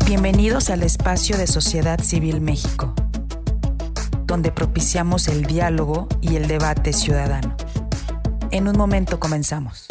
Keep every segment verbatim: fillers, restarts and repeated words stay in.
Bienvenidos al espacio de Sociedad Civil México, donde propiciamos el diálogo y el debate ciudadano. En un momento comenzamos.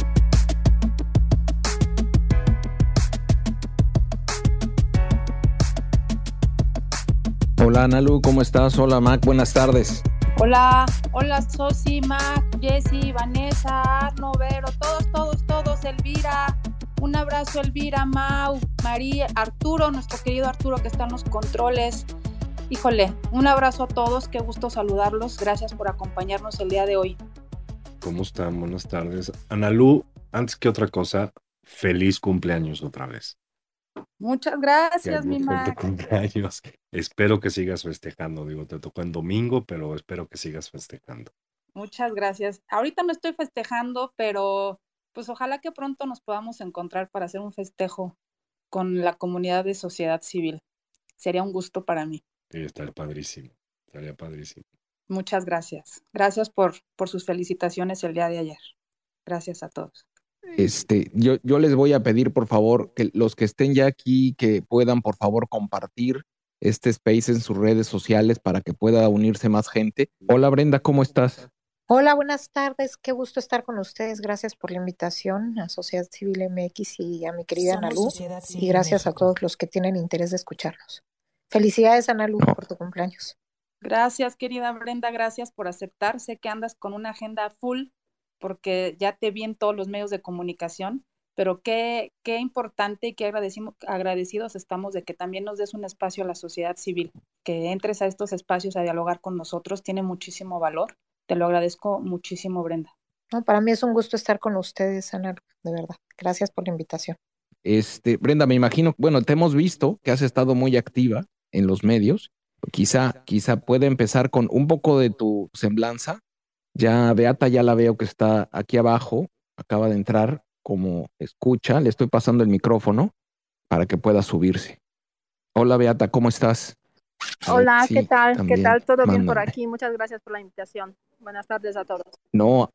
Hola Analu, ¿cómo estás? Hola Mac, buenas tardes. Hola, hola Sosi, Mac, Jessy, Vanessa, Arno, Vero, todos, todos, todos, Elvira. Un abrazo, Elvira, Mau, María, Arturo, nuestro querido Arturo que está en los controles. Híjole, un abrazo a todos, qué gusto saludarlos. Gracias por acompañarnos el día de hoy. ¿Cómo están? Buenas tardes. Analu, antes que otra cosa, feliz cumpleaños otra vez. Muchas gracias, mi Mac. Cumpleaños. Espero que sigas festejando. Digo, te tocó en domingo, pero espero que sigas festejando. Muchas gracias. Ahorita no estoy festejando, pero pues ojalá que pronto nos podamos encontrar para hacer un festejo con la comunidad de sociedad civil. Sería un gusto para mí. Sí, estaría padrísimo. Estaría padrísimo. Muchas gracias. Gracias por, por sus felicitaciones el día de ayer. Gracias a todos. Este, yo, yo les voy a pedir, por favor, que los que estén ya aquí, que puedan, por favor, compartir este space en sus redes sociales para que pueda unirse más gente. Hola Brenda, ¿cómo estás? Hola, buenas tardes. Qué gusto estar con ustedes. Gracias por la invitación a Sociedad Civil M X y a mi querida Somos Analu. Sociedad Civil Y gracias México. a todos los que tienen interés de escucharnos. Felicidades, Analu, No. por tu cumpleaños. Gracias, querida Brenda, gracias por aceptar. Sé que andas con una agenda full porque ya te vi en todos los medios de comunicación, pero qué, qué importante y qué agradecimos, agradecidos estamos de que también nos des un espacio a la sociedad civil, que entres a estos espacios a dialogar con nosotros, tiene muchísimo valor. Te lo agradezco muchísimo, Brenda. No, para mí es un gusto estar con ustedes, Analu, de verdad. Gracias por la invitación. Este, Brenda, me imagino, bueno, te hemos visto que has estado muy activa en los medios. Quizá, quizá pueda empezar con un poco de tu semblanza. Ya Beata ya la veo que está aquí abajo, acaba de entrar como escucha. Le estoy pasando el micrófono para que pueda subirse. Hola Beata, ¿cómo estás? A ver, Hola, sí, ¿qué tal? ¿Qué también, tal? ¿Todo bien por mándame. aquí? Muchas gracias por la invitación. Buenas tardes a todos. No,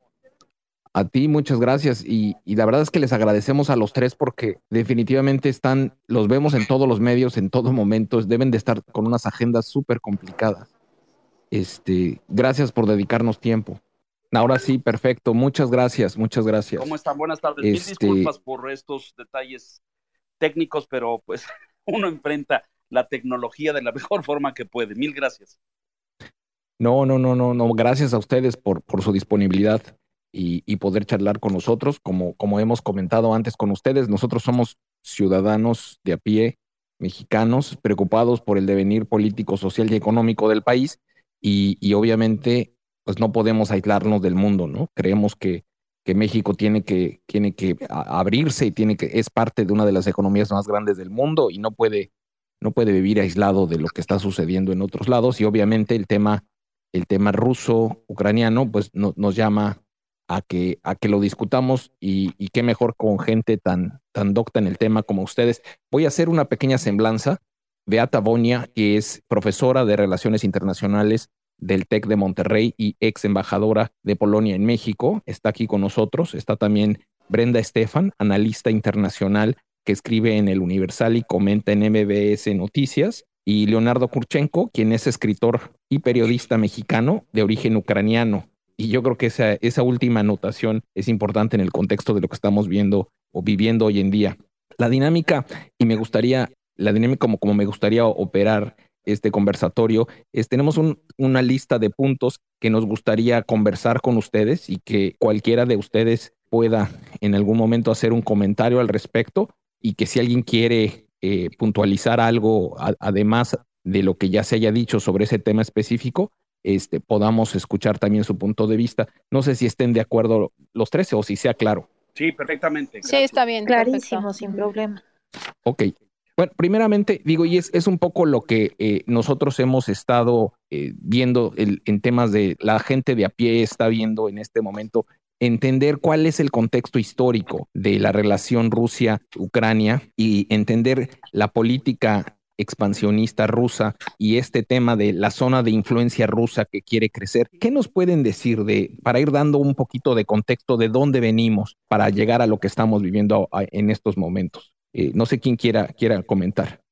a ti muchas gracias y, y la verdad es que les agradecemos a los tres porque definitivamente están, los vemos en todos los medios, en todos momentos, deben de estar con unas agendas súper complicadas. Este, gracias por dedicarnos tiempo. Ahora sí, perfecto. Muchas gracias, muchas gracias. ¿Cómo están? Buenas tardes. Mil Este, disculpas por estos detalles técnicos, pero pues uno enfrenta la tecnología de la mejor forma que puede. Mil gracias. no, no, no, no, no. Gracias a ustedes por, por su disponibilidad y, y poder charlar con nosotros. Como, como hemos comentado antes con ustedes, nosotros somos ciudadanos de a pie, mexicanos, preocupados por el devenir político, social y económico del país y, y obviamente pues no podemos aislarnos del mundo, ¿no? Creemos que, que México tiene que, tiene que a- abrirse y tiene que, es parte de una de las economías más grandes del mundo y no puede, no puede vivir aislado de lo que está sucediendo en otros lados y obviamente el tema, el tema ruso-ucraniano pues no- nos llama a que, a que lo discutamos y, y qué mejor con gente tan, tan docta en el tema como ustedes. Voy a hacer una pequeña semblanza. Beata Bonia, que es profesora de Relaciones Internacionales del TEC de Monterrey y ex embajadora de Polonia en México, está aquí con nosotros. Está también Brenda Estefan, analista internacional que escribe en El Universal y comenta en M B S Noticias, y Leonardo Kurchenko, quien es escritor y periodista mexicano de origen ucraniano. Y yo creo que esa, esa última anotación es importante en el contexto de lo que estamos viendo o viviendo hoy en día. La dinámica, y me gustaría, la dinámica como, como me gustaría operar este conversatorio, es tenemos un, una lista de puntos que nos gustaría conversar con ustedes y que cualquiera de ustedes pueda en algún momento hacer un comentario al respecto y que si alguien quiere eh, puntualizar algo a, además de lo que ya se haya dicho sobre ese tema específico, este, podamos escuchar también su punto de vista. No sé si estén de acuerdo los tres o si sea claro. Sí, perfectamente. Sí, Gracias. está bien. Clarísimo, Perfecto. sin problema. Ok. Bueno, primeramente digo, y es, es un poco lo que eh, nosotros hemos estado eh, viendo el, en temas de la gente de a pie está viendo en este momento, entender cuál es el contexto histórico de la relación Rusia-Ucrania y entender la política expansionista rusa y este tema de la zona de influencia rusa que quiere crecer. ¿Qué nos pueden decir de, para ir dando un poquito de contexto de dónde venimos para llegar a lo que estamos viviendo a- en estos momentos? Eh, no sé quién quiera, quiera comentar.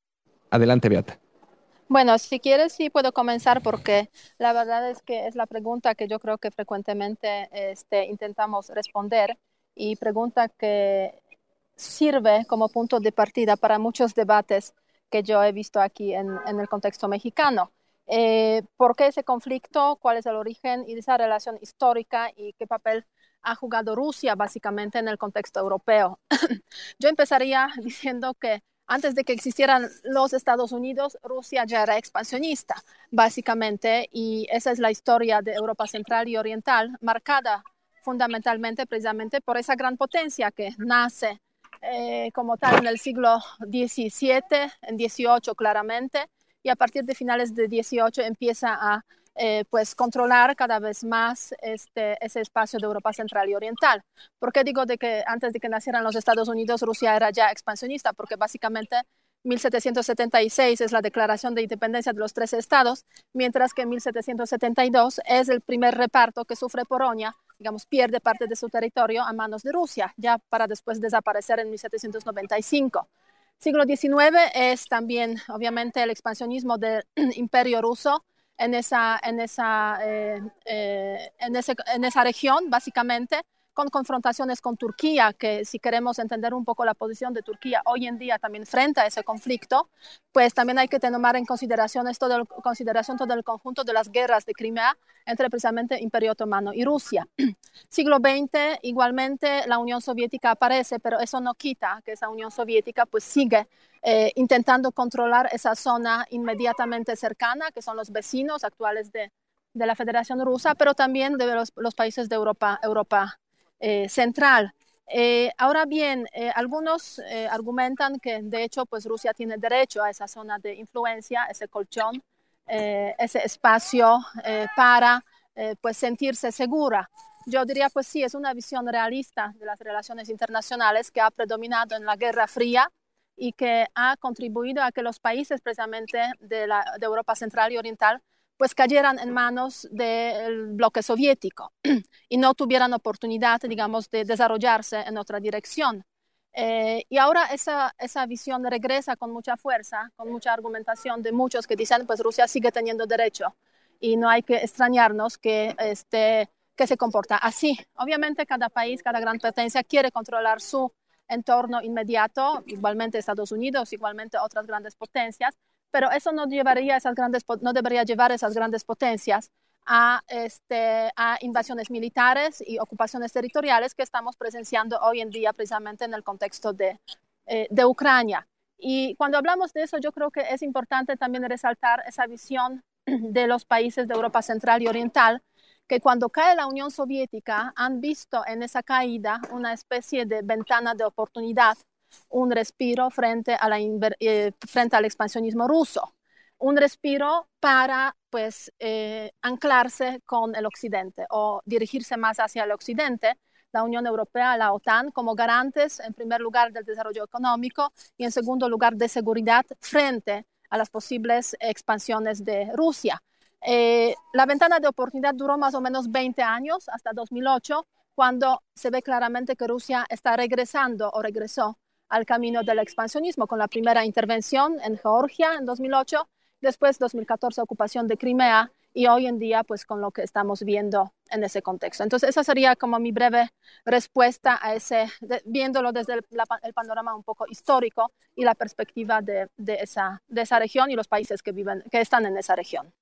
Adelante, Beata. Bueno, si quieres sí puedo comenzar porque la verdad es que es la pregunta que yo creo que frecuentemente este, intentamos responder y pregunta que sirve como punto de partida para muchos debates que yo he visto aquí en, en el contexto mexicano. Eh, ¿Por qué ese conflicto? ¿Cuál es el origen y esa relación histórica y qué papel ha jugado Rusia básicamente en el contexto europeo? Yo empezaría diciendo que antes de que existieran los Estados Unidos, Rusia ya era expansionista, básicamente, y esa es la historia de Europa Central y Oriental, marcada fundamentalmente precisamente por esa gran potencia que nace eh, como tal en el siglo diecisiete, en dieciocho claramente, y a partir de finales de dieciocho empieza a eh, pues controlar cada vez más este, ese espacio de Europa Central y Oriental. ¿Por qué digo de que antes de que nacieran los Estados Unidos Rusia era ya expansionista? Porque básicamente mil setecientos setenta y seis es la declaración de independencia de los trece estados, mientras que en mil setecientos setenta y dos es el primer reparto que sufre Polonia, digamos, pierde parte de su territorio a manos de Rusia, ya para después desaparecer en mil setecientos noventa y cinco. Siglo diecinueve es también, obviamente, el expansionismo del imperio ruso en esa, en esa, eh, eh, en ese, en esa región, básicamente, con confrontaciones con Turquía, que si queremos entender un poco la posición de Turquía hoy en día también frente a ese conflicto, pues también hay que tomar en consideración, todo el, consideración todo el conjunto de las guerras de Crimea entre precisamente Imperio Otomano y Rusia. Siglo veinte, igualmente la Unión Soviética aparece, pero eso no quita que esa Unión Soviética pues sigue eh, intentando controlar esa zona inmediatamente cercana, que son los vecinos actuales de, de la Federación Rusa, pero también de los, los países de Europa, Europa eh, Central. Eh, ahora bien, eh, algunos eh, argumentan que de hecho pues Rusia tiene derecho a esa zona de influencia, ese colchón, eh, ese espacio eh, para eh, pues sentirse segura. Yo diría pues sí, es una visión realista de las relaciones internacionales que ha predominado en la Guerra Fría y que ha contribuido a que los países precisamente de, la, de Europa Central y Oriental pues cayeran en manos del bloque soviético y no tuvieran oportunidad, digamos, de desarrollarse en otra dirección. Eh, y ahora esa, esa visión regresa con mucha fuerza, con mucha argumentación de muchos que dicen, pues Rusia sigue teniendo derecho y no hay que extrañarnos que, este, que se comporta así. Obviamente cada país, cada gran potencia quiere controlar su entorno inmediato, igualmente Estados Unidos, igualmente otras grandes potencias, pero eso no, llevaría esas grandes, no debería llevar esas grandes potencias a, este, a invasiones militares y ocupaciones territoriales que estamos presenciando hoy en día precisamente en el contexto de, eh, de Ucrania. Y cuando hablamos de eso, yo creo que es importante también resaltar esa visión de los países de Europa Central y Oriental, que cuando cae la Unión Soviética han visto en esa caída una especie de ventana de oportunidad, un respiro frente, a la, eh, frente al expansionismo ruso, un respiro para pues, eh, anclarse con el Occidente o dirigirse más hacia el Occidente, la Unión Europea, la OTAN, como garantes, en primer lugar, del desarrollo económico y, en segundo lugar, de seguridad frente a las posibles expansiones de Rusia. Eh, la ventana de oportunidad duró más o menos veinte años, hasta dos mil ocho, cuando se ve claramente que Rusia está regresando o regresó al camino del expansionismo, con la primera intervención en Georgia en dos mil ocho, después dos mil catorce ocupación de Crimea y hoy en día pues con lo que estamos viendo en ese contexto. Entonces esa sería como mi breve respuesta a ese, de, viéndolo desde el, la, el panorama un poco histórico y la perspectiva de, de, esa, de esa región y los países que, viven, que están en esa región.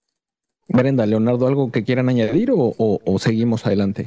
Brenda, Leonardo, ¿algo que quieran añadir o, o, o seguimos adelante?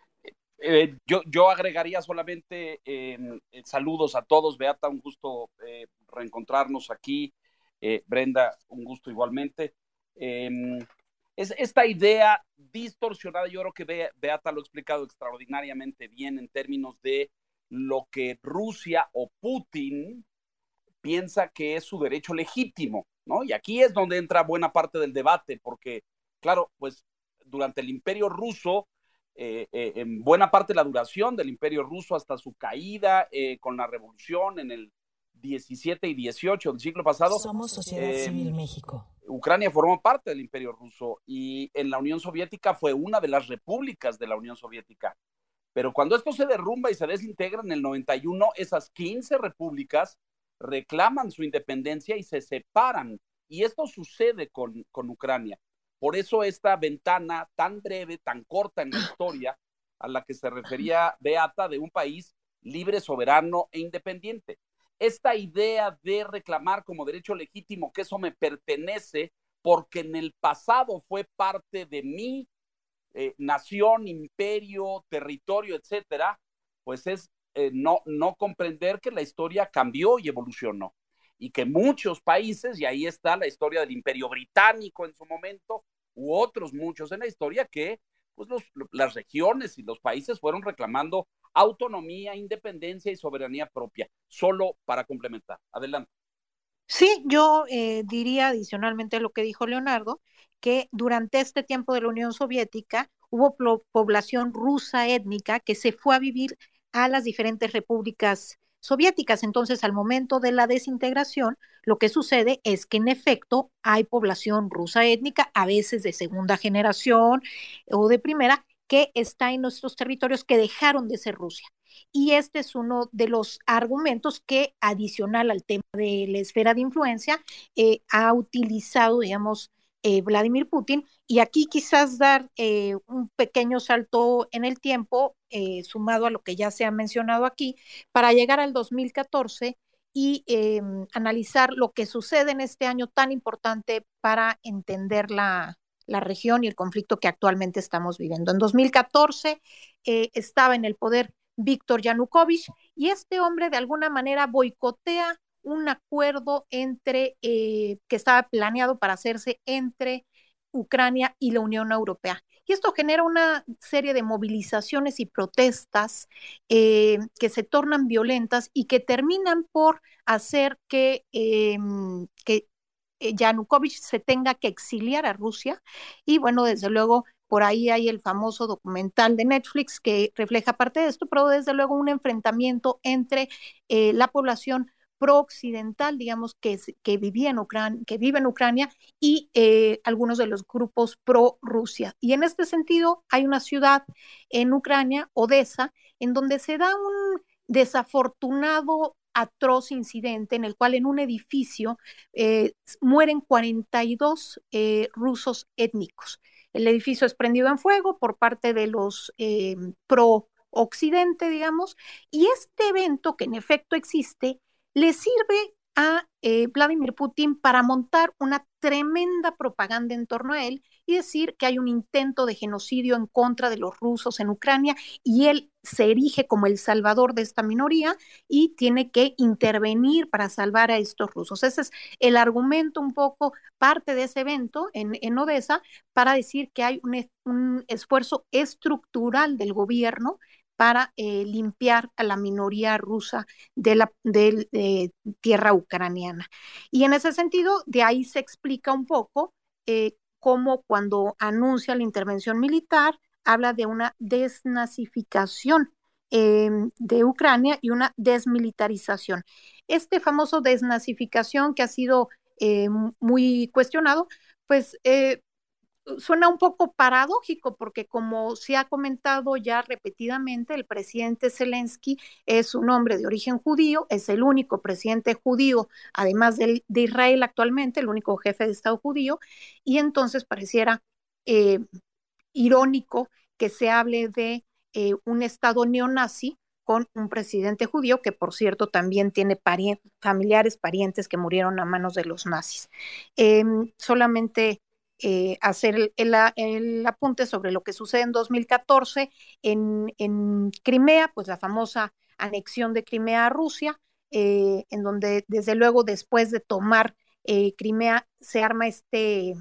Eh, yo, yo agregaría solamente eh, eh, saludos a todos. Beata, un gusto eh, reencontrarnos aquí. Eh, Brenda, un gusto igualmente. Eh, es esta idea distorsionada, yo creo que Be Beata lo ha explicado extraordinariamente bien en términos de lo que Rusia o Putin piensa que es su derecho legítimo, ¿no? Y aquí es donde entra buena parte del debate, porque, claro, pues durante el Imperio Ruso, Eh, eh, en buena parte la duración del Imperio Ruso hasta su caída eh, con la revolución en el diecisiete y dieciocho del siglo pasado. Somos Sociedad eh, Civil México. Ucrania formó parte del Imperio Ruso y en la Unión Soviética fue una de las repúblicas de la Unión Soviética. Pero cuando esto se derrumba y se desintegra en el noventa y uno, esas quince repúblicas reclaman su independencia y se separan. Y esto sucede con, con Ucrania. Por eso esta ventana tan breve, tan corta en la historia a la que se refería Beata, de un país libre, soberano e independiente. Esta idea de reclamar como derecho legítimo que eso me pertenece porque en el pasado fue parte de mi eh, nación, imperio, territorio, etcétera, pues es eh, no, no comprender que la historia cambió y evolucionó. Y que muchos países, y ahí está la historia del Imperio Británico en su momento, u otros muchos en la historia, que pues los, las regiones y los países fueron reclamando autonomía, independencia y soberanía propia. Solo para complementar. Adelante. Sí, yo eh, diría adicionalmente a lo que dijo Leonardo, que durante este tiempo de la Unión Soviética hubo población rusa étnica que se fue a vivir a las diferentes repúblicas soviéticas. Entonces, al momento de la desintegración, lo que sucede es que en efecto hay población rusa étnica, a veces de segunda generación o de primera, que está en nuestros territorios que dejaron de ser Rusia. Y este es uno de los argumentos que, adicional al tema de la esfera de influencia, eh, ha utilizado, digamos, eh, Vladimir Putin. Y aquí quizás dar eh, un pequeño salto en el tiempo, eh, sumado a lo que ya se ha mencionado aquí, para llegar al dos mil catorce y eh, analizar lo que sucede en este año tan importante para entender la, la región y el conflicto que actualmente estamos viviendo. En dos mil catorce eh, estaba en el poder Víctor Yanukovych, y este hombre de alguna manera boicotea un acuerdo entre eh, que estaba planeado para hacerse entre Ucrania y la Unión Europea. Y esto genera una serie de movilizaciones y protestas eh, que se tornan violentas y que terminan por hacer que, eh, que Yanukovych se tenga que exiliar a Rusia. Y bueno, desde luego, por ahí hay el famoso documental de Netflix que refleja parte de esto, pero desde luego un enfrentamiento entre eh, la población pro-occidental, digamos, que, que, vivía en Ucrania, que vive en Ucrania, y eh, algunos de los grupos pro-Rusia. Y en este sentido hay una ciudad en Ucrania, Odessa, en donde se da un desafortunado, atroz incidente en el cual en un edificio eh, mueren cuarenta y dos eh, rusos étnicos. El edificio es prendido en fuego por parte de los eh, pro-occidente, digamos, y este evento, que en efecto existe, le sirve a eh, Vladimir Putin para montar una tremenda propaganda en torno a él y decir que hay un intento de genocidio en contra de los rusos en Ucrania, y él se erige como el salvador de esta minoría y tiene que intervenir para salvar a estos rusos. Ese es el argumento, un poco parte de ese evento en, en Odessa, para decir que hay un, un esfuerzo estructural del gobierno para eh, limpiar a la minoría rusa de la de, de tierra ucraniana. Y en ese sentido, de ahí se explica un poco eh, cómo cuando anuncia la intervención militar, habla de una desnazificación eh, de Ucrania y una desmilitarización. Este famoso desnazificación, que ha sido eh, muy cuestionado, pues eh, suena un poco paradójico, porque como se ha comentado ya repetidamente, el presidente Zelensky es un hombre de origen judío, es el único presidente judío, además de, de Israel actualmente, el único jefe de Estado judío, y entonces pareciera eh, irónico que se hable de eh, un Estado neonazi con un presidente judío, que por cierto también tiene parient, familiares, parientes que murieron a manos de los nazis. Eh, solamente Eh, hacer el, el, el apunte sobre lo que sucede en dos mil catorce en, en Crimea, pues la famosa anexión de Crimea a Rusia, eh, en donde desde luego después de tomar eh, Crimea se arma este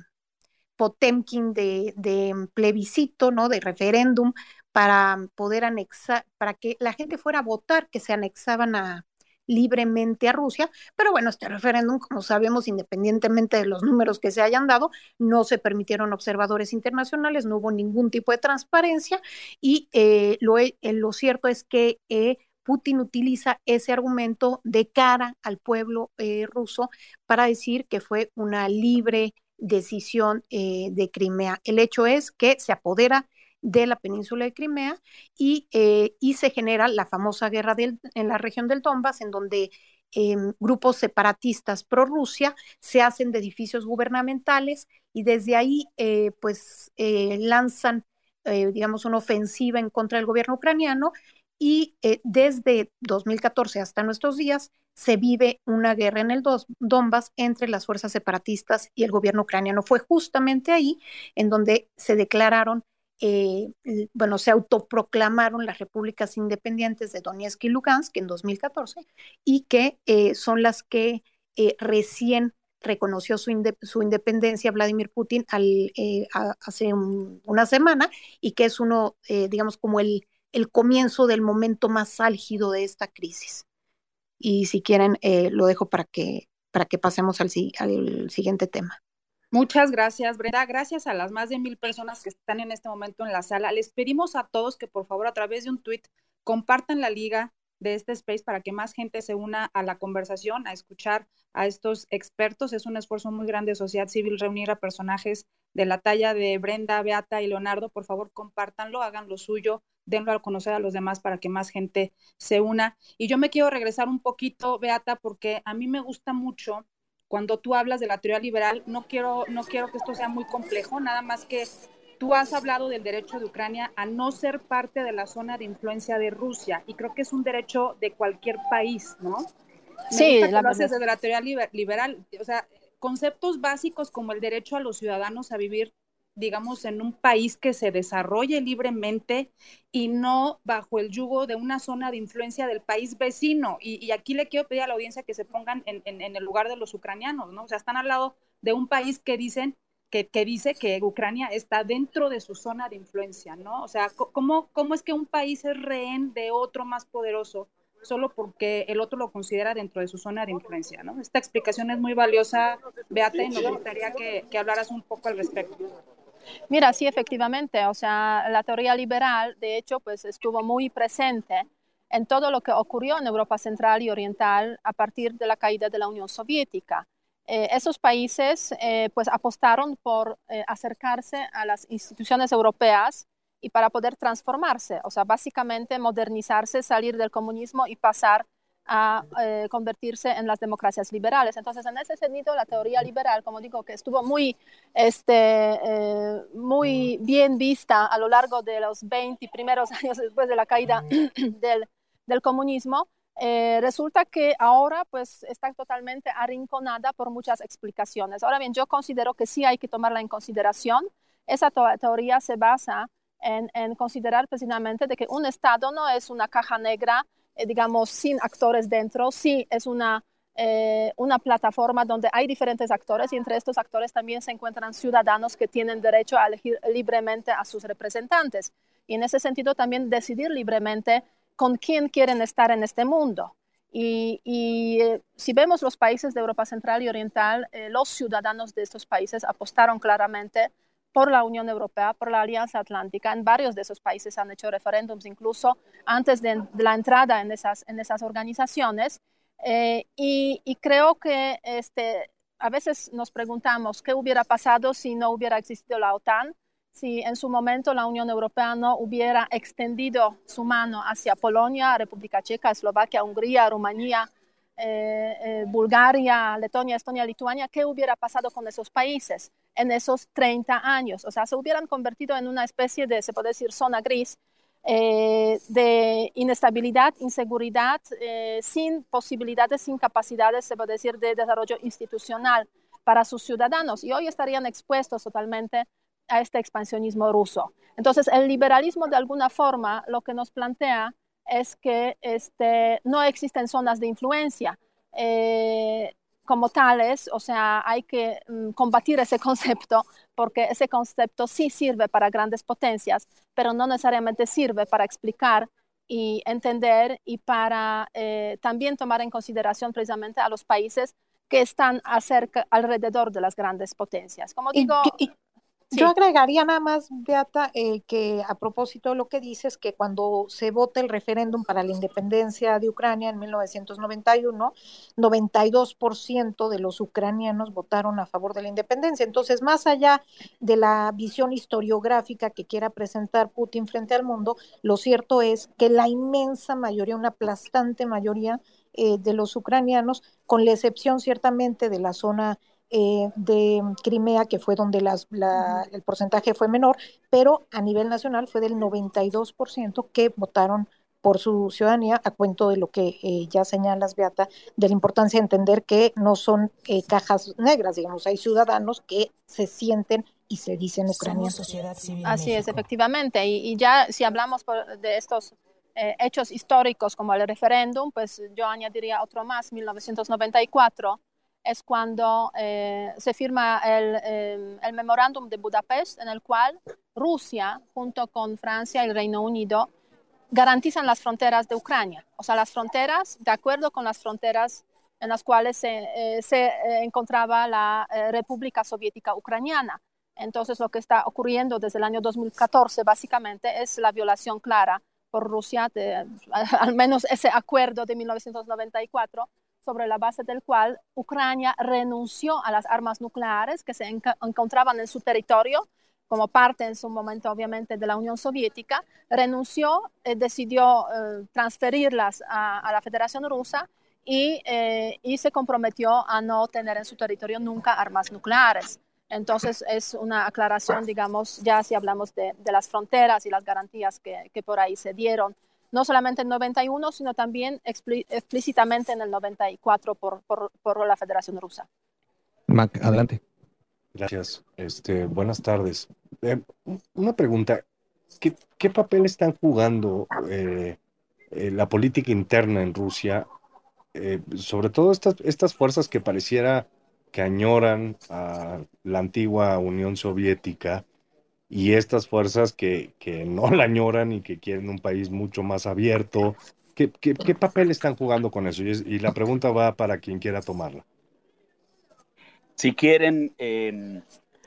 Potemkin de, de plebiscito, ¿no? De referéndum para poder anexar, para que la gente fuera a votar que se anexaban a libremente a Rusia, pero bueno, este referéndum, como sabemos, independientemente de los números que se hayan dado, no se permitieron observadores internacionales, no hubo ningún tipo de transparencia, y eh, lo, eh, lo cierto es que eh, Putin utiliza ese argumento de cara al pueblo eh, ruso para decir que fue una libre decisión eh, de Crimea. El hecho es que se apodera de la península de Crimea y, eh, y se genera la famosa guerra del, en la región del Donbass, en donde eh, grupos separatistas pro Rusia se hacen de edificios gubernamentales y desde ahí eh, pues eh, lanzan eh, digamos una ofensiva en contra del gobierno ucraniano y eh, desde dos mil catorce hasta nuestros días se vive una guerra en el Donbass entre las fuerzas separatistas y el gobierno ucraniano. Fue justamente ahí en donde se declararon, eh, bueno, se autoproclamaron las repúblicas independientes de Donetsk y Lugansk en dos mil catorce y que eh, son las que eh, recién reconoció su, inde su independencia Vladimir Putin al, eh, a, hace un, una semana y que es uno, eh, digamos, como el, el comienzo del momento más álgido de esta crisis. Y si quieren, eh, lo dejo para que, para que pasemos al, al siguiente tema. Muchas gracias, Brenda. Gracias a las más de mil personas que están en este momento en la sala. Les pedimos a todos que por favor a través de un tweet compartan la liga de este space para que más gente se una a la conversación, a escuchar a estos expertos. Es un esfuerzo muy grande de sociedad civil reunir a personajes de la talla de Brenda, Beata y Leonardo. Por favor, compártanlo, hagan lo suyo, denlo a conocer a los demás para que más gente se una. Y yo me quiero regresar un poquito, Beata, porque a mí me gusta mucho cuando tú hablas de la teoría liberal. No quiero, no quiero que esto sea muy complejo, nada más que tú has hablado del derecho de Ucrania a no ser parte de la zona de influencia de Rusia, y creo que es un derecho de cualquier país, ¿no? Me sí, gusta que la lo haces verdad. desde la teoría liber, liberal, o sea, conceptos básicos como el derecho a los ciudadanos a vivir, digamos, en un país que se desarrolle libremente y no bajo el yugo de una zona de influencia del país vecino. Y, y aquí le quiero pedir a la audiencia que se pongan en, en, en el lugar de los ucranianos, ¿no? O sea, están al lado de un país que dicen Que, que dice que Ucrania está dentro de su zona de influencia, ¿no? O sea, ¿cómo, cómo es que un país es rehén de otro más poderoso solo porque el otro lo considera dentro de su zona de influencia, ¿no? Esta explicación es muy valiosa, Beata, y me gustaría que, que hablaras un poco al respecto. Mira, sí, efectivamente, o sea, la teoría liberal, de hecho, pues estuvo muy presente en todo lo que ocurrió en Europa Central y Oriental a partir de la caída de la Unión Soviética. Eh, esos países eh, pues apostaron por eh, acercarse a las instituciones europeas y para poder transformarse, o sea, básicamente modernizarse, salir del comunismo y pasar a eh, convertirse en las democracias liberales. Entonces, en ese sentido, la teoría liberal, como digo, que estuvo muy, este, eh, muy bien vista a lo largo de los veinte primeros años después de la caída del, del comunismo, Eh, resulta que ahora pues está totalmente arrinconada por muchas explicaciones. Ahora bien, yo considero que sí hay que tomarla en consideración. Esa teoría se basa en, en considerar precisamente de que un Estado no es una caja negra, eh, digamos, sin actores dentro, sí es una, eh, una plataforma donde hay diferentes actores y entre estos actores también se encuentran ciudadanos que tienen derecho a elegir libremente a sus representantes y en ese sentido también decidir libremente con quién quieren estar en este mundo. Y, y eh, si vemos los países de Europa Central y Oriental, eh, los ciudadanos de estos países apostaron claramente por la Unión Europea, por la Alianza Atlántica. En varios de esos países han hecho referéndums incluso antes de, de la entrada en esas, en esas organizaciones. Eh, y, y creo que este, a veces nos preguntamos qué hubiera pasado si no hubiera existido la OTAN, si en su momento la Unión Europea no hubiera extendido su mano hacia Polonia, República Checa, Eslovaquia, Hungría, Rumanía, eh, eh, Bulgaria, Letonia, Estonia, Lituania, ¿qué hubiera pasado con esos países en esos treinta años? O sea, se hubieran convertido en una especie de, se puede decir, zona gris eh, de inestabilidad, inseguridad, eh, sin posibilidades, sin capacidades, se puede decir, de desarrollo institucional para sus ciudadanos. Y hoy estarían expuestos totalmente a este expansionismo ruso. Entonces, el liberalismo de alguna forma lo que nos plantea es que este, no existen zonas de influencia eh, como tales, o sea, hay que um, combatir ese concepto porque ese concepto sí sirve para grandes potencias, pero no necesariamente sirve para explicar y entender y para eh, también tomar en consideración precisamente a los países que están acerca, alrededor de las grandes potencias. Como digo... Y, y... Sí. Yo agregaría nada más, Beata, eh, que a propósito de lo que dices, que cuando se vota el referéndum para la independencia de Ucrania en mil novecientos noventa y uno, noventa y dos por ciento de los ucranianos votaron a favor de la independencia. Entonces, más allá de la visión historiográfica que quiera presentar Putin frente al mundo, lo cierto es que la inmensa mayoría, una aplastante mayoría, eh, de los ucranianos, con la excepción ciertamente de la zona eh, de Crimea, que fue donde las, la, el porcentaje fue menor, pero a nivel nacional fue del noventa y dos por ciento que votaron por su ciudadanía, a cuento de lo que eh, ya señalas, Beata, de la importancia de entender que no son eh, cajas negras, digamos, hay ciudadanos que se sienten y se dicen ucranianos. Sociedad Civil Así México. es, efectivamente, y, y ya si hablamos por, de estos eh, hechos históricos como el referéndum, pues yo añadiría otro más, mil novecientos noventa y cuatro, es cuando eh, se firma el, eh, el memorándum de Budapest, en el cual Rusia, junto con Francia y el Reino Unido, garantizan las fronteras de Ucrania, o sea, las fronteras de acuerdo con las fronteras en las cuales se, eh, se eh, encontraba la eh, República Soviética Ucraniana. Entonces, lo que está ocurriendo desde el año dos mil catorce, básicamente, es la violación clara por Rusia de al menos ese acuerdo de mil novecientos noventa y cuatro, sobre la base del cual Ucrania renunció a las armas nucleares que se enc- encontraban en su territorio, como parte en su momento obviamente de la Unión Soviética, renunció, eh, decidió eh, transferirlas a, a la Federación Rusa y, eh, y se comprometió a no tener en su territorio nunca armas nucleares. Entonces es una aclaración, digamos, ya si hablamos de, de las fronteras y las garantías que, que por ahí se dieron, no solamente en noventa y uno, sino también expli- explícitamente en el noventa y cuatro por, por, por la Federación Rusa. Mac, adelante. Gracias. Este, buenas tardes. Eh, una pregunta. ¿Qué, qué papel están jugando eh, eh, la política interna en Rusia? Eh, sobre todo estas, estas fuerzas que pareciera que añoran a la antigua Unión Soviética y estas fuerzas que, que no la añoran y que quieren un país mucho más abierto. ¿Qué, qué, qué papel están jugando con eso? Y, es- y la pregunta va para quien quiera tomarla. Si quieren, eh,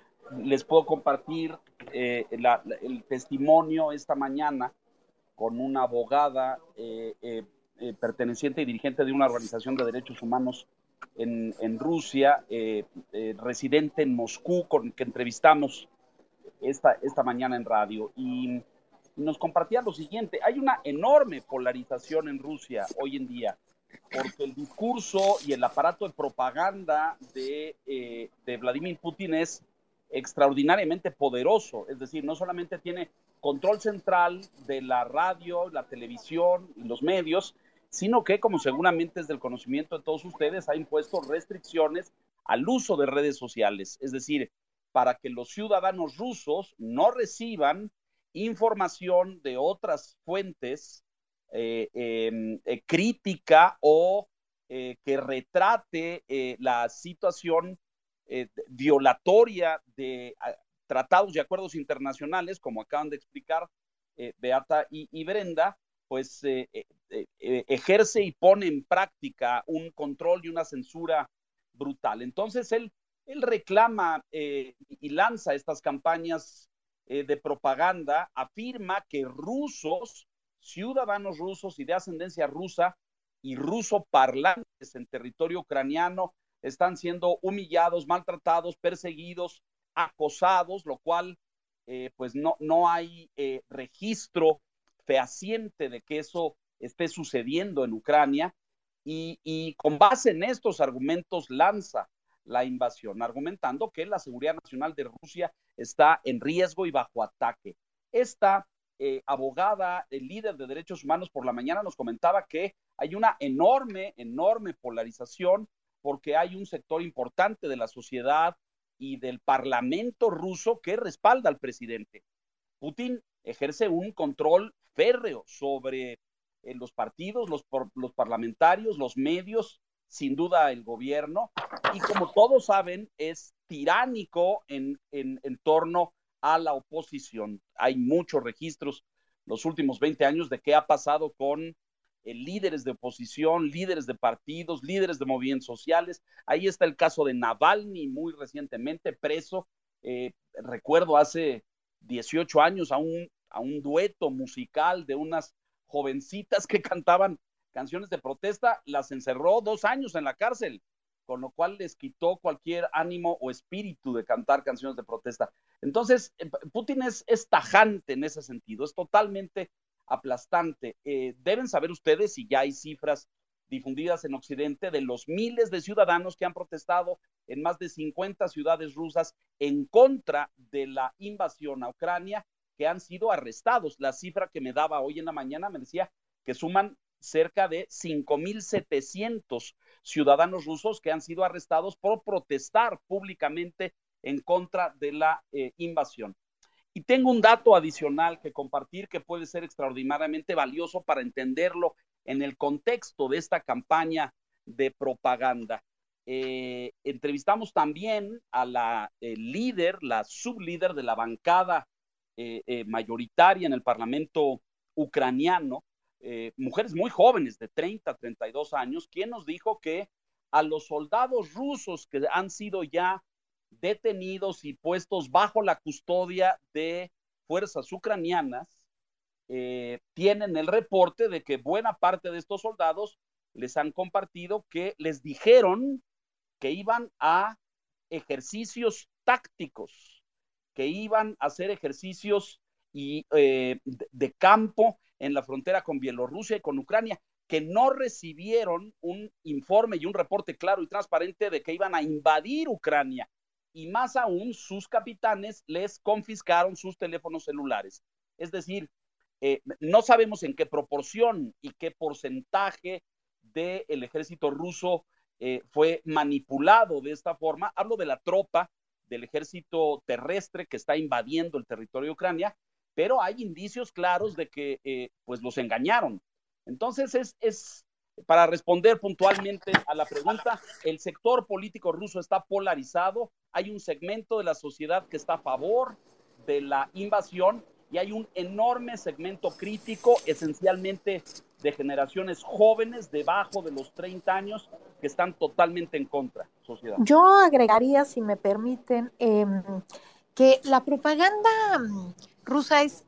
les puedo compartir eh, la- la- el testimonio esta mañana con una abogada eh, eh, eh, perteneciente y dirigente de una organización de derechos humanos en, en Rusia, eh, eh, residente en Moscú, con que entrevistamos esta, esta mañana en radio. Y, y nos compartía lo siguiente: hay una enorme polarización en Rusia hoy en día, porque el discurso y el aparato de propaganda de, eh, de Vladimir Putin es extraordinariamente poderoso. Es decir, no solamente tiene control central de la radio, la televisión y los medios, sino que, como seguramente es del conocimiento de todos ustedes, ha impuesto restricciones al uso de redes sociales. Es decir, para que los ciudadanos rusos no reciban información de otras fuentes eh, eh, eh, crítica o eh, que retrate eh, la situación eh, violatoria de eh, tratados y acuerdos internacionales, como acaban de explicar eh, Beata y, y Brenda, pues eh, eh, eh, ejerce y pone en práctica un control y una censura brutal. Entonces él, él reclama eh, y lanza estas campañas eh, de propaganda, afirma que rusos, ciudadanos rusos y de ascendencia rusa y ruso parlantes en territorio ucraniano están siendo humillados, maltratados, perseguidos, acosados, lo cual eh, pues no, no hay eh, registro fehaciente de que eso esté sucediendo en Ucrania, y, y con base en estos argumentos lanza la invasión, argumentando que la seguridad nacional de Rusia está en riesgo y bajo ataque. Esta eh, abogada, el líder de derechos humanos, por la mañana nos comentaba que hay una enorme, enorme polarización, porque hay un sector importante de la sociedad y del parlamento ruso que respalda al presidente. Putin ejerce un control férreo sobre eh, los partidos, los, los parlamentarios, los medios, sin duda el gobierno, y como todos saben, es tiránico en, en, en torno a la oposición. Hay muchos registros los últimos veinte años de qué ha pasado con eh, líderes de oposición, líderes de partidos, líderes de movimientos sociales. Ahí está el caso de Navalny, muy recientemente preso. Eh, recuerdo hace dieciocho años a un, a un dueto musical de unas jovencitas que cantaban canciones de protesta, las encerró dos años en la cárcel, con lo cual les quitó cualquier ánimo o espíritu de cantar canciones de protesta. Entonces, Putin es, es tajante en ese sentido, es totalmente aplastante. Eh, deben saber ustedes, y ya hay cifras difundidas en Occidente de los miles de ciudadanos que han protestado en más de cincuenta ciudades rusas en contra de la invasión a Ucrania, que han sido arrestados. La cifra que me daba hoy en la mañana me decía que suman cerca de cinco mil setecientos ciudadanos rusos que han sido arrestados por protestar públicamente en contra de la eh, invasión. Y tengo un dato adicional que compartir que puede ser extraordinariamente valioso para entenderlo en el contexto de esta campaña de propaganda. Eh, entrevistamos también a la eh, líder, la sublíder de la bancada eh, eh, mayoritaria en el Parlamento ucraniano, eh, mujeres muy jóvenes de treinta, treinta y dos años, quien nos dijo que a los soldados rusos que han sido ya detenidos y puestos bajo la custodia de fuerzas ucranianas, eh, tienen el reporte de que buena parte de estos soldados les han compartido que les dijeron que iban a ejercicios tácticos, que iban a hacer ejercicios y, eh, de, de campo en la frontera con Bielorrusia y con Ucrania, que no recibieron un informe y un reporte claro y transparente de que iban a invadir Ucrania. Y más aún, sus capitanes les confiscaron sus teléfonos celulares. Es decir, eh, no sabemos en qué proporción y qué porcentaje del ejército ruso eh, fue manipulado de esta forma. Hablo de la tropa del ejército terrestre que está invadiendo el territorio de Ucrania, pero hay indicios claros de que eh, pues los engañaron. Entonces, es, es para responder puntualmente a la pregunta, el sector político ruso está polarizado, hay un segmento de la sociedad que está a favor de la invasión y hay un enorme segmento crítico, esencialmente de generaciones jóvenes debajo de los treinta años, que están totalmente en contra, sociedad. Yo agregaría, si me permiten, eh, que la propaganda rusa es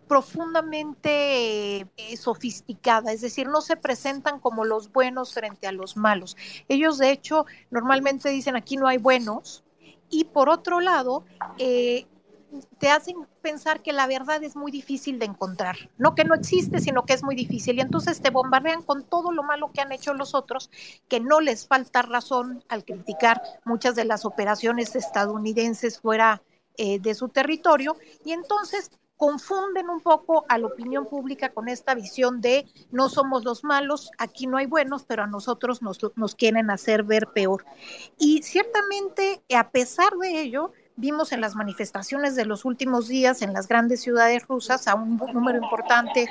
profundamente eh, sofisticada, es decir, no se presentan como los buenos frente a los malos. Ellos, de hecho, normalmente dicen aquí no hay buenos, y por otro lado, eh, te hacen pensar que la verdad es muy difícil de encontrar, no que no existe, sino que es muy difícil, y entonces te bombardean con todo lo malo que han hecho los otros, que no les falta razón al criticar muchas de las operaciones estadounidenses fuera eh, de su territorio, y entonces confunden un poco a la opinión pública con esta visión de no somos los malos, aquí no hay buenos, pero a nosotros nos, nos quieren hacer ver peor. Y ciertamente, a pesar de ello, vimos en las manifestaciones de los últimos días en las grandes ciudades rusas a un número importante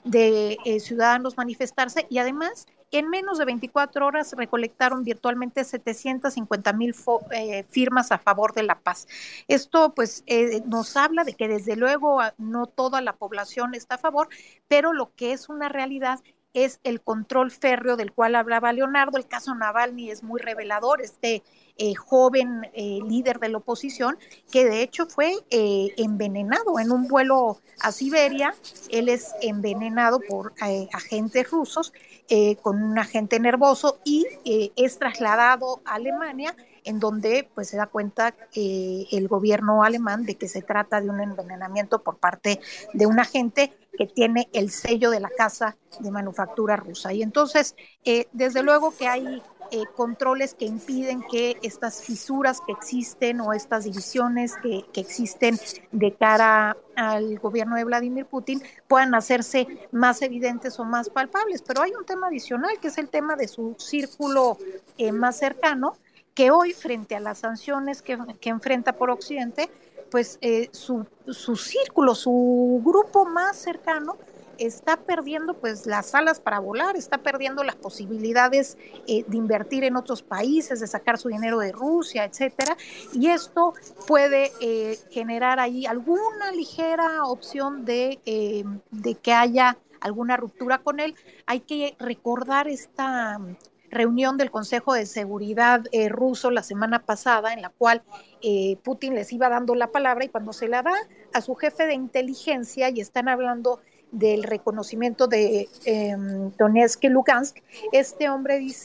de eh, ciudadanos manifestarse, y además en menos de veinticuatro horas recolectaron virtualmente setecientas cincuenta mil eh, firmas a favor de la paz. Esto pues eh, nos habla de que desde luego no toda la población está a favor, pero lo que es una realidad es el control férreo del cual hablaba Leonardo. El caso Navalny es muy revelador, este eh, joven eh, líder de la oposición, que de hecho fue eh, envenenado en un vuelo a Siberia. Él es envenenado por eh, agentes rusos, eh, con un agente nervoso, y eh, es trasladado a Alemania, en donde pues se da cuenta eh, el gobierno alemán de que se trata de un envenenamiento por parte de un agente que tiene el sello de la casa de manufactura rusa. Y entonces, eh, desde luego que hay eh, controles que impiden que estas fisuras que existen o estas divisiones que, que existen de cara al gobierno de Vladimir Putin puedan hacerse más evidentes o más palpables. Pero hay un tema adicional, que es el tema de su círculo eh, más cercano, que hoy, frente a las sanciones que, que enfrenta por Occidente, pues eh, su, su círculo, su grupo más cercano está perdiendo pues las alas para volar, está perdiendo las posibilidades eh, de invertir en otros países, de sacar su dinero de Rusia, etcétera, y esto puede eh, generar ahí alguna ligera opción de, eh, de que haya alguna ruptura con él. Hay que recordar esta reunión del Consejo de Seguridad eh, ruso la semana pasada, en la cual eh, Putin les iba dando la palabra, y cuando se la da a su jefe de inteligencia y están hablando del reconocimiento de eh, Donetsk y Lugansk, este hombre dice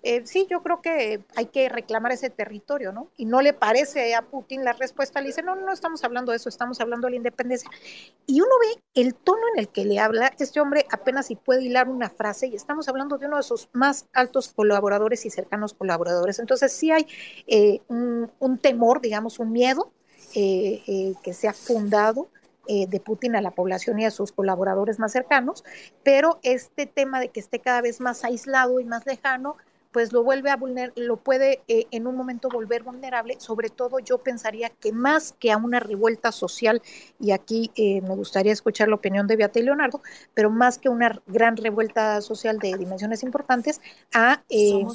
eh, sí, yo creo que hay que reclamar ese territorio, ¿no? Y no le parece a Putin la respuesta, le dice, no, no estamos hablando de eso, estamos hablando de la independencia. Y uno ve el tono en el que le habla, este hombre apenas si puede hilar una frase y estamos hablando de uno de sus más altos colaboradores y cercanos colaboradores. Entonces sí hay eh, un, un temor, digamos, un miedo eh, eh, que se ha fundado eh, de Putin a la población y a sus colaboradores más cercanos, pero este tema de que esté cada vez más aislado y más lejano, pues lo vuelve a vulner lo puede eh, en un momento volver vulnerable. Sobre todo yo pensaría que más que a una revuelta social, y aquí eh, me gustaría escuchar la opinión de Beata y Leonardo, pero más que una gran revuelta social de dimensiones importantes, a eh,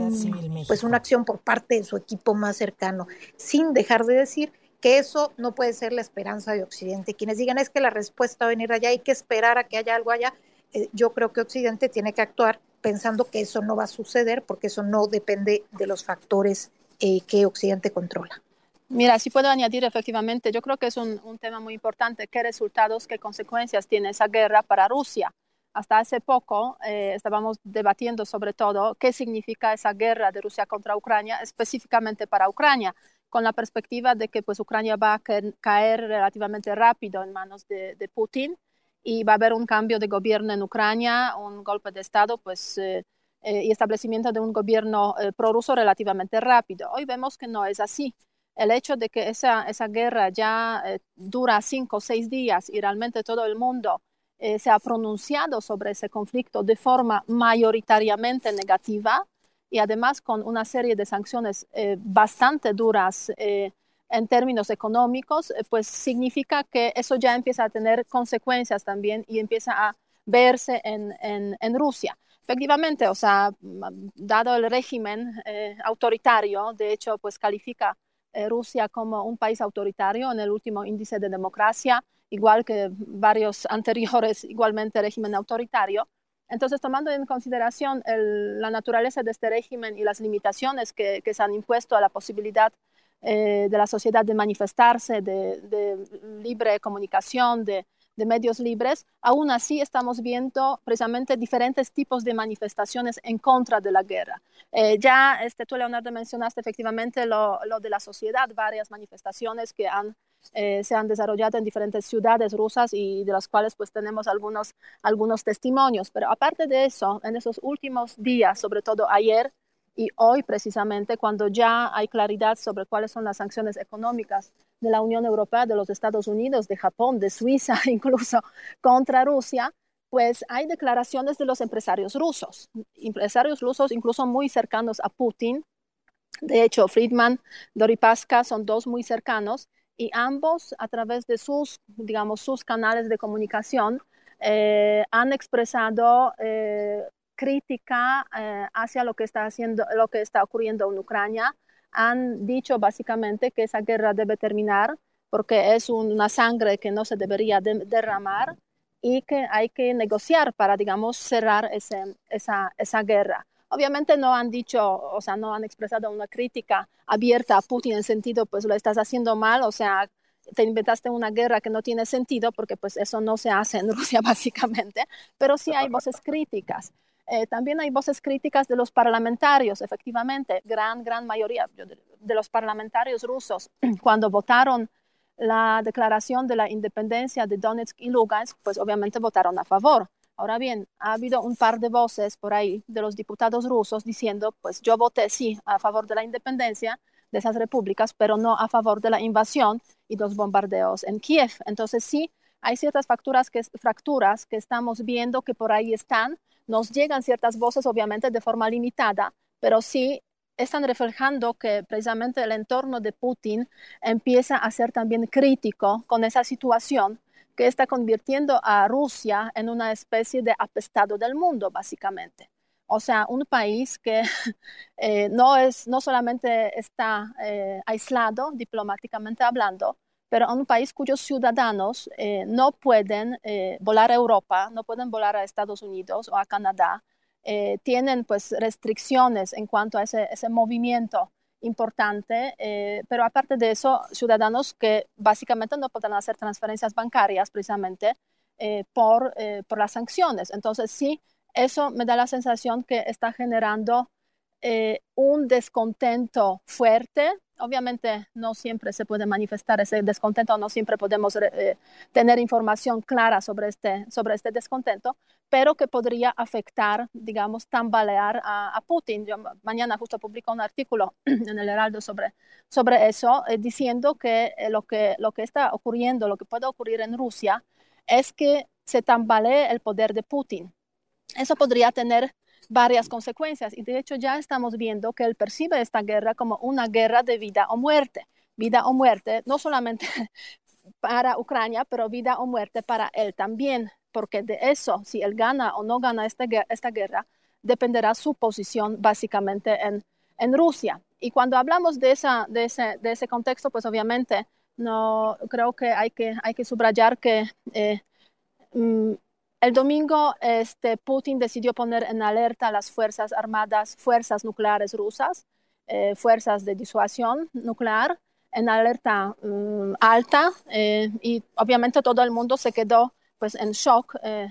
un, pues una acción por parte de su equipo más cercano, sin dejar de decir que eso no puede ser la esperanza de Occidente. Quienes digan es que la respuesta va a venir allá, hay que esperar a que haya algo allá, eh, yo creo que Occidente tiene que actuar pensando que eso no va a suceder porque eso no depende de los factores eh, que Occidente controla. Mira, si puedo añadir, efectivamente, yo creo que es un, un tema muy importante, qué resultados, qué consecuencias tiene esa guerra para Rusia. Hasta hace poco eh, estábamos debatiendo sobre todo qué significa esa guerra de Rusia contra Ucrania, específicamente para Ucrania, con la perspectiva de que pues, Ucrania va a caer relativamente rápido en manos de, de Putin y va a haber un cambio de gobierno en Ucrania, un golpe de Estado, pues, eh, eh, y establecimiento de un gobierno eh, prorruso relativamente rápido. Hoy vemos que no es así. El hecho de que esa, esa guerra ya eh, dura cinco o seis días y realmente todo el mundo eh, se ha pronunciado sobre ese conflicto de forma mayoritariamente negativa y además con una serie de sanciones eh, bastante duras eh, en términos económicos, eh, pues significa que eso ya empieza a tener consecuencias también y empieza a verse en, en, en Rusia. Efectivamente, o sea, dado el régimen eh, autoritario, de hecho, pues califica eh, Rusia como un país autoritario en el último índice de democracia, igual que varios anteriores, igualmente régimen autoritario. Entonces, tomando en consideración el, la naturaleza de este régimen y las limitaciones que, que se han impuesto a la posibilidad eh, de la sociedad de manifestarse, de, de libre comunicación, de, de medios libres, aún así estamos viendo precisamente diferentes tipos de manifestaciones en contra de la guerra. Eh, ya este, tú, Leonardo, mencionaste efectivamente lo, lo de la sociedad, varias manifestaciones que han, eh, se han desarrollado en diferentes ciudades rusas y de las cuales pues tenemos algunos, algunos testimonios. Pero aparte de eso, en esos últimos días, sobre todo ayer y hoy precisamente, cuando ya hay claridad sobre cuáles son las sanciones económicas de la Unión Europea, de los Estados Unidos, de Japón, de Suiza, incluso contra Rusia, pues hay declaraciones de los empresarios rusos, empresarios rusos incluso muy cercanos a Putin. De hecho, Friedman, Deripaska son dos muy cercanos y ambos a través de sus, digamos, sus canales de comunicación eh, han expresado eh, crítica eh, hacia lo que está haciendo, lo que está ocurriendo en Ucrania. Han dicho básicamente que esa guerra debe terminar porque es una sangre que no se debería de, derramar y que hay que negociar para, digamos, cerrar ese, esa, esa guerra. Obviamente no han dicho, o sea, no han expresado una crítica abierta a Putin en el sentido, pues lo estás haciendo mal, o sea, te inventaste una guerra que no tiene sentido, porque pues eso no se hace en Rusia básicamente, pero sí hay voces críticas. Eh, también hay voces críticas de los parlamentarios, efectivamente, gran, gran mayoría de los parlamentarios rusos, cuando votaron la declaración de la independencia de Donetsk y Lugansk, pues obviamente votaron a favor. Ahora bien, ha habido un par de voces por ahí de los diputados rusos diciendo, pues yo voté sí a favor de la independencia de esas repúblicas, pero no a favor de la invasión y los bombardeos en Kiev. Entonces sí, hay ciertas fracturas que, fracturas que estamos viendo que por ahí están. Nos llegan ciertas voces, obviamente, de forma limitada, pero sí están reflejando que precisamente el entorno de Putin empieza a ser también crítico con esa situación que está convirtiendo a Rusia en una especie de apestado del mundo, básicamente. O sea, un país que eh, no, es, no solamente está eh, aislado diplomáticamente hablando, pero un país cuyos ciudadanos eh, no pueden eh, volar a Europa, no pueden volar a Estados Unidos o a Canadá, eh, tienen pues restricciones en cuanto a ese, ese movimiento importante, eh, pero aparte de eso, ciudadanos que básicamente no podrán hacer transferencias bancarias precisamente eh, por, eh, por las sanciones. Entonces sí, eso me da la sensación que está generando eh, un descontento fuerte. Obviamente no siempre se puede manifestar ese descontento, no siempre podemos eh, tener información clara sobre este, sobre este descontento, pero que podría afectar, digamos, tambalear a, a Putin. Yo mañana justo publico un artículo en el Heraldo sobre, sobre eso, eh, diciendo que, eh, lo que lo que está ocurriendo, lo que puede ocurrir en Rusia, es que se tambalee el poder de Putin. Eso podría tener varias consecuencias y de hecho ya estamos viendo que él percibe esta guerra como una guerra de vida o muerte. Vida o muerte, no solamente para Ucrania, pero vida o muerte para él también, porque de eso, si él gana o no gana esta, esta guerra, dependerá su posición básicamente en, en Rusia. Y cuando hablamos de, esa, de, ese, de ese contexto, pues obviamente no, creo que hay que, hay que subrayar que eh, mm, el domingo este, Putin decidió poner en alerta a las Fuerzas Armadas, fuerzas nucleares rusas, eh, fuerzas de disuasión nuclear, en alerta um, alta, eh, y obviamente todo el mundo se quedó pues, en shock, eh,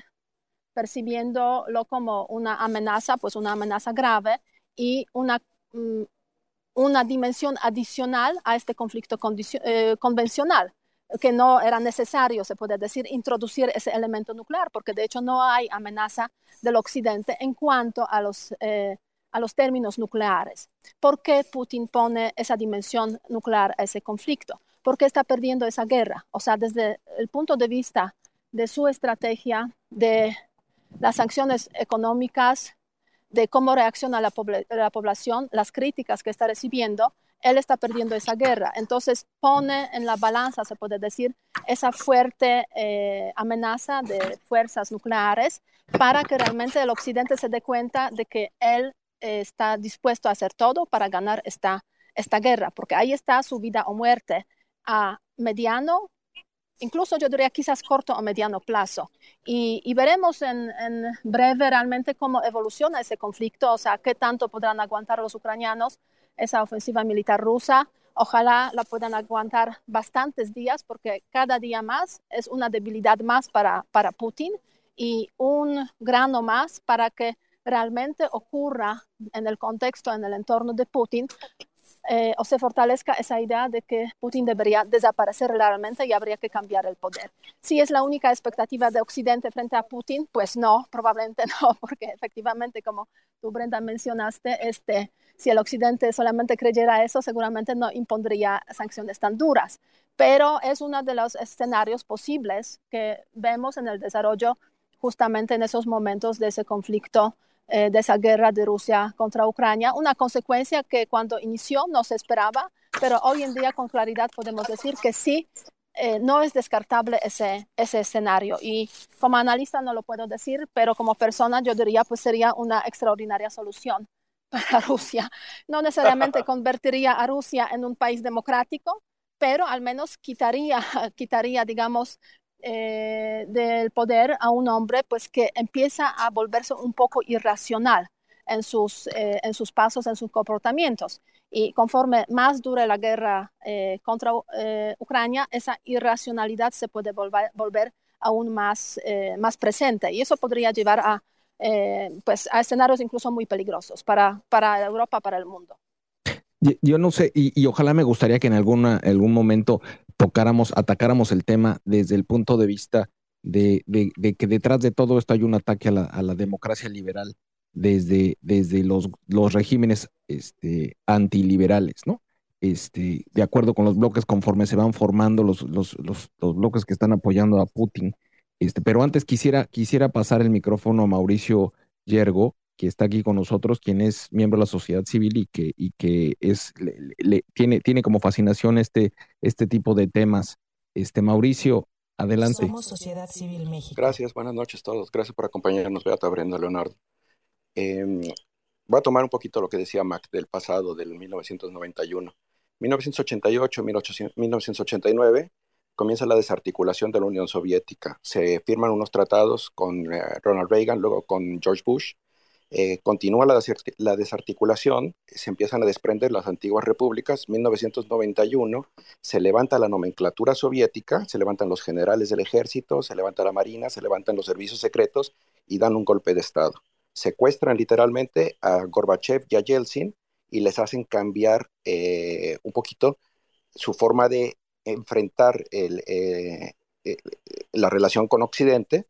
percibiéndolo como una amenaza, pues una amenaza grave y una, um, una dimensión adicional a este conflicto eh, convencional, que no era necesario, se puede decir, introducir ese elemento nuclear, porque de hecho no hay amenaza del Occidente en cuanto a los, eh, a los términos nucleares. ¿Por qué Putin pone esa dimensión nuclear a ese conflicto? ¿Por qué está perdiendo esa guerra? O sea, desde el punto de vista de su estrategia, de las sanciones económicas, de cómo reacciona la, pobl- la población, las críticas que está recibiendo, él está perdiendo esa guerra. Entonces pone en la balanza, se puede decir, esa fuerte eh, amenaza de fuerzas nucleares para que realmente el Occidente se dé cuenta de que él eh, está dispuesto a hacer todo para ganar esta, esta guerra, porque ahí está su vida o muerte a mediano, incluso yo diría quizás corto o mediano plazo. Y, y veremos en, en breve realmente cómo evoluciona ese conflicto, o sea, qué tanto podrán aguantar los ucranianos esa ofensiva militar rusa. Ojalá la puedan aguantar bastantes días, porque cada día más es una debilidad más para, para Putin y un grano más para que realmente ocurra en el contexto, en el entorno de Putin, eh, o se fortalezca esa idea de que Putin debería desaparecer realmente y habría que cambiar el poder. Si es la única expectativa de Occidente frente a Putin, pues no, probablemente no, porque efectivamente, como tú, Brenda, mencionaste, este, si el Occidente solamente creyera eso, seguramente no impondría sanciones tan duras. Pero es uno de los escenarios posibles que vemos en el desarrollo justamente en esos momentos de ese conflicto, eh, de esa guerra de Rusia contra Ucrania, una consecuencia que cuando inició no se esperaba, pero hoy en día con claridad podemos decir que sí, eh, no es descartable ese, ese escenario. Y como analista no lo puedo decir, pero como persona yo diría pues sería una extraordinaria solución para Rusia. No necesariamente convertiría a Rusia en un país democrático, pero al menos quitaría, quitaría digamos, eh, del poder a un hombre pues, que empieza a volverse un poco irracional en sus, eh, en sus pasos, en sus comportamientos. Y conforme más dure la guerra eh, contra eh, Ucrania, esa irracionalidad se puede volver, volver aún más, eh, más presente. Y eso podría llevar a, eh, pues, a escenarios incluso muy peligrosos para, para Europa, para el mundo. Yo no sé, y, y ojalá me gustaría que en alguna, algún momento tocáramos, atacáramos el tema desde el punto de vista de, de, de que detrás de todo esto hay un ataque a la, a la democracia liberal desde, desde los, los regímenes este, antiliberales, ¿no? Este, de acuerdo con los bloques conforme se van formando los, los, los, los bloques que están apoyando a Putin. Este, pero antes quisiera, quisiera pasar el micrófono a Mauricio Yergo, que está aquí con nosotros, quien es miembro de la sociedad civil y que, y que es, le, le, tiene, tiene como fascinación este, este tipo de temas. Este, Mauricio, adelante. Somos Sociedad Civil México. Gracias, buenas noches a todos. Gracias por acompañarnos, Beata, Brenda, Leonardo. Eh, voy a tomar un poquito lo que decía Mac del pasado, del mil novecientos noventa y uno. mil novecientos ochenta y ocho, mil novecientos ochenta y nueve, comienza la desarticulación de la Unión Soviética. Se firman unos tratados con eh, Ronald Reagan, luego con George Bush. Eh, continúa la, la desarticulación, se empiezan a desprender las antiguas repúblicas. mil novecientos noventa y uno se levanta la nomenclatura soviética, se levantan los generales del ejército, se levanta la marina, se levantan los servicios secretos y dan un golpe de estado. secuestran literalmente a Gorbachev y a Yeltsin y les hacen cambiar eh, un poquito su forma de enfrentar el, eh, eh, la relación con Occidente.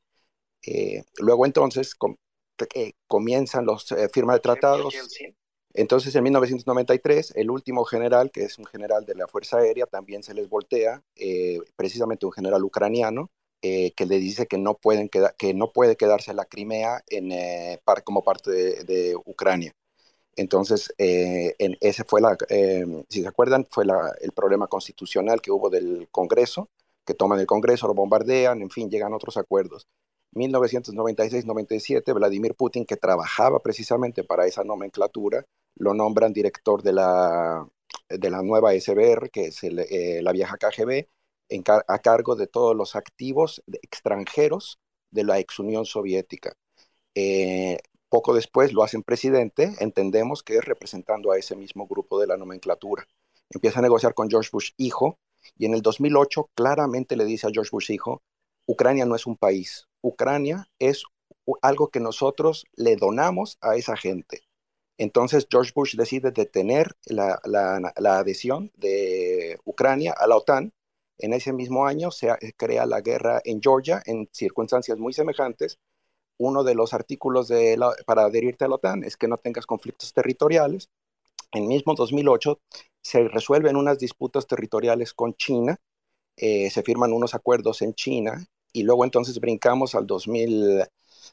Eh, luego entonces com eh, comienzan los eh, firmas de tratados. Entonces en mil novecientos noventa y tres el último general, que es un general de la Fuerza Aérea, también se les voltea, eh, precisamente un general ucraniano, eh, que le dice que no, pueden queda que no puede quedarse la Crimea en, eh, par como parte de, de Ucrania. Entonces, eh, en ese fue la, eh, si se acuerdan, fue la, el problema constitucional que hubo del Congreso, que toman el Congreso, lo bombardean, en fin, llegan a otros acuerdos. mil novecientos noventa y seis noventa y siete, Vladimir Putin, que trabajaba precisamente para esa nomenclatura, lo nombran director de la, de la nueva S B R, que es el, eh, la vieja K G B, en car a cargo de todos los activos de extranjeros de la ex Unión Soviética. Eh, Poco después lo hacen presidente, entendemos que es representando a ese mismo grupo de la nomenclatura. Empieza a negociar con George Bush hijo, y en el dos mil ocho claramente le dice a George Bush hijo, Ucrania no es un país, Ucrania es algo que nosotros le donamos a esa gente. Entonces George Bush decide detener la, la, la adhesión de Ucrania a la OTAN. En ese mismo año se crea la guerra en Georgia en circunstancias muy semejantes. Uno de los artículos de la, para adherirte a la OTAN es que no tengas conflictos territoriales. En mismo dos mil ocho se resuelven unas disputas territoriales con China, eh, se firman unos acuerdos en China y luego entonces brincamos al dos mil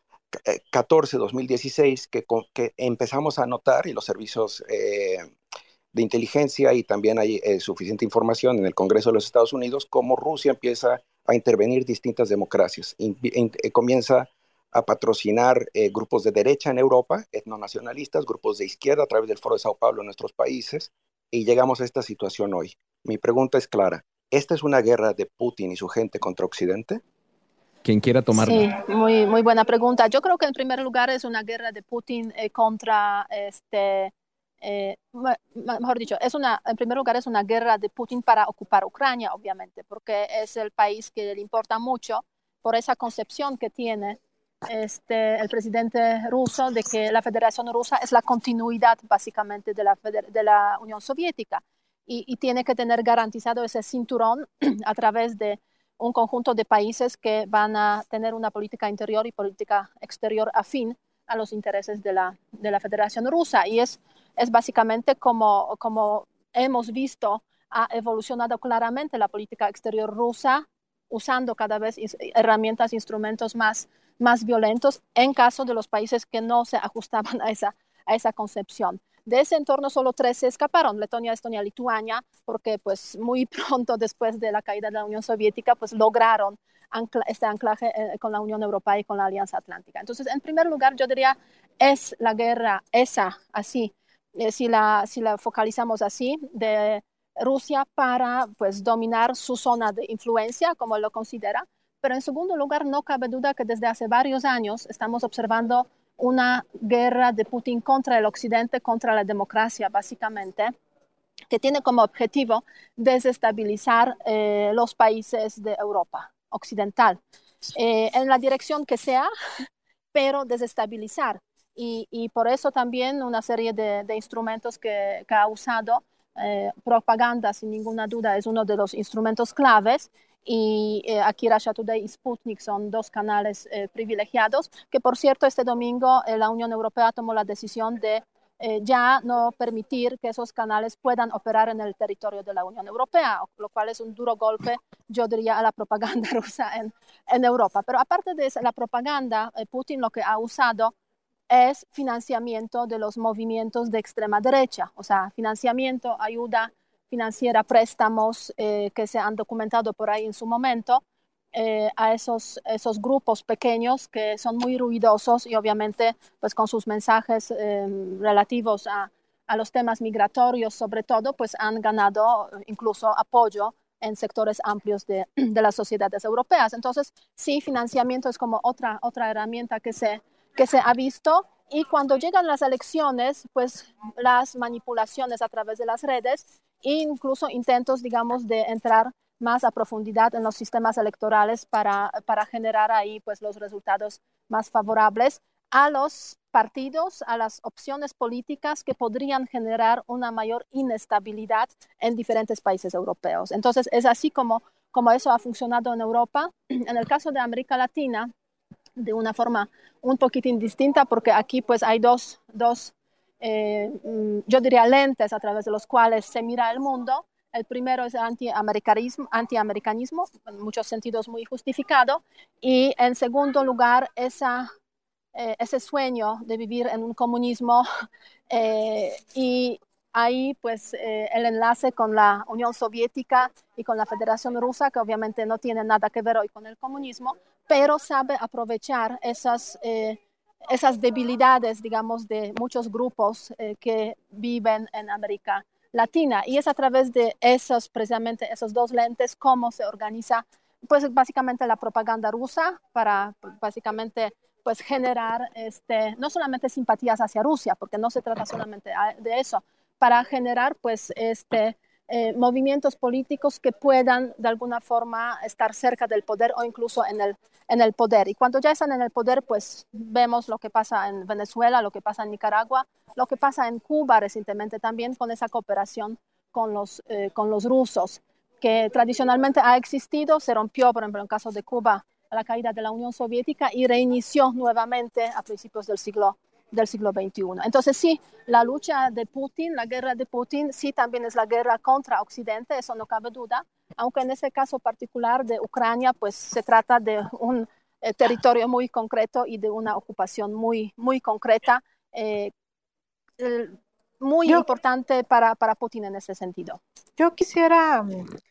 catorce, dos mil dieciséis, que, que empezamos a notar y los servicios eh, de inteligencia y también hay eh, suficiente información en el Congreso de los Estados Unidos, cómo Rusia empieza a intervenir distintas democracias, in, in, eh, comienza a patrocinar eh, grupos de derecha en Europa, etnonacionalistas, grupos de izquierda a través del Foro de Sao Paulo en nuestros países, y llegamos a esta situación hoy. Mi pregunta es clara, ¿esta es una guerra de Putin y su gente contra Occidente? Quien quiera tomar. Sí, muy, muy buena pregunta. Yo creo que en primer lugar es una guerra de Putin eh, contra, este, eh, mejor dicho, es una, en primer lugar es una guerra de Putin para ocupar Ucrania, obviamente, porque es el país que le importa mucho por esa concepción que tiene Este, el presidente ruso de que la Federación Rusa es la continuidad básicamente de la, de la Unión Soviética y, y tiene que tener garantizado ese cinturón a través de un conjunto de países que van a tener una política interior y política exterior afín a los intereses de la, de la Federación Rusa. Y es, es básicamente como, como hemos visto, ha evolucionado claramente la política exterior rusa, usando cada vez herramientas, instrumentos más, más violentos en caso de los países que no se ajustaban a esa, a esa concepción. De ese entorno solo tres se escaparon, Letonia, Estonia, Lituania, porque pues muy pronto después de la caída de la Unión Soviética pues lograron ancla este anclaje eh, con la Unión Europea y con la Alianza Atlántica. Entonces, en primer lugar, yo diría, es la guerra esa, así, eh, si, la, si la focalizamos así, de Rusia para pues dominar su zona de influencia, como lo considera, pero en segundo lugar, no cabe duda que desde hace varios años estamos observando una guerra de Putin contra el Occidente, contra la democracia, básicamente, que tiene como objetivo desestabilizar eh, los países de Europa occidental, eh, en la dirección que sea, pero desestabilizar. Y, y por eso también una serie de, de instrumentos que, que ha usado, eh, propaganda, sin ninguna duda, es uno de los instrumentos claves. Y eh, aquí Russia Today y Sputnik son dos canales eh, privilegiados, que por cierto este domingo eh, la Unión Europea tomó la decisión de eh, ya no permitir que esos canales puedan operar en el territorio de la Unión Europea, lo cual es un duro golpe, yo diría, a la propaganda rusa en, en Europa. Pero aparte de esa, la propaganda, eh, Putin lo que ha usado es financiamiento de los movimientos de extrema derecha, o sea, financiamiento, ayuda financiera, préstamos eh, que se han documentado por ahí en su momento eh, a esos, esos grupos pequeños que son muy ruidosos y obviamente pues con sus mensajes eh, relativos a, a los temas migratorios sobre todo, pues han ganado incluso apoyo en sectores amplios de, de las sociedades europeas. Entonces, sí, financiamiento es como otra, otra herramienta que se, que se ha visto. Y cuando llegan las elecciones, pues las manipulaciones a través de las redes e incluso intentos, digamos, de entrar más a profundidad en los sistemas electorales para, para generar ahí pues, los resultados más favorables, a los partidos, a las opciones políticas que podrían generar una mayor inestabilidad en diferentes países europeos. Entonces, es así como, como eso ha funcionado en Europa. En el caso de América Latina, de una forma un poquitín distinta, porque aquí pues hay dos, dos eh, yo diría lentes a través de los cuales se mira el mundo. El primero es el antiamericanismo, antiamericanismo, en muchos sentidos muy justificado, y en segundo lugar, esa, eh, ese sueño de vivir en un comunismo eh, y ahí pues eh, el enlace con la Unión Soviética y con la Federación Rusa, que obviamente no tiene nada que ver hoy con el comunismo, pero sabe aprovechar esas, eh, esas debilidades, digamos, de muchos grupos eh, que viven en América Latina. Y es a través de esos, precisamente esos dos lentes, cómo se organiza, pues básicamente la propaganda rusa para básicamente pues generar este, no solamente simpatías hacia Rusia, porque no se trata solamente de eso, para generar pues este, eh, movimientos políticos que puedan de alguna forma estar cerca del poder o incluso en el, en el poder. Y cuando ya están en el poder, pues vemos lo que pasa en Venezuela, lo que pasa en Nicaragua, lo que pasa en Cuba recientemente también con esa cooperación con los, eh, con los rusos, que tradicionalmente ha existido, se rompió, por ejemplo, en el caso de Cuba, a la caída de la Unión Soviética y reinició nuevamente a principios del siglo, del siglo veintiuno. Entonces sí, la lucha de Putin, la guerra de Putin, sí también es la guerra contra Occidente, eso no cabe duda, aunque en ese caso particular de Ucrania, pues se trata de un eh, territorio muy concreto y de una ocupación muy, muy concreta, eh, eh, muy Yo, importante para, para Putin en ese sentido. yo quisiera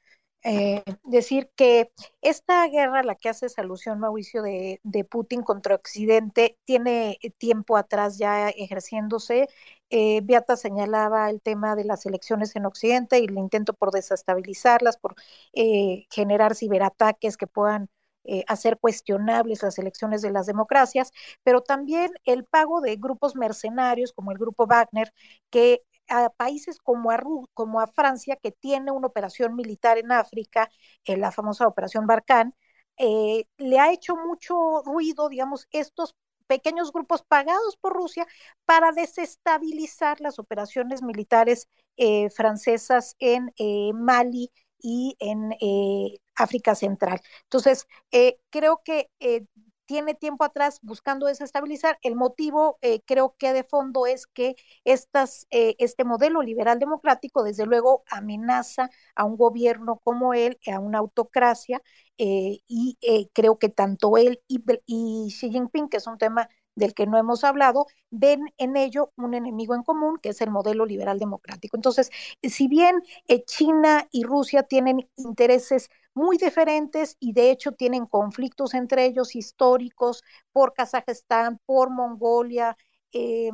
eh, decir que esta guerra a la que haces alusión, Mauricio, de, de Putin contra Occidente, tiene tiempo atrás ya ejerciéndose. Eh, Beata señalaba el tema de las elecciones en Occidente y el intento por desestabilizarlas, por eh, generar ciberataques que puedan eh, hacer cuestionables las elecciones de las democracias, pero también el pago de grupos mercenarios como el grupo Wagner, que a países como a, Ru como a Francia, que tiene una operación militar en África, eh, la famosa Operación Barkhane, eh, le ha hecho mucho ruido, digamos, estos pequeños grupos pagados por Rusia para desestabilizar las operaciones militares eh, francesas en eh, Mali y en eh, África Central. Entonces, eh, creo que eh, tiene tiempo atrás buscando desestabilizar. El motivo, eh, creo que de fondo, es que estas, eh, este modelo liberal democrático, desde luego, amenaza a un gobierno como él, a una autocracia, eh, y eh, creo que tanto él y, y Xi Jinping, que es un tema del que no hemos hablado, ven en ello un enemigo en común, que es el modelo liberal democrático. Entonces, si bien eh, China y Rusia tienen intereses muy diferentes y de hecho tienen conflictos entre ellos históricos por Kazajistán, por Mongolia, eh,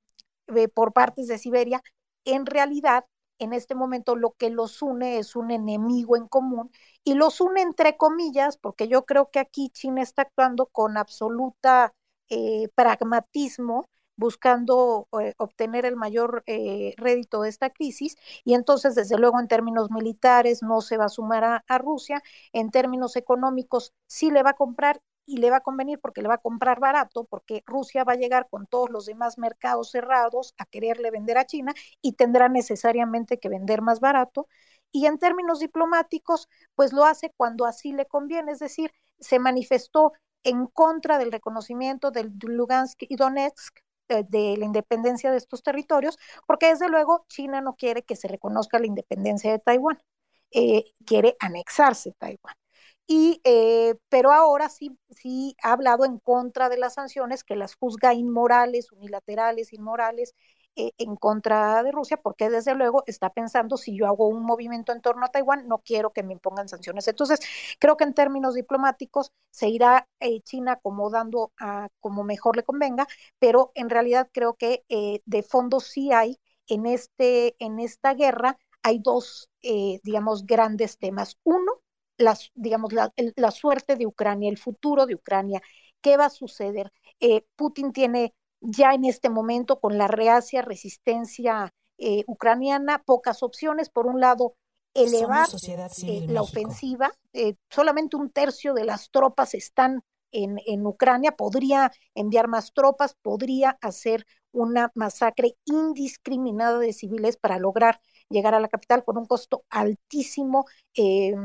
por partes de Siberia, en realidad en este momento lo que los une es un enemigo en común y los une entre comillas, porque yo creo que aquí China está actuando con absoluta eh, pragmatismo, buscando eh, obtener el mayor eh, rédito de esta crisis, y entonces desde luego en términos militares no se va a sumar a, a Rusia, en términos económicos sí le va a comprar y le va a convenir porque le va a comprar barato, porque Rusia va a llegar con todos los demás mercados cerrados a quererle vender a China y tendrá necesariamente que vender más barato. Y en términos diplomáticos, pues lo hace cuando así le conviene, es decir, se manifestó en contra del reconocimiento del Lugansk y Donetsk, eh, de la independencia de estos territorios, porque desde luego China no quiere que se reconozca la independencia de Taiwán, eh, quiere anexarse Taiwán. Y, eh, pero ahora sí, sí ha hablado en contra de las sanciones, que las juzga inmorales, unilaterales, inmorales, eh, en contra de Rusia, porque desde luego está pensando, si yo hago un movimiento en torno a Taiwán, no quiero que me impongan sanciones. Entonces, creo que en términos diplomáticos se irá eh, China acomodando a como mejor le convenga, pero en realidad creo que eh, de fondo sí hay en, este, en esta guerra, hay dos, eh, digamos, grandes temas. Uno, la, digamos, la, la, suerte de Ucrania, el futuro de Ucrania, qué va a suceder. Eh, Putin tiene ya en este momento, con la reacia resistencia eh, ucraniana, pocas opciones. Por un lado, elevar eh, la ofensiva, eh, solamente un tercio de las tropas están en, en Ucrania, podría enviar más tropas, podría hacer una masacre indiscriminada de civiles para lograr llegar a la capital con un costo altísimo eh,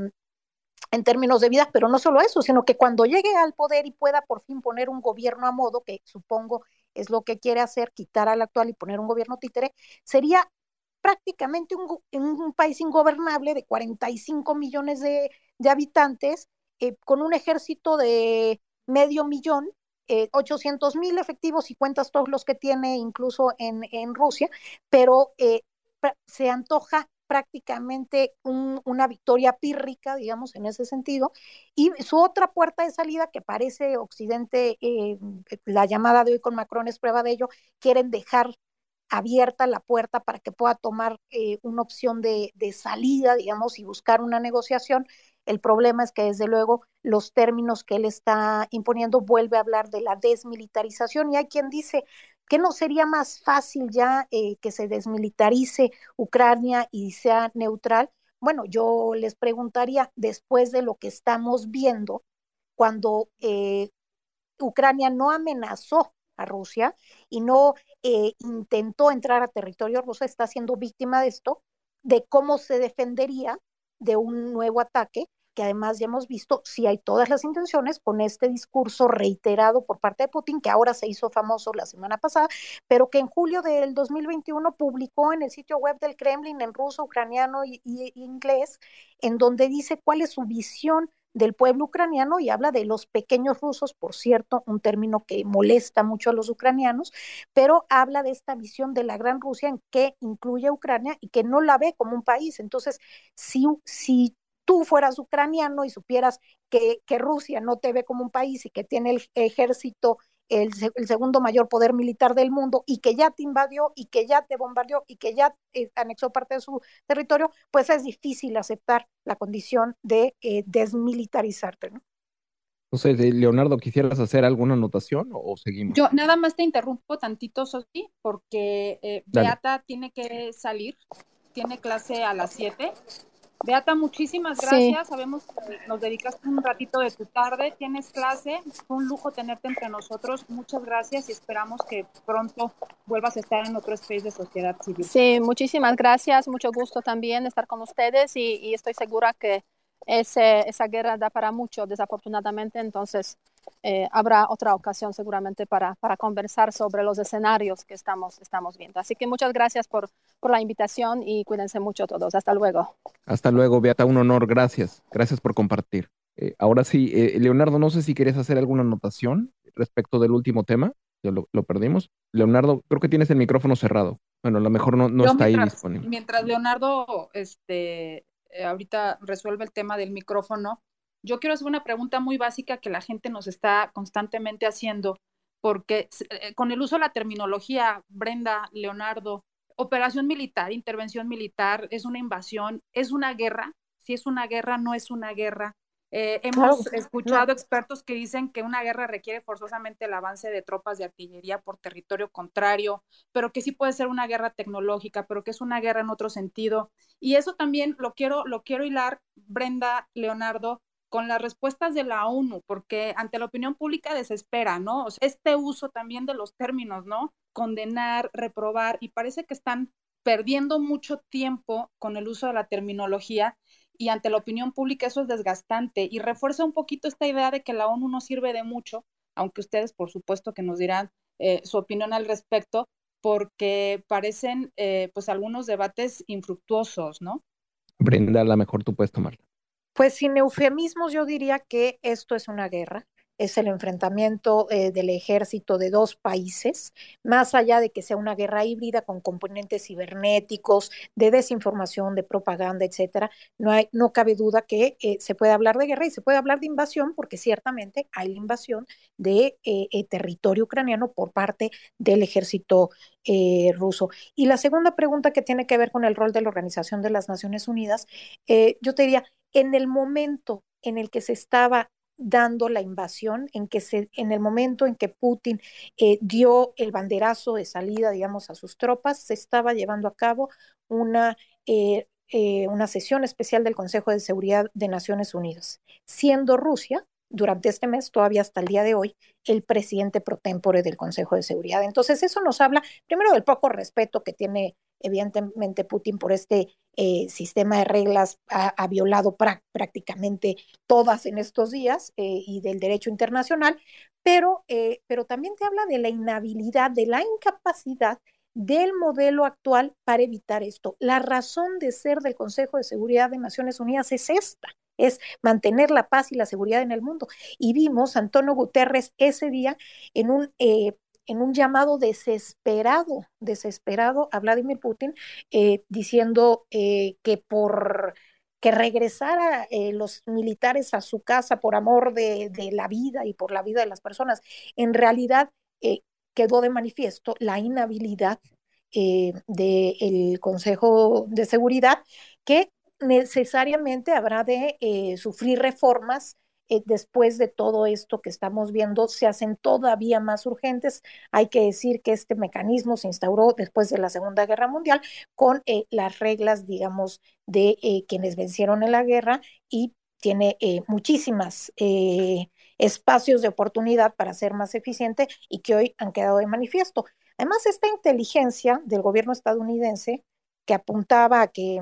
en términos de vida, pero no solo eso, sino que cuando llegue al poder y pueda por fin poner un gobierno a modo, que supongo es lo que quiere hacer, quitar al actual y poner un gobierno títere, sería prácticamente un, un país ingobernable de cuarenta y cinco millones de, de habitantes, eh, con un ejército de medio millón, eh, ochocientos mil efectivos si cuentas todos los que tiene incluso en, en Rusia, pero eh, se antoja prácticamente un, una victoria pírrica, digamos, en ese sentido. Y su otra puerta de salida, que parece Occidente, eh, la llamada de hoy con Macron es prueba de ello, quieren dejar abierta la puerta para que pueda tomar eh, una opción de, de salida, digamos, y buscar una negociación. El problema es que, desde luego, los términos que él está imponiendo vuelve a hablar de la desmilitarización, y hay quien dice que no sería más fácil ya eh, que se desmilitarice Ucrania y sea neutral. Bueno, yo les preguntaría, después de lo que estamos viendo, cuando eh, Ucrania no amenazó a Rusia y no eh, intentó entrar a territorio ruso, está siendo víctima de esto, de cómo se defendería de un nuevo ataque, que además ya hemos visto si hay todas las intenciones con este discurso reiterado por parte de Putin, que ahora se hizo famoso la semana pasada, pero que en julio del dos mil veintiuno publicó en el sitio web del Kremlin en ruso, ucraniano y, y, y inglés, en donde dice cuál es su visión del pueblo ucraniano y habla de los pequeños rusos, por cierto, un término que molesta mucho a los ucranianos, pero habla de esta visión de la gran Rusia en que incluye a Ucrania y que no la ve como un país. Entonces, si, si tú fueras ucraniano y supieras que, que Rusia no te ve como un país y que tiene el ejército, el, el segundo mayor poder militar del mundo, y que ya te invadió y que ya te bombardeó y que ya eh, anexó parte de su territorio, pues es difícil aceptar la condición de eh, desmilitarizarte, ¿no? No sé, Leonardo, ¿quisieras hacer alguna anotación o, o seguimos? Yo nada más te interrumpo tantito, Sofi, porque eh, Beata tiene que salir, tiene clase a las siete. Beata, muchísimas gracias. Sí. Sabemos que nos dedicaste un ratito de tu tarde, tienes clase, fue un lujo tenerte entre nosotros. Muchas gracias y esperamos que pronto vuelvas a estar en otro space de sociedad civil. Sí, muchísimas gracias, mucho gusto también estar con ustedes y, y estoy segura que ese, esa guerra da para mucho, desafortunadamente, entonces eh, habrá otra ocasión seguramente para, para conversar sobre los escenarios que estamos, estamos viendo. Así que muchas gracias por, por la invitación y cuídense mucho todos. Hasta luego. Hasta luego, Beata, un honor, gracias. Gracias por compartir. Eh, ahora sí, eh, Leonardo, no sé si querías hacer alguna anotación respecto del último tema. Ya lo, lo perdimos. Leonardo, creo que tienes el micrófono cerrado. Bueno, a lo mejor no, no está mientras, ahí disponible. Mientras Leonardo este, eh, ahorita resuelve el tema del micrófono, yo quiero hacer una pregunta muy básica que la gente nos está constantemente haciendo, porque eh, con el uso de la terminología, Brenda, Leonardo, operación militar, intervención militar, es una invasión, es una guerra, si es una guerra, no es una guerra. Eh, hemos claro, escuchado no. expertos que dicen que una guerra requiere forzosamente el avance de tropas de artillería por territorio contrario, pero que sí puede ser una guerra tecnológica, pero que es una guerra en otro sentido. Y eso también lo quiero, lo quiero hilar, Brenda, Leonardo, con las respuestas de la ONU, porque ante la opinión pública desespera, ¿no? O sea, este uso también de los términos, ¿no? Condenar, reprobar, y parece que están perdiendo mucho tiempo con el uso de la terminología, y ante la opinión pública eso es desgastante, y refuerza un poquito esta idea de que la ONU no sirve de mucho, aunque ustedes por supuesto que nos dirán eh, su opinión al respecto, porque parecen eh, pues algunos debates infructuosos, ¿no? Brenda, a lo mejor tú puedes tomarla. Pues sin eufemismos yo diría que esto es una guerra, es el enfrentamiento eh, del ejército de dos países, más allá de que sea una guerra híbrida con componentes cibernéticos, de desinformación, de propaganda, etcétera. No hay, no cabe duda que eh, se puede hablar de guerra y se puede hablar de invasión, porque ciertamente hay la invasión de eh, eh, territorio ucraniano por parte del ejército eh, ruso. Y la segunda pregunta, que tiene que ver con el rol de la Organización de las Naciones Unidas, eh, yo te diría, en el momento en el que se estaba dando la invasión, en que se, en el momento en que Putin eh, dio el banderazo de salida, digamos, a sus tropas, se estaba llevando a cabo una, eh, eh, una sesión especial del Consejo de Seguridad de Naciones Unidas, siendo Rusia durante este mes, todavía hasta el día de hoy, el presidente pro tempore del Consejo de Seguridad. Entonces, eso nos habla primero del poco respeto que tiene evidentemente Putin por este eh, sistema de reglas, ha, ha violado pra, prácticamente todas en estos días eh, y del derecho internacional, pero, eh, pero también te habla de la inhabilidad, de la incapacidad del modelo actual para evitar esto. La razón de ser del Consejo de Seguridad de Naciones Unidas es esta, es mantener la paz y la seguridad en el mundo. Y vimos a Antonio Guterres ese día en un, eh, en un llamado desesperado, desesperado a Vladimir Putin, eh, diciendo eh, que por que regresara eh, los militares a su casa por amor de, de, la vida y por la vida de las personas. En realidad eh, quedó de manifiesto la inhabilidad eh, del Consejo de Seguridad, que necesariamente habrá de eh, sufrir reformas eh, después de todo esto que estamos viendo, se hacen todavía más urgentes. Hay que decir que este mecanismo se instauró después de la Segunda Guerra Mundial con eh, las reglas, digamos, de eh, quienes vencieron en la guerra y tiene eh, muchísimas eh, espacios de oportunidad para ser más eficiente y que hoy han quedado de manifiesto. Además, esta inteligencia del gobierno estadounidense que apuntaba a que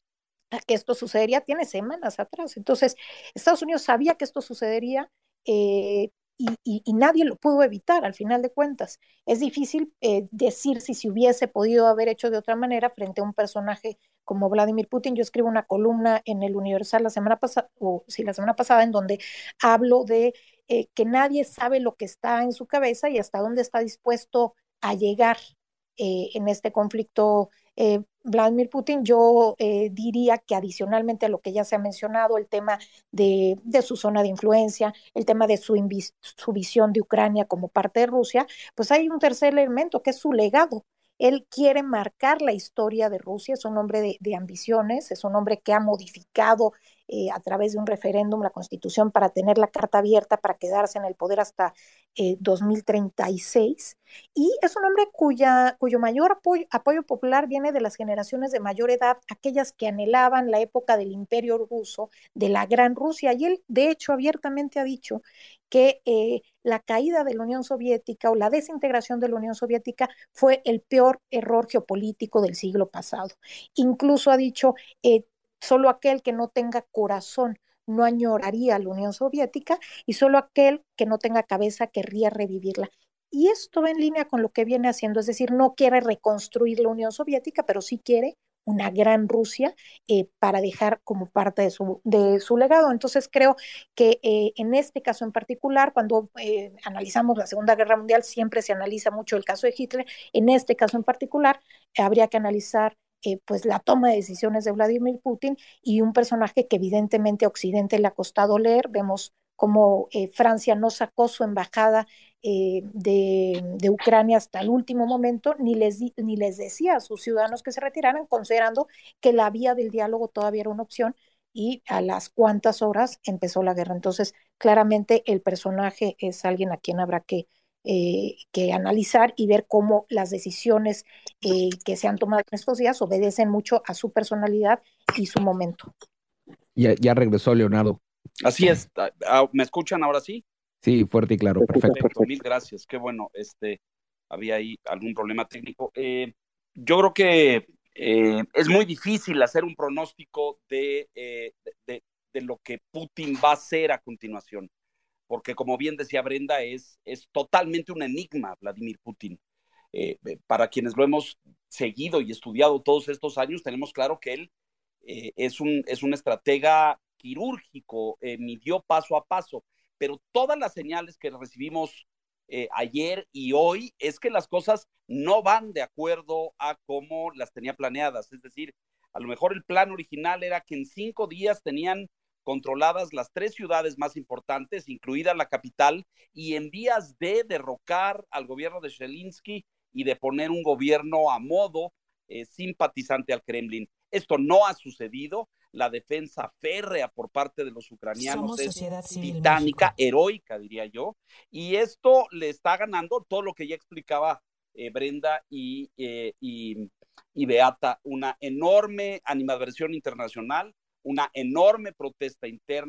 a que esto sucedería, tiene semanas atrás. Entonces, Estados Unidos sabía que esto sucedería eh, y, y, y, nadie lo pudo evitar, al final de cuentas. Es difícil eh, decir si se hubiese podido haber hecho de otra manera frente a un personaje como Vladimir Putin. Yo escribo una columna en el Universal la semana pasada, o sí, la semana pasada, en donde hablo de eh, que nadie sabe lo que está en su cabeza y hasta dónde está dispuesto a llegar eh, en este conflicto eh, Vladimir Putin. Yo eh, diría que adicionalmente a lo que ya se ha mencionado, el tema de, de su zona de influencia, el tema de su, su visión de Ucrania como parte de Rusia, pues hay un tercer elemento que es su legado. Él quiere marcar la historia de Rusia, es un hombre de, de ambiciones, es un hombre que ha modificado eh, a través de un referéndum la Constitución para tener la carta abierta para quedarse en el poder hasta eh, dos mil treinta y seis. Y es un hombre cuya, cuyo mayor apoyo, apoyo popular viene de las generaciones de mayor edad, aquellas que anhelaban la época del Imperio Ruso, de la Gran Rusia. Y él, de hecho, abiertamente ha dicho que eh, la caída de la Unión Soviética o la desintegración de la Unión Soviética fue el peor error geopolítico del siglo pasado. Incluso ha dicho, eh, solo aquel que no tenga corazón no añoraría a la Unión Soviética y solo aquel que no tenga cabeza querría revivirla. Y esto va en línea con lo que viene haciendo, es decir, no quiere reconstruir la Unión Soviética, pero sí quiere una gran Rusia eh, para dejar como parte de su, de su legado. Entonces creo que eh, en este caso en particular, cuando eh, analizamos la Segunda Guerra Mundial, siempre se analiza mucho el caso de Hitler. En este caso en particular, eh, habría que analizar eh, pues la toma de decisiones de Vladimir Putin y un personaje que evidentemente a Occidente le ha costado leer. Vemos cómo eh, Francia no sacó su embajada Eh, de, de Ucrania hasta el último momento, ni les, ni les decía a sus ciudadanos que se retiraran, considerando que la vía del diálogo todavía era una opción, y a las cuantas horas empezó la guerra. Entonces, claramente el personaje es alguien a quien habrá que, eh, que analizar y ver cómo las decisiones eh, que se han tomado en estos días obedecen mucho a su personalidad y su momento. Ya, ya regresó Leonardo. Así es. ¿Me escuchan ahora sí? Sí, fuerte y claro, perfecto. Perfecto, mil gracias. Qué bueno, este, había ahí algún problema técnico. Eh, yo creo que eh, es muy difícil hacer un pronóstico de, eh, de, de lo que Putin va a hacer a continuación, porque como bien decía Brenda, es, es totalmente un enigma Vladimir Putin. Eh, para quienes lo hemos seguido y estudiado todos estos años, tenemos claro que él eh, es, un, es un estratega quirúrgico, eh, midió paso a paso, pero todas las señales que recibimos eh, ayer y hoy es que las cosas no van de acuerdo a cómo las tenía planeadas. Es decir, a lo mejor el plan original era que en cinco días tenían controladas las tres ciudades más importantes, incluida la capital, y en vías de derrocar al gobierno de Zelensky y de poner un gobierno a modo eh, simpatizante al Kremlin. Esto no ha sucedido. La defensa férrea por parte de los ucranianos es titánica, heroica, diría yo, y esto le está ganando todo lo que ya explicaba eh, Brenda y, eh, y, y Beata, una enorme animadversión internacional, una enorme protesta interna,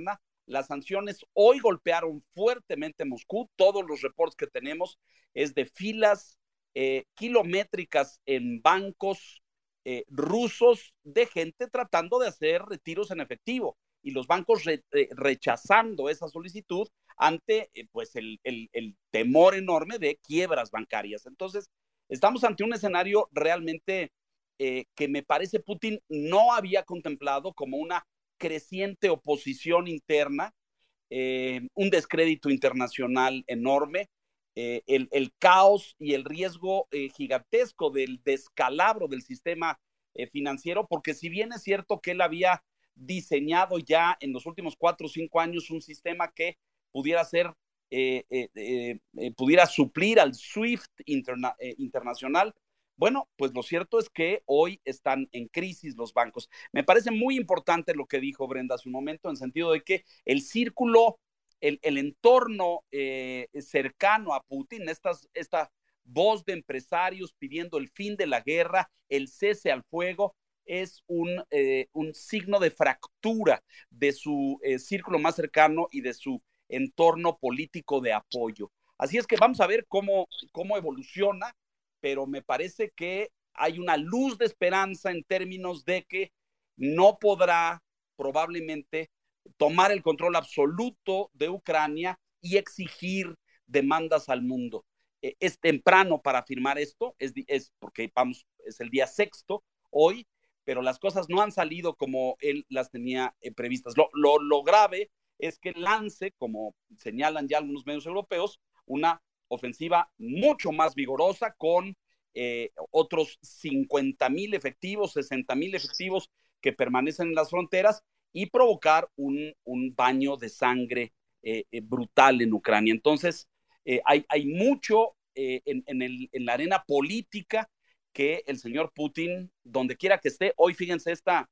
Las sanciones hoy golpearon fuertemente Moscú. Todos los reportes que tenemos es de filas eh, kilométricas en bancos eh, rusos de gente tratando de hacer retiros en efectivo y los bancos re, eh, rechazando esa solicitud ante eh, pues el, el, el temor enorme de quiebras bancarias. Entonces, estamos ante un escenario realmente eh, que me parece Putin no había contemplado, como una creciente oposición interna, eh, un descrédito internacional enorme, eh, el, el caos y el riesgo eh, gigantesco del descalabro del sistema eh, financiero, porque si bien es cierto que él había diseñado ya en los últimos cuatro o cinco años un sistema que pudiera ser, eh, eh, eh, eh, pudiera suplir al SWIFT interna eh, internacional, bueno, pues lo cierto es que hoy están en crisis los bancos. Me parece muy importante lo que dijo Brenda hace un momento, en sentido de que el círculo, el, el entorno eh, cercano a Putin, estas, esta voz de empresarios pidiendo el fin de la guerra, el cese al fuego, es un, eh, un signo de fractura de su eh, círculo más cercano y de su entorno político de apoyo. Así es que vamos a ver cómo, cómo evoluciona, pero me parece que hay una luz de esperanza en términos de que no podrá probablemente tomar el control absoluto de Ucrania y exigir demandas al mundo. Eh, es temprano para afirmar esto, es, es porque vamos, es el día sexto hoy, pero las cosas no han salido como él las tenía eh, previstas. Lo, lo, lo grave es que lance, como señalan ya algunos medios europeos, una ofensiva mucho más vigorosa con eh, otros cincuenta mil efectivos, sesenta mil efectivos que permanecen en las fronteras y provocar un, un baño de sangre eh, eh, brutal en Ucrania. Entonces, eh, hay, hay mucho eh, en, en, el, en la arena política que el señor Putin, donde quiera que esté, hoy fíjense esta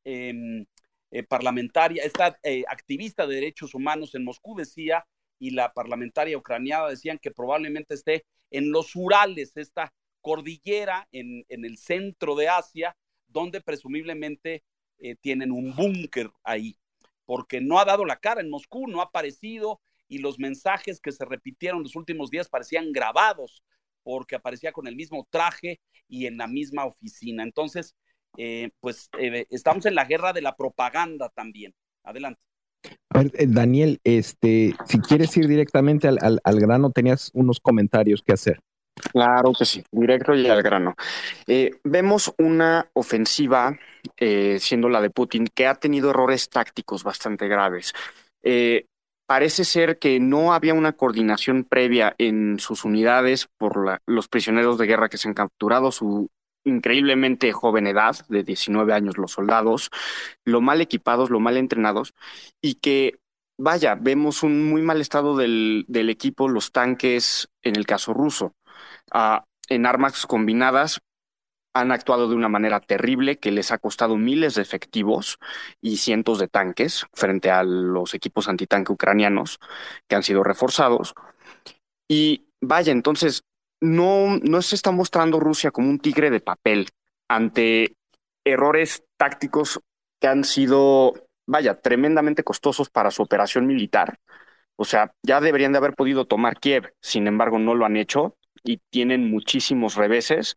eh, eh, parlamentaria, esta eh, activista de derechos humanos en Moscú decía, y la parlamentaria ucraniana decían que probablemente esté en los Urales, esta cordillera en, en el centro de Asia, donde presumiblemente eh, tienen un búnker ahí, porque no ha dado la cara en Moscú, no ha aparecido, y los mensajes que se repitieron los últimos días parecían grabados, porque aparecía con el mismo traje y en la misma oficina. Entonces, eh, pues eh, estamos en la guerra de la propaganda también. Adelante. A ver, eh, Daniel, este, si quieres ir directamente al, al, al grano, tenías unos comentarios que hacer. Claro que sí, directo y al grano. Eh, vemos una ofensiva, eh, siendo la de Putin, que ha tenido errores tácticos bastante graves. Eh, parece ser que no había una coordinación previa en sus unidades por la, los prisioneros de guerra que se han capturado, su increíblemente joven edad, de diecinueve años los soldados, lo mal equipados, lo mal entrenados, y que, vaya, vemos un muy mal estado del, del equipo, los tanques, en el caso ruso. Uh, en armas combinadas han actuado de una manera terrible que les ha costado miles de efectivos y cientos de tanques frente a los equipos antitanque ucranianos que han sido reforzados. Y vaya, entonces no, no se está mostrando Rusia como un tigre de papel ante errores tácticos que han sido, vaya, tremendamente costosos para su operación militar. O sea, ya deberían de haber podido tomar Kiev, sin embargo no lo han hecho y tienen muchísimos reveses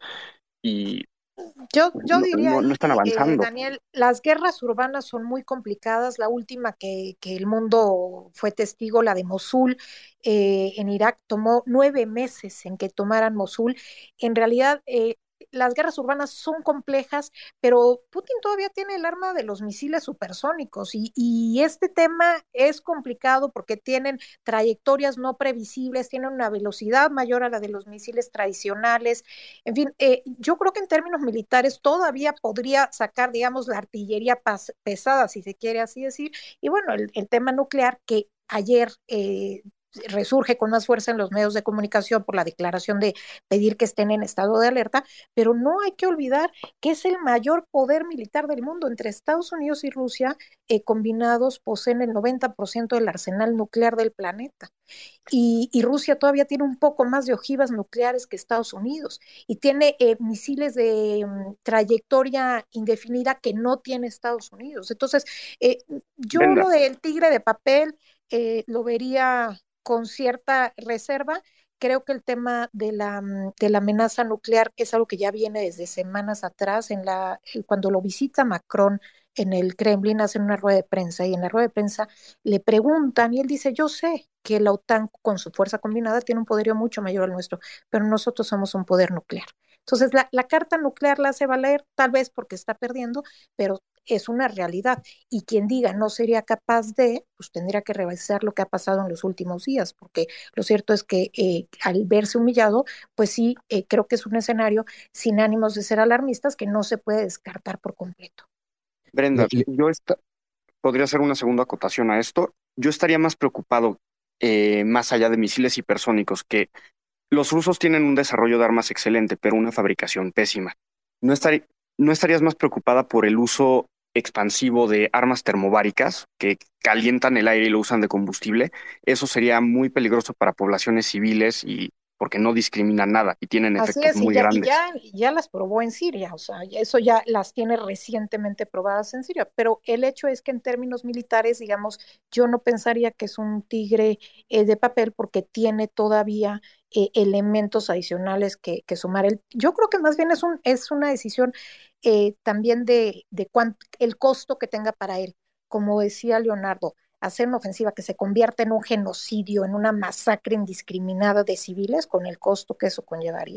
y yo, yo diría no, no, no están ahí, avanzando. Eh, Daniel, las guerras urbanas son muy complicadas. La última que, que el mundo fue testigo, la de Mosul, eh, en Irak, tomó nueve meses en que tomaran Mosul. En realidad, eh, las guerras urbanas son complejas, pero Putin todavía tiene el arma de los misiles supersónicos y, y este tema es complicado porque tienen trayectorias no previsibles, tienen una velocidad mayor a la de los misiles tradicionales. En fin, eh, yo creo que en términos militares todavía podría sacar, digamos, la artillería pesada, si se quiere así decir, y bueno, el, el tema nuclear que ayer eh, resurge con más fuerza en los medios de comunicación por la declaración de pedir que estén en estado de alerta, pero no hay que olvidar que es el mayor poder militar del mundo. Entre Estados Unidos y Rusia, eh, combinados, poseen el noventa por ciento del arsenal nuclear del planeta. Y, y Rusia todavía tiene un poco más de ojivas nucleares que Estados Unidos y tiene eh, misiles de um, trayectoria indefinida que no tiene Estados Unidos. Entonces, eh, yo Brenda, lo del tigre de papel eh, lo vería con cierta reserva. Creo que el tema de la, de la amenaza nuclear es algo que ya viene desde semanas atrás. En la, cuando lo visita Macron en el Kremlin, hacen una rueda de prensa y en la rueda de prensa le preguntan y él dice, yo sé que la OTAN con su fuerza combinada tiene un poderío mucho mayor al nuestro, pero nosotros somos un poder nuclear. Entonces, la, la carta nuclear la hace valer, tal vez porque está perdiendo, pero es una realidad. Y quien diga no sería capaz de, pues tendría que revisar lo que ha pasado en los últimos días, porque lo cierto es que eh, al verse humillado, pues sí, eh, creo que es un escenario sin ánimos de ser alarmistas que no se puede descartar por completo. Brenda, Le- le- yo esta- podría hacer una segunda acotación a esto. Yo estaría más preocupado, eh, más allá de misiles hipersónicos, que los rusos tienen un desarrollo de armas excelente, pero una fabricación pésima. ¿No estarí- no estarías más preocupada por el uso expansivo de armas termobáricas que calientan el aire y lo usan de combustible? Eso sería muy peligroso para poblaciones civiles y porque no discriminan nada y tienen Así efectos es, y muy ya, y grandes. ya, ya las probó en Siria, o sea, ya- eso ya las tiene recientemente probadas en Siria, pero el hecho es que en términos militares, digamos, yo no pensaría que es un tigre eh, de papel porque tiene todavía eh, elementos adicionales que, que sumar. El, yo creo que más bien es, un, es una decisión eh, también de, de cuánto, el costo que tenga para él. Como decía Leonardo, hacer una ofensiva que se convierta en un genocidio, en una masacre indiscriminada de civiles, con el costo que eso conllevaría,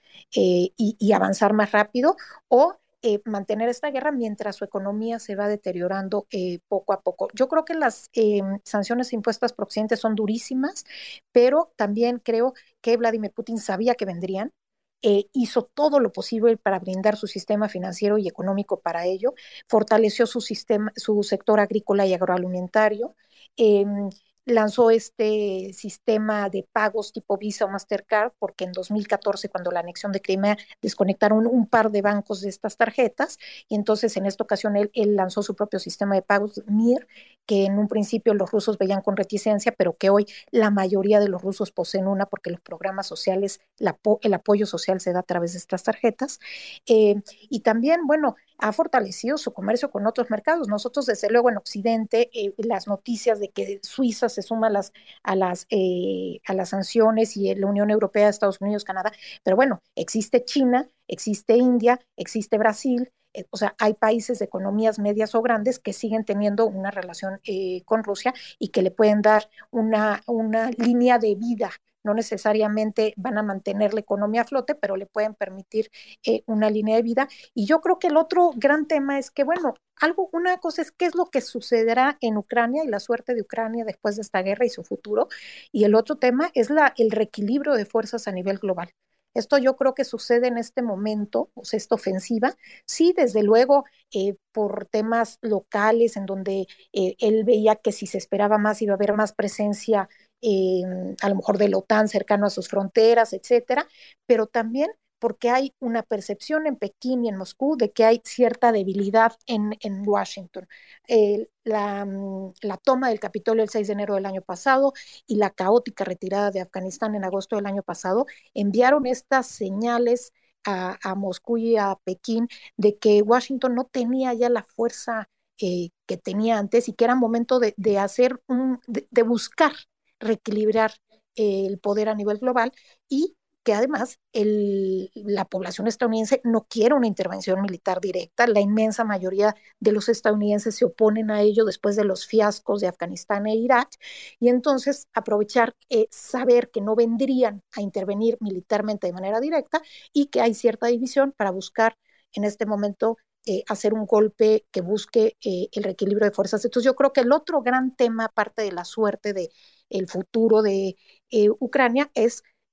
eh, y, y, avanzar más rápido, o eh, mantener esta guerra mientras su economía se va deteriorando eh, poco a poco. Yo creo que las eh, sanciones impuestas por Occidente son durísimas, pero también creo que Vladimir Putin sabía que vendrían. Eh, hizo todo lo posible para brindar su sistema financiero y económico para ello, fortaleció su, sistema, su sector agrícola y agroalimentario, eh, lanzó este sistema de pagos tipo Visa o Mastercard, porque en dos mil catorce, cuando la anexión de Crimea, desconectaron un par de bancos de estas tarjetas, y entonces en esta ocasión él, él lanzó su propio sistema de pagos, MIR, que en un principio los rusos veían con reticencia, pero que hoy la mayoría de los rusos poseen una, porque los programas sociales, la, el apoyo social se da a través de estas tarjetas. Eh, y también, bueno, ha fortalecido su comercio con otros mercados. Nosotros, desde luego, en Occidente, eh, las noticias de que Suiza se suma a las, a las, eh, a las sanciones y la Unión Europea, Estados Unidos, Canadá, pero bueno, existe China, existe India, existe Brasil, eh, o sea, hay países de economías medias o grandes que siguen teniendo una relación eh, con Rusia y que le pueden dar una, una línea de vida. No necesariamente van a mantener la economía a flote, pero le pueden permitir eh, una línea de vida. Y yo creo que el otro gran tema es que, bueno, algo, una cosa es qué es lo que sucederá en Ucrania y la suerte de Ucrania después de esta guerra y su futuro. Y el otro tema es la, el reequilibrio de fuerzas a nivel global. Esto yo creo que sucede en este momento, o sea, esta ofensiva, sí, desde luego, eh, por temas locales en donde eh, él veía que si se esperaba más iba a haber más presencia, eh, a lo mejor de la OTAN cercano a sus fronteras, etcétera, pero también porque hay una percepción en Pekín y en Moscú de que hay cierta debilidad en, en Washington. Eh, la, la toma del Capitolio el seis de enero del año pasado y la caótica retirada de Afganistán en agosto del año pasado enviaron estas señales a, a Moscú y a Pekín de que Washington no tenía ya la fuerza eh, que tenía antes y que era momento de, de hacer un, de, de buscar reequilibrar eh, el poder a nivel global, y que además el, la población estadounidense no quiere una intervención militar directa. La inmensa mayoría de los estadounidenses se oponen a ello después de los fiascos de Afganistán e Irak, y entonces aprovechar, eh, saber que no vendrían a intervenir militarmente de manera directa y que hay cierta división para buscar en este momento eh, hacer un golpe que busque eh, el reequilibrio de fuerzas. Entonces yo creo que el otro gran tema, aparte de la suerte de el futuro de eh, Ucrania, es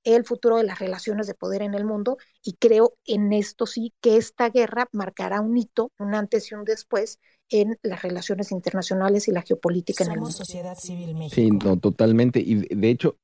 el futuro de las relaciones de poder en el mundo, y creo en esto sí que esta guerra marcará un hito, un antes y un después en las relaciones internacionales y la geopolítica en el mundo. Somos Sociedad Civil México. Sí, no, totalmente. Y de hecho,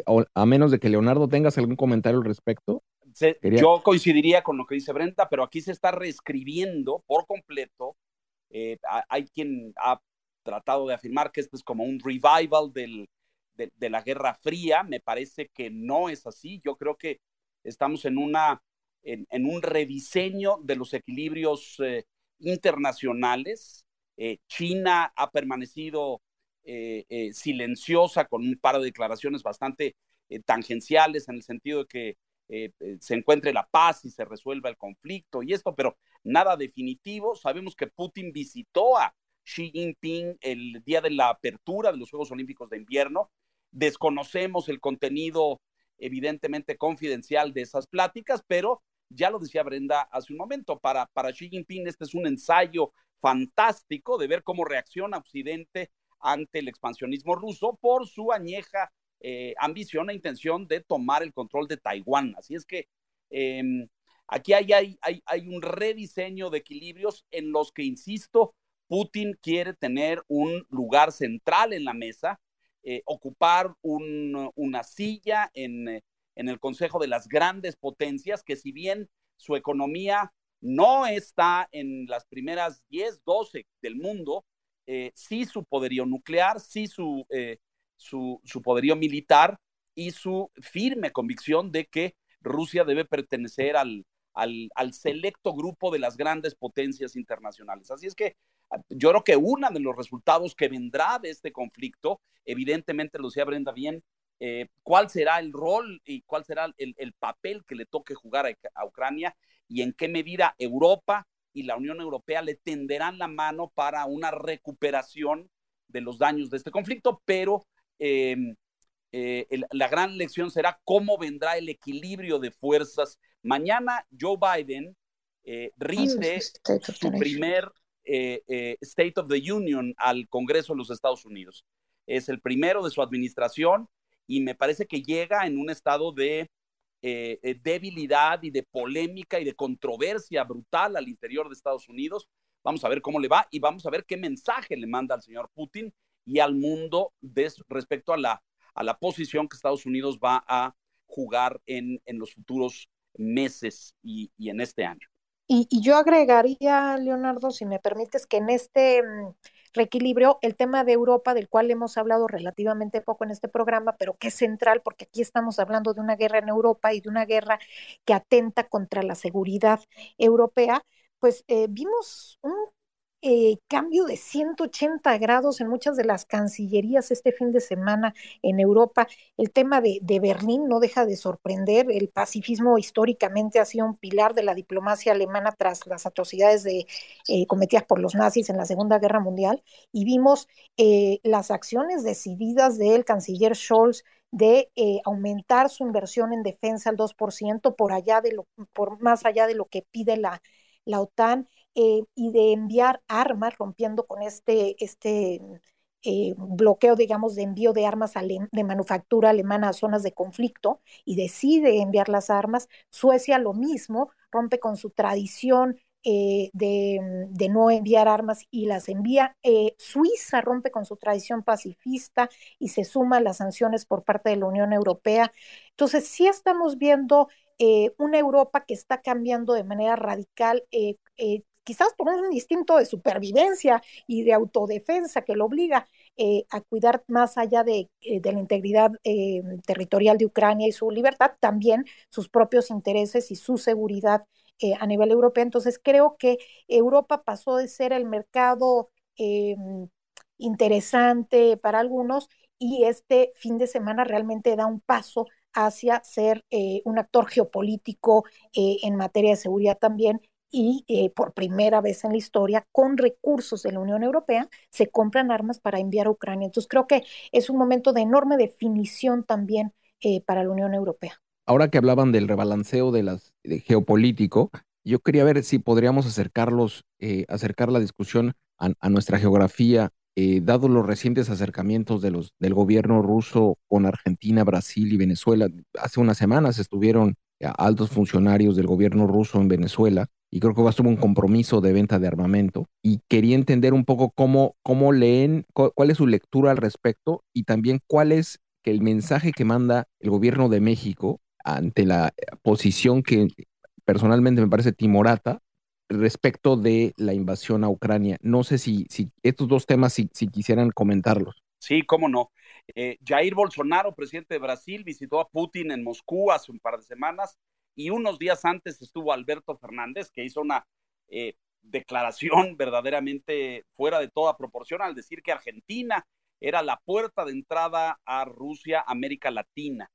a menos de que Leonardo tengas algún comentario al respecto. Se, quería... Yo coincidiría con lo que dice Brenda, pero aquí se está reescribiendo por completo. Eh, hay quien ha tratado de afirmar que esto es como un revival del, de, de la Guerra Fría. Me parece que no es así. Yo creo que estamos en, una, en, en un rediseño de los equilibrios eh, internacionales. Eh, China ha permanecido eh, eh, silenciosa con un par de declaraciones bastante eh, tangenciales en el sentido de que eh, eh, se encuentre la paz y se resuelva el conflicto y esto, pero nada definitivo. Sabemos que Putin visitó a Xi Jinping el día de la apertura de los Juegos Olímpicos de Invierno. Desconocemos el contenido evidentemente confidencial de esas pláticas, pero ya lo decía Brenda hace un momento, para, para Xi Jinping este es un ensayo fantástico de ver cómo reacciona Occidente ante el expansionismo ruso por su añeja eh, ambición e intención de tomar el control de Taiwán. Así es que eh, aquí hay, hay, hay, hay un rediseño de equilibrios en los que, insisto, Putin quiere tener un lugar central en la mesa, eh, ocupar un, una silla en, en el Consejo de las Grandes Potencias, que si bien su economía no está en las primeras diez, doce del mundo, eh, sí su poderío nuclear, sí su, eh, su, su poderío militar y su firme convicción de que Rusia debe pertenecer al, al, al selecto grupo de las grandes potencias internacionales. Así es que yo creo que uno de los resultados que vendrá de este conflicto, evidentemente lo decía Brenda bien, eh, cuál será el rol y cuál será el, el papel que le toque jugar a, a Ucrania y en qué medida Europa y la Unión Europea le tenderán la mano para una recuperación de los daños de este conflicto, pero eh, eh, el, la gran lección será cómo vendrá el equilibrio de fuerzas. Mañana Joe Biden eh, rinde su primer eh, eh, State of the Union al Congreso de los Estados Unidos. Es el primero de su administración y me parece que llega en un estado de Eh, eh, debilidad y de polémica y de controversia brutal al interior de Estados Unidos. Vamos a ver cómo le va y vamos a ver qué mensaje le manda al señor Putin y al mundo de, respecto a la, a la posición que Estados Unidos va a jugar en, en los futuros meses y, y en este año. Y, y yo agregaría, Leonardo, si me permites, que en este um, reequilibrio, el tema de Europa, del cual hemos hablado relativamente poco en este programa, pero que es central, porque aquí estamos hablando de una guerra en Europa y de una guerra que atenta contra la seguridad europea, pues eh, vimos un Eh, cambio de ciento ochenta grados en muchas de las cancillerías este fin de semana en Europa. El tema de, de Berlín no deja de sorprender. El pacifismo históricamente ha sido un pilar de la diplomacia alemana tras las atrocidades de, eh, cometidas por los nazis en la Segunda Guerra Mundial, y vimos eh, las acciones decididas del canciller Scholz de eh, aumentar su inversión en defensa al dos por ciento por allá de lo, por más allá de lo que pide la, la OTAN. Eh, y de enviar armas, rompiendo con este, este eh, bloqueo, digamos, de envío de armas ale- de manufactura alemana a zonas de conflicto, y decide enviar las armas. Suecia lo mismo, rompe con su tradición eh, de, de no enviar armas y las envía. Eh, Suiza rompe con su tradición pacifista y se suma a las sanciones por parte de la Unión Europea. Entonces, sí estamos viendo eh, una Europa que está cambiando de manera radical, eh, eh, quizás por un instinto de supervivencia y de autodefensa que lo obliga eh, a cuidar más allá de, eh, de la integridad eh, territorial de Ucrania y su libertad, también sus propios intereses y su seguridad eh, a nivel europeo. Entonces creo que Europa pasó de ser el mercado eh, interesante para algunos, y este fin de semana realmente da un paso hacia ser eh, un actor geopolítico eh, en materia de seguridad también, y eh, por primera vez en la historia, con recursos de la Unión Europea, se compran armas para enviar a Ucrania. Entonces creo que es un momento de enorme definición también eh, para la Unión Europea. Ahora que hablaban del rebalanceo de las, de geopolítico, yo quería ver si podríamos acercarlos, eh, acercar la discusión a, a nuestra geografía eh, dado los recientes acercamientos de los, del gobierno ruso con Argentina, Brasil y Venezuela. Hace unas semanas estuvieron altos funcionarios del gobierno ruso en Venezuela y creo que va a ser un compromiso de venta de armamento y quería entender un poco cómo, cómo leen, cu- cuál es su lectura al respecto y también cuál es que el mensaje que manda el gobierno de México ante la posición que personalmente me parece timorata respecto de la invasión a Ucrania. No sé si, si estos dos temas, si, si quisieran comentarlos. Sí, cómo no. Eh, Jair Bolsonaro, presidente de Brasil, visitó a Putin en Moscú hace un par de semanas y unos días antes estuvo Alberto Fernández, que hizo una eh, declaración verdaderamente fuera de toda proporción al decir que Argentina era la puerta de entrada a Rusia, América Latina.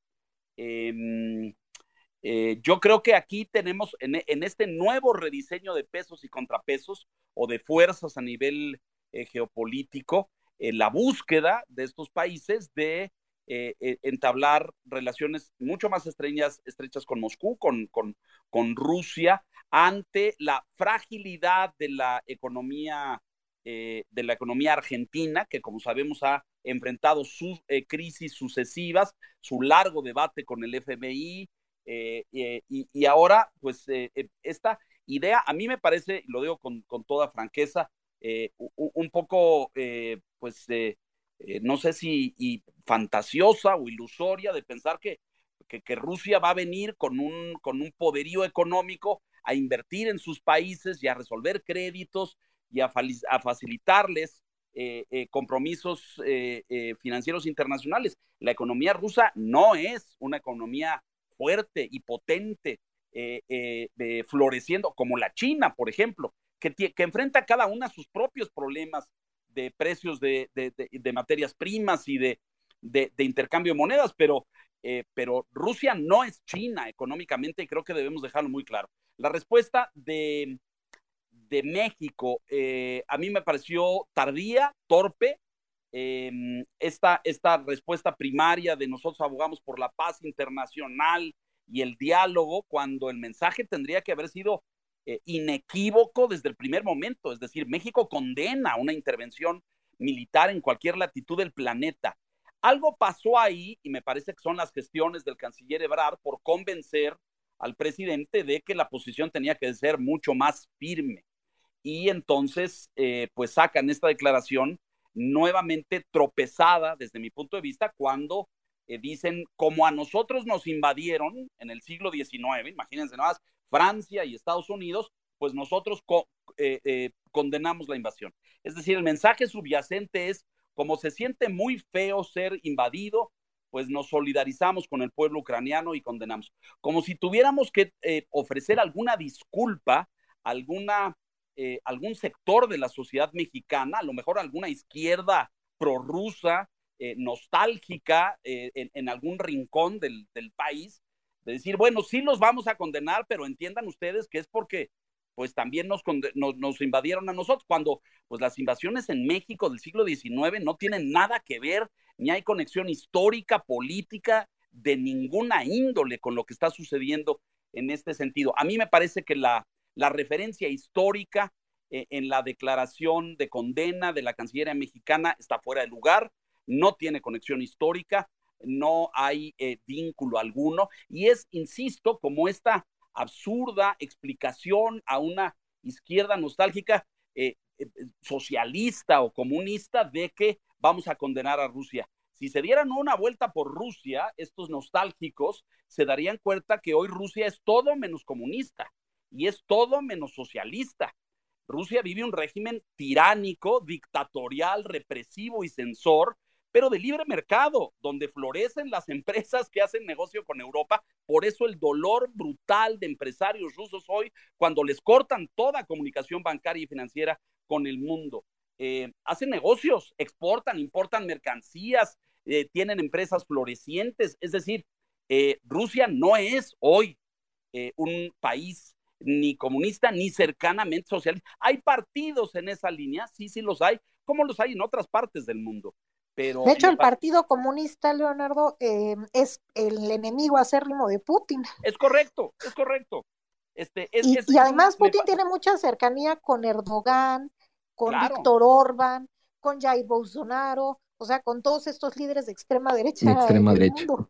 Eh, eh, yo creo que aquí tenemos en, en, este nuevo rediseño de pesos y contrapesos o de fuerzas a nivel eh, geopolítico, eh, la búsqueda de estos países de eh, eh, entablar relaciones mucho más estrechas, estrechas con Moscú, con, con, con Rusia, ante la fragilidad de la economía, eh, de la economía argentina, que como sabemos ha enfrentado sus eh, crisis sucesivas, su largo debate con el F M I, Eh, eh, y, y ahora, pues, eh, eh, esta idea, a mí me parece, lo digo con, con toda franqueza, eh, un, un poco, eh, pues, eh, eh, no sé si y fantasiosa o ilusoria de pensar que, que, que Rusia va a venir con un, con un poderío económico a invertir en sus países y a resolver créditos y a, a facilitarles eh, eh, compromisos eh, eh, financieros internacionales. La economía rusa no es una economía fuerte y potente, eh, eh, eh, floreciendo, como la China, por ejemplo, que, que enfrenta cada una sus propios problemas de precios de, de, de, de materias primas y de, de, de intercambio de monedas, pero, eh, pero Rusia no es China económicamente y creo que debemos dejarlo muy claro. La respuesta de, de México eh, a mí me pareció tardía, torpe. Eh, esta, esta respuesta primaria de nosotros abogamos por la paz internacional y el diálogo, cuando el mensaje tendría que haber sido eh, inequívoco desde el primer momento. Es decir, México condena una intervención militar en cualquier latitud del planeta. Algo pasó ahí y me parece que son las gestiones del canciller Ebrard por convencer al presidente de que la posición tenía que ser mucho más firme. Y entonces, eh, pues sacan esta declaración nuevamente tropezada desde mi punto de vista cuando eh, dicen, como a nosotros nos invadieron en el siglo diecinueve, imagínense nada más, Francia y Estados Unidos, pues nosotros co eh, eh, condenamos la invasión. Es decir, el mensaje subyacente es, como se siente muy feo ser invadido, pues nos solidarizamos con el pueblo ucraniano y condenamos. Como si tuviéramos que eh, ofrecer alguna disculpa, alguna Eh, algún sector de la sociedad mexicana, a lo mejor alguna izquierda prorrusa, eh, nostálgica, eh, en, en algún rincón del, del país, de decir, bueno, sí los vamos a condenar, pero entiendan ustedes que es porque pues también nos, nos, nos invadieron a nosotros, cuando pues las invasiones en México del siglo diecinueve no tienen nada que ver, ni hay conexión histórica, política, de ninguna índole con lo que está sucediendo en este sentido. A mí me parece que la La referencia histórica eh, en la declaración de condena de la Cancillería mexicana está fuera de lugar, no tiene conexión histórica, no hay eh, vínculo alguno, y es, insisto, como esta absurda explicación a una izquierda nostálgica, eh, eh, socialista o comunista, de que vamos a condenar a Rusia. Si se dieran una vuelta por Rusia, estos nostálgicos se darían cuenta que hoy Rusia es todo menos comunista y es todo menos socialista. Rusia vive un régimen tiránico, dictatorial, represivo y censor, pero de libre mercado, donde florecen las empresas que hacen negocio con Europa. Por eso el dolor brutal de empresarios rusos hoy, cuando les cortan toda comunicación bancaria y financiera con el mundo. Eh, hacen negocios, exportan, importan mercancías, eh, tienen empresas florecientes. Es decir, eh, Rusia no es hoy eh, un país ni comunista, ni cercanamente socialista. Hay partidos en esa línea, sí, sí los hay, como los hay en otras partes del mundo. Pero de hecho, el Partido Comunista, Leonardo, eh, es el enemigo acérrimo de Putin. Es correcto, es correcto. Este, es, y, es, y además es, Putin me... tiene mucha cercanía con Erdogan, con claro. Víctor Orbán, con Jair Bolsonaro, o sea, con todos estos líderes de extrema de derecha en extrema el derecha. mundo.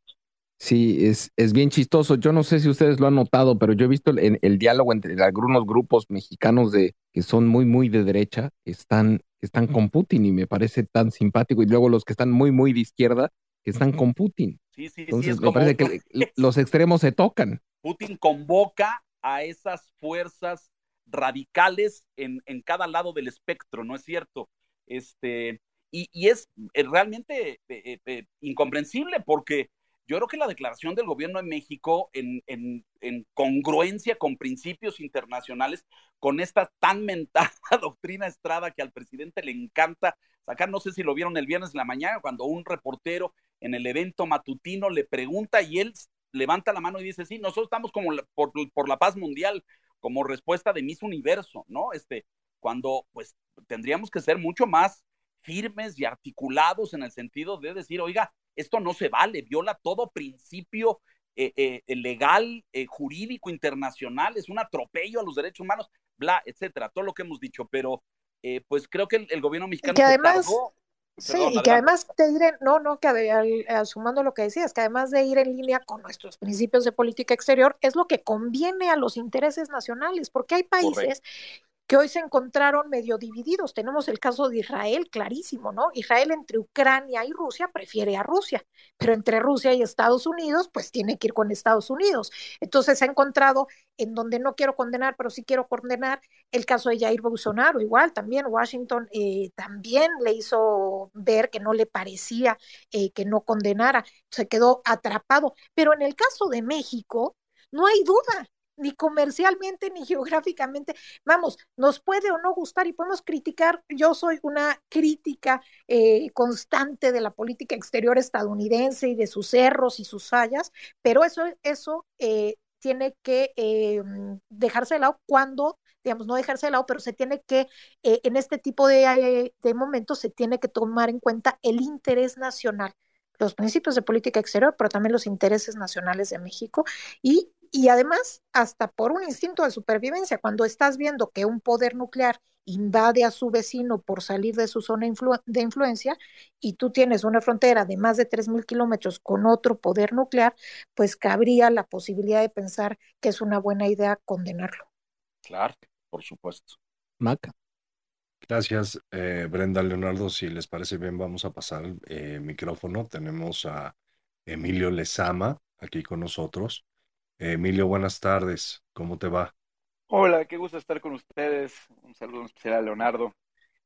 Sí, es, es bien chistoso. Yo no sé si ustedes lo han notado, pero yo he visto el, el diálogo entre algunos grupos mexicanos de, que son muy, muy de derecha, que están, que están con Putin y me parece tan simpático. Y luego los que están muy, muy de izquierda, que están con Putin. Sí, sí, sí, Entonces es me como parece que el- los extremos se tocan. Putin convoca a esas fuerzas radicales en, en cada lado del espectro, ¿no es cierto? Este, y, y es eh, realmente eh, eh, incomprensible porque yo creo que la declaración del gobierno de México en, en, en congruencia con principios internacionales, con esta tan mentada doctrina Estrada que al presidente le encanta sacar, no sé si lo vieron el viernes en la mañana, cuando un reportero en el evento matutino le pregunta y él levanta la mano y dice, sí, nosotros estamos como la, por, por la paz mundial, como respuesta de Miss Universo, ¿no? Este, cuando pues tendríamos que ser mucho más firmes y articulados en el sentido de decir, oiga, esto no se vale, viola todo principio eh, eh, legal, eh, jurídico, internacional, es un atropello a los derechos humanos, bla, etcétera, todo lo que hemos dicho, pero eh, pues creo que el, el gobierno Y mexicano que se además, tardó. sí, Perdón, y que adelante. además de ir en, no, no, que ade- al- al- sumando lo que decías, que además de ir en línea con nuestros principios de política exterior, es lo que conviene a los intereses nacionales, porque hay Correcto. países que hoy se encontraron medio divididos. Tenemos el caso de Israel, clarísimo, ¿no? Israel entre Ucrania y Rusia prefiere a Rusia, pero entre Rusia y Estados Unidos, pues tiene que ir con Estados Unidos. Entonces se ha encontrado en donde no quiero condenar, pero sí quiero condenar el caso de Jair Bolsonaro, igual también Washington eh, también le hizo ver que no le parecía eh, que no condenara, se quedó atrapado. Pero en el caso de México, no hay duda, ni comercialmente ni geográficamente. Vamos, nos puede o no gustar y podemos criticar. Yo soy una crítica eh, constante de la política exterior estadounidense y de sus erros y sus fallas, pero eso, eso eh, tiene que eh, dejarse de lado cuando, digamos, no dejarse de lado, pero se tiene que, eh, en este tipo de, eh, de momentos, se tiene que tomar en cuenta el interés nacional, los principios de política exterior, pero también los intereses nacionales de México y y además, hasta por un instinto de supervivencia, cuando estás viendo que un poder nuclear invade a su vecino por salir de su zona influ de influencia y tú tienes una frontera de más de tres mil kilómetros con otro poder nuclear, pues cabría la posibilidad de pensar que es una buena idea condenarlo. Claro, por supuesto. Maca. Gracias, eh, Brenda, Leonardo. Si les parece bien, vamos a pasar el eh, micrófono. Tenemos a Emilio Lezama aquí con nosotros. Eh, Emilio, buenas tardes. ¿Cómo te va? Hola, qué gusto estar con ustedes. Un saludo en especial a Leonardo.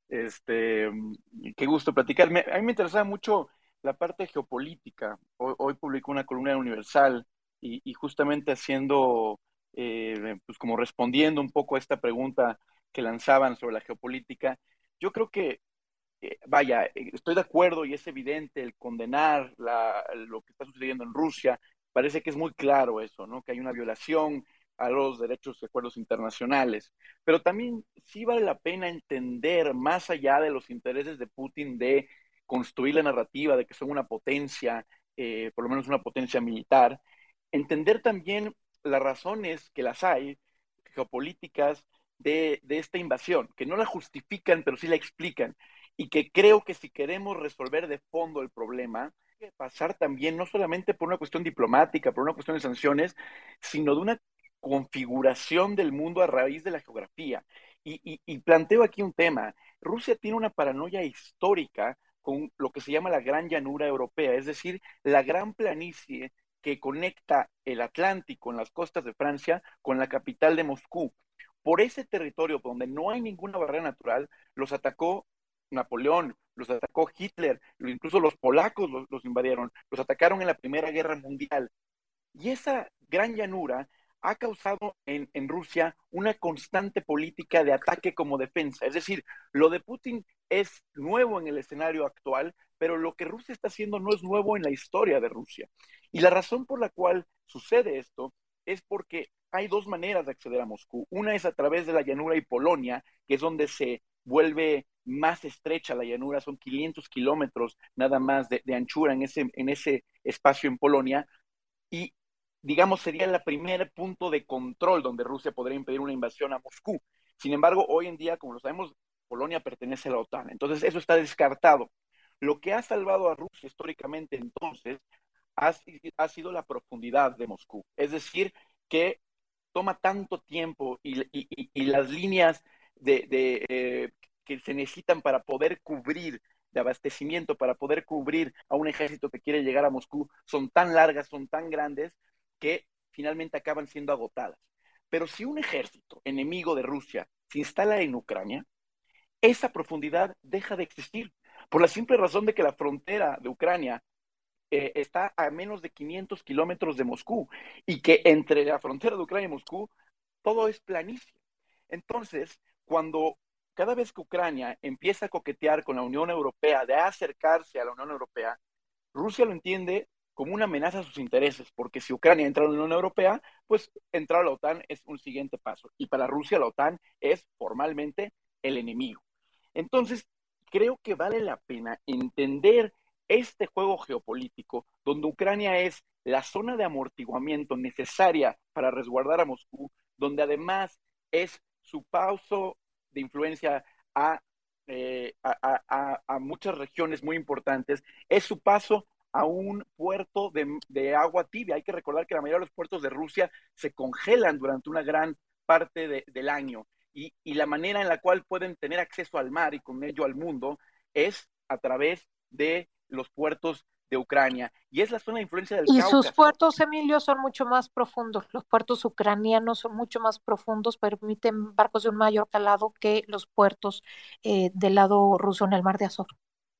Este, y qué gusto platicar. Me- a mí me interesaba mucho la parte geopolítica. Hoy, hoy publicó una columna en Universal y, y justamente haciendo, eh, pues como respondiendo un poco a esta pregunta que lanzaban sobre la geopolítica. Yo creo que, eh, vaya, eh, estoy de acuerdo y es evidente el condenar la- lo que está sucediendo en Rusia. Parece que es muy claro eso, ¿no? Que hay una violación a los derechos y acuerdos internacionales. Pero también sí vale la pena entender, más allá de los intereses de Putin, de construir la narrativa de que son una potencia, eh, por lo menos una potencia militar, entender también las razones que las hay, geopolíticas, de, de esta invasión, que no la justifican, pero sí la explican. Y que creo que si queremos resolver de fondo el problema, hay que pasar también no solamente por una cuestión diplomática, por una cuestión de sanciones, sino de una configuración del mundo a raíz de la geografía. Y, y, y planteo aquí un tema. Rusia tiene una paranoia histórica con lo que se llama la Gran Llanura Europea, es decir, la gran planicie que conecta el Atlántico en las costas de Francia con la capital de Moscú. Por ese territorio donde no hay ninguna barrera natural, los atacó Napoleón, los atacó Hitler, incluso los polacos los, los invadieron, los atacaron en la Primera Guerra Mundial. Y esa gran llanura ha causado en, en, Rusia una constante política de ataque como defensa. Es decir, lo de Putin es nuevo en el escenario actual, pero lo que Rusia está haciendo no es nuevo en la historia de Rusia. Y la razón por la cual sucede esto es porque hay dos maneras de acceder a Moscú. Una es a través de la llanura y Polonia, que es donde se vuelve más estrecha la llanura, son quinientos kilómetros nada más de, de anchura en ese, en ese espacio en Polonia, y digamos sería el primer punto de control donde Rusia podría impedir una invasión a Moscú. Sin embargo, hoy en día, como lo sabemos, Polonia pertenece a la OTAN. Entonces, eso está descartado. Lo que ha salvado a Rusia históricamente, entonces, ha, ha sido la profundidad de Moscú. Es decir, que toma tanto tiempo y, y, y las líneas de, de, eh, que se necesitan para poder cubrir, de abastecimiento, para poder cubrir a un ejército que quiere llegar a Moscú, son tan largas, son tan grandes, que finalmente acaban siendo agotadas. Pero si un ejército enemigo de Rusia se instala en Ucrania, esa profundidad deja de existir, por la simple razón de que la frontera de Ucrania eh, está a menos de quinientos kilómetros de Moscú, y que entre la frontera de Ucrania y Moscú todo es planicie. Entonces, cuando cada vez que Ucrania empieza a coquetear con la Unión Europea, de acercarse a la Unión Europea, Rusia lo entiende como una amenaza a sus intereses, porque si Ucrania entra a la Unión Europea, pues entrar a la OTAN es un siguiente paso, y para Rusia la OTAN es formalmente el enemigo. Entonces, creo que vale la pena entender este juego geopolítico, donde Ucrania es la zona de amortiguamiento necesaria para resguardar a Moscú, donde además es su paso de influencia a, eh, a, a, a muchas regiones muy importantes, es su paso a un puerto de, de agua tibia. Hay que recordar que la mayoría de los puertos de Rusia se congelan durante una gran parte de, del año, y, y la manera en la cual pueden tener acceso al mar y con ello al mundo es a través de los puertos de Ucrania, y es la zona de influencia del y Cáucaso. Sus puertos, Emilio, son mucho más profundos. Los puertos ucranianos son mucho más profundos, permiten barcos de un mayor calado que los puertos eh, del lado ruso en el Mar de Azov.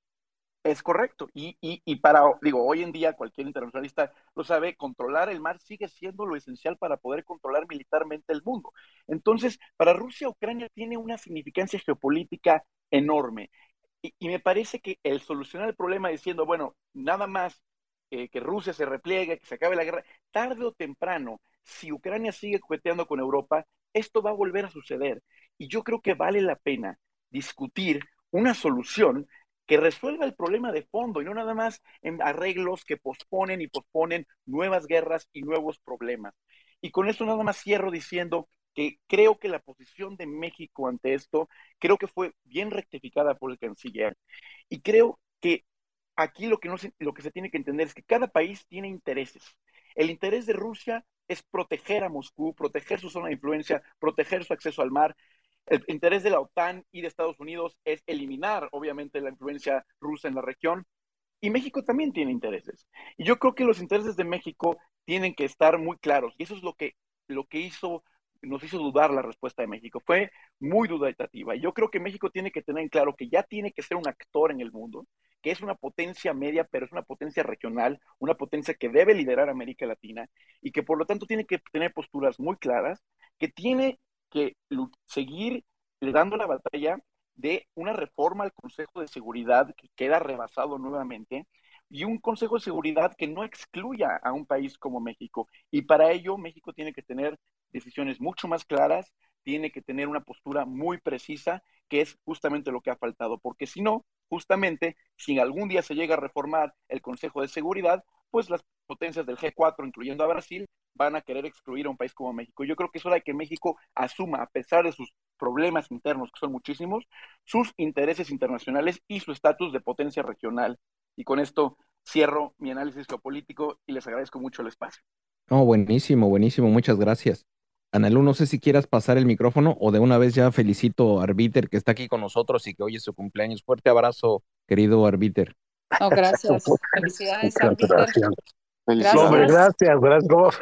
Es correcto, y, y, y para, digo, hoy en día cualquier internacionalista lo sabe, controlar el mar sigue siendo lo esencial para poder controlar militarmente el mundo. Entonces, para Rusia, Ucrania tiene una significancia geopolítica enorme, y, y me parece que el solucionar el problema diciendo, bueno, nada más eh, que Rusia se repliegue, que se acabe la guerra, tarde o temprano, si Ucrania sigue coqueteando con Europa, esto va a volver a suceder, y yo creo que vale la pena discutir una solución que resuelva el problema de fondo y no nada más en arreglos que posponen y posponen nuevas guerras y nuevos problemas. Y con esto nada más cierro diciendo que creo que la posición de México ante esto, creo que fue bien rectificada por el canciller. Y creo que aquí lo que, no se, lo que se tiene que entender es que cada país tiene intereses. El interés de Rusia es proteger a Moscú, proteger su zona de influencia, proteger su acceso al mar. El interés de la OTAN y de Estados Unidos es eliminar, obviamente, la influencia rusa en la región, y México también tiene intereses. Y yo creo que los intereses de México tienen que estar muy claros, y eso es lo que, lo que hizo, nos hizo dudar la respuesta de México. Fue muy dubitativa, y yo creo que México tiene que tener en claro que ya tiene que ser un actor en el mundo, que es una potencia media, pero es una potencia regional, una potencia que debe liderar América Latina, y que por lo tanto tiene que tener posturas muy claras, que tiene que seguir le dando la batalla de una reforma al Consejo de Seguridad que queda rebasado nuevamente, y un Consejo de Seguridad que no excluya a un país como México. Y para ello México tiene que tener decisiones mucho más claras, tiene que tener una postura muy precisa, que es justamente lo que ha faltado, porque si no, justamente, si algún día se llega a reformar el Consejo de Seguridad, pues las potencias del G cuatro, incluyendo a Brasil, van a querer excluir a un país como México. Yo creo que es hora de que México asuma, a pesar de sus problemas internos, que son muchísimos, sus intereses internacionales y su estatus de potencia regional. Y con esto cierro mi análisis geopolítico y les agradezco mucho el espacio. No, buenísimo, buenísimo, muchas gracias. Analu, no sé si quieras pasar el micrófono o de una vez ya felicito a Arbiter que está aquí con nosotros y que hoy es su cumpleaños. Fuerte abrazo, querido Arbiter. Oh, gracias. Felicidades, Muchas Arbiter. gracias. Gracias. Hombre, gracias, gracias.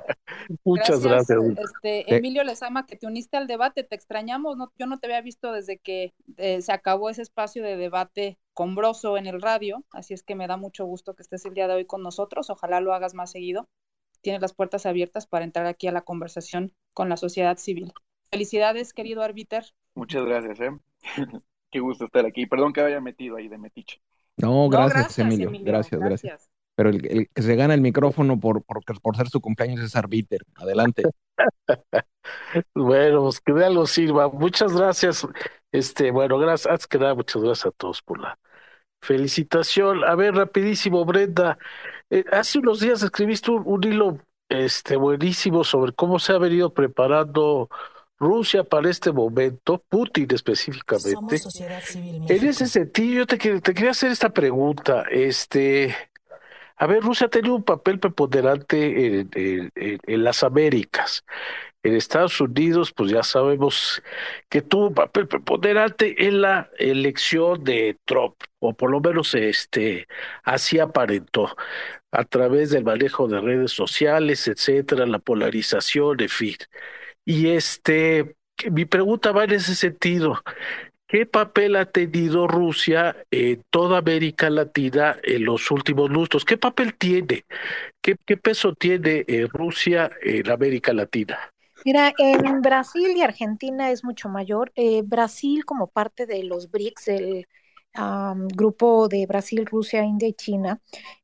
Muchas Gracias, gracias. Este, Emilio Lezama, que te uniste al debate, te extrañamos, no, yo no te había visto desde que eh, se acabó ese espacio de debate con Broso en el radio, así es que me da mucho gusto que estés el día de hoy con nosotros, ojalá lo hagas más seguido, tienes las puertas abiertas para entrar aquí a la conversación con la sociedad civil. Felicidades, querido Arbiter. Muchas gracias, ¿eh? Qué gusto estar aquí, perdón que haya metido ahí de metiche. No, gracias, no, gracias Emilio. Emilio, Gracias, gracias, gracias. Pero el, el que se gana el micrófono por, por, por ser su cumpleaños es Arbiter. Adelante. Bueno, pues que de algo sirva. Muchas gracias. Este, bueno, gracias, antes que nada, muchas gracias a todos por la felicitación. A ver, rapidísimo, Brenda. Eh, hace unos días escribiste un, un hilo este, buenísimo sobre cómo se ha venido preparando Rusia para este momento, Putin específicamente. Somos Sociedad Civil En México. ese sentido, yo te, que- te quería hacer esta pregunta. Este, a ver, Rusia ha tenido un papel preponderante en, en- en- en las Américas. En Estados Unidos, pues ya sabemos que tuvo un papel preponderante en la elección de Trump, o por lo menos este, así aparentó, a través del manejo de redes sociales, etcétera, la polarización, en fin. Y este, que mi pregunta va en ese sentido. ¿Qué papel ha tenido Rusia en toda América Latina en los últimos lustros? ¿Qué papel tiene? ¿Qué, qué peso tiene eh, Rusia en América Latina? Mira, en Brasil y Argentina es mucho mayor. Eh, Brasil, como parte de los BRICS, el am, grupo de Brasil, Rusia, India y China,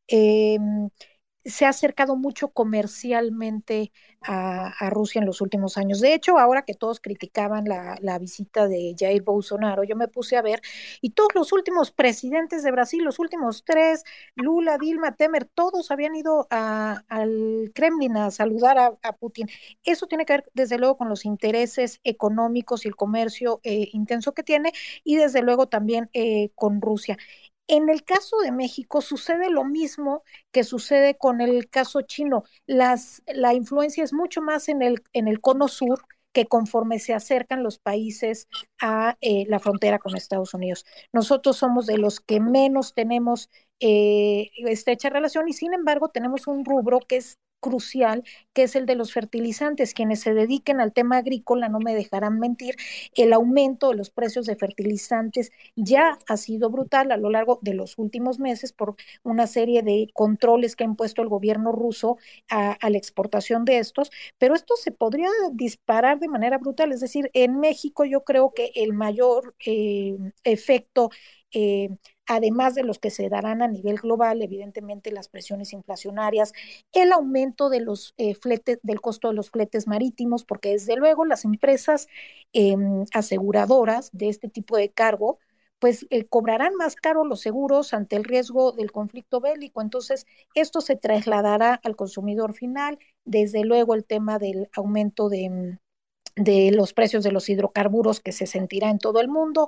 em, se ha acercado mucho comercialmente a, a Rusia en los últimos años. De hecho, ahora que todos criticaban la, la visita de Jair Bolsonaro, yo me puse a ver y todos los últimos presidentes de Brasil, los últimos tres, Lula, Dilma, Temer, todos habían ido a- al Kremlin a saludar a, a Putin. Eso tiene que ver, desde luego, con los intereses económicos y el comercio eh, intenso que tiene, y desde luego también eh, con Rusia. En el caso de México sucede lo mismo que sucede con el caso chino. Las, la influencia es mucho más en el, en el cono sur, que conforme se acercan los países a eh, la frontera con Estados Unidos. Nosotros somos de los que menos tenemos eh, estrecha relación, y sin embargo tenemos un rubro que es crucial, que es el de los fertilizantes. Quienes se dediquen al tema agrícola no me dejarán mentir, el aumento de los precios de fertilizantes ya ha sido brutal a lo largo de los últimos meses por una serie de controles que ha impuesto el gobierno ruso a, a la exportación de estos, pero esto se podría disparar de manera brutal. Es decir, en México yo creo que el mayor eh, efecto, eh, además de los que se darán a nivel global, evidentemente las presiones inflacionarias, el aumento de los eh, fletes, del costo de los fletes marítimos, porque desde luego las empresas eh, aseguradoras de este tipo de cargo pues eh, cobrarán más caro los seguros ante el riesgo del conflicto bélico. Entonces, esto se trasladará al consumidor final. Desde luego, el tema del aumento de, de los precios de los hidrocarburos, que se sentirá en todo el mundo,